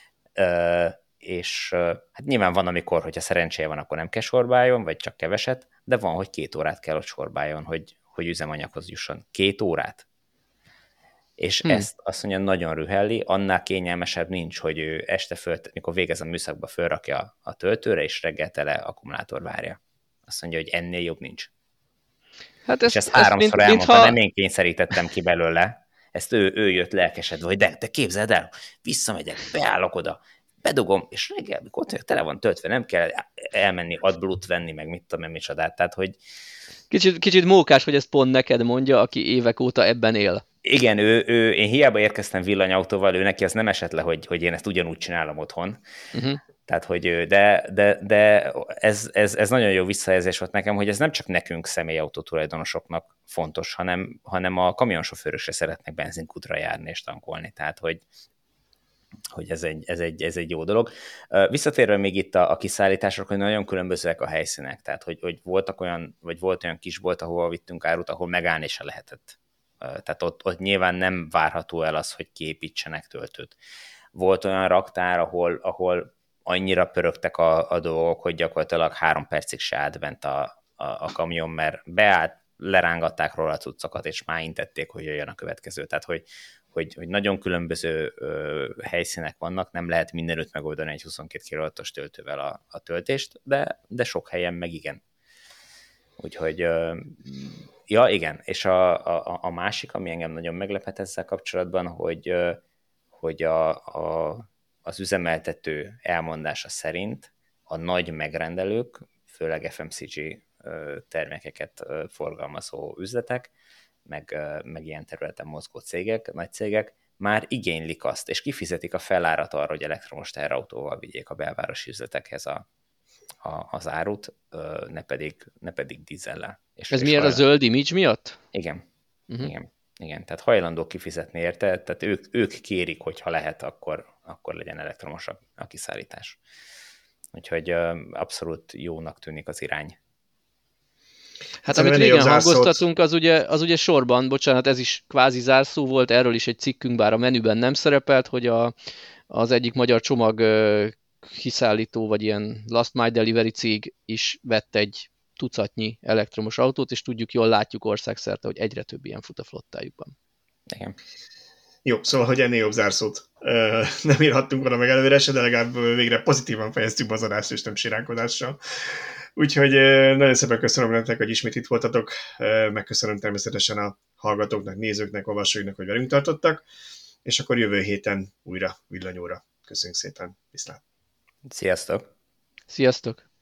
És hát nyilván van, amikor, hogyha szerencséje van, akkor nem kell sorbáljon, vagy csak keveset, de van, hogy 2 órát kell ott sorbáljon, hogy üzemanyaghoz jusson. 2 órát. És ezt azt mondja, nagyon rühelli, annál kényelmesebb nincs, hogy ő este mikor végez a műszakba, fölrakja a töltőre, és reggel tele akkumulátor várja. Azt mondja, hogy ennél jobb nincs. Hát és ezt 3-szor elmondta, nem én kényszerítettem ki belőle. Ezt ő jött lelkesedve, hogy de képzeld el, visszamegyek, beállok oda, bedugom, és reggel, mikor tele van töltve, nem kell elmenni AdBlue-t venni, meg mit tudom én micsodát. Tehát, hogy... Kicsit mókás, hogy ezt pont neked mondja, aki évek óta ebben él. Igen, én hiába érkeztem villanyautóval, ő neki az nem esett le, hogy én ezt ugyanúgy csinálom otthon. Tehát, hogy de ez nagyon jó visszajelzés volt nekem, hogy ez nem csak nekünk személyautó tulajdonosoknak fontos, hanem a kamionsofőrösre szeretnek benzinkútra járni és tankolni. Tehát, hogy ez egy jó dolog. Visszatérve még itt a kiszállítások, hogy nagyon különbözőek a helyszínek. Tehát, hogy volt olyan kisbolt, ahol vittünk árut, ahol megállni se lehetett. Tehát ott nyilván nem várható el az, hogy kiépítsenek töltőt. Volt olyan raktár, ahol annyira pörögtek a dolgok, hogy gyakorlatilag 3 percig se állt bent a kamion, mert beállt, lerángatták róla a cuccokat, és már intették, hogy jöjjön a következő. Tehát, hogy nagyon különböző helyszínek vannak, nem lehet mindenütt megoldani egy 22 kW-os töltővel a töltést, de sok helyen meg igen. Úgyhogy, ja igen, és a másik, ami engem nagyon meglepett ezzel kapcsolatban, hogy az üzemeltető elmondása szerint a nagy megrendelők, főleg FMCG termékeket forgalmazó üzletek, meg ilyen területen mozgó cégek, nagy cégek már igénylik azt, és kifizetik a felárat arra, hogy elektromos teherautóval vigyék a belvárosi üzletekhez az árut, ne pedig dízellel. Ez miért a zöld image miatt? Igen. Igen. Tehát hajlandók kifizetni érte, tehát ők kérik, hogy ha lehet, akkor legyen elektromos a kiszállítás. Úgyhogy abszolút jónak tűnik az irány. Hát amit régen hangoztatunk, az ugye sorban, bocsánat, ez is kvázi zárszó volt, erről is egy cikkünk, bár a menüben nem szerepelt, hogy az egyik magyar csomag kiszállító, vagy ilyen last mile delivery cég is vett egy tucatnyi elektromos autót, és tudjuk, jól látjuk országszerte, hogy egyre több ilyen fut a flottájukban. Igen. Jó, szóval, hogy ennél jobb zárszót nem írhattunk volna meg előre se, de legalább végre pozitívan fejeztük az adást, és nem siránkodással. Úgyhogy nagyon szépen köszönöm nektek, hogy ismét itt voltatok, megköszönöm természetesen a hallgatóknak, nézőknek, olvasóknak, hogy velünk tartottak, és akkor jövő héten újra villanyóra. Köszönjük szépen, viszlát! Sziasztok! Sziasztok!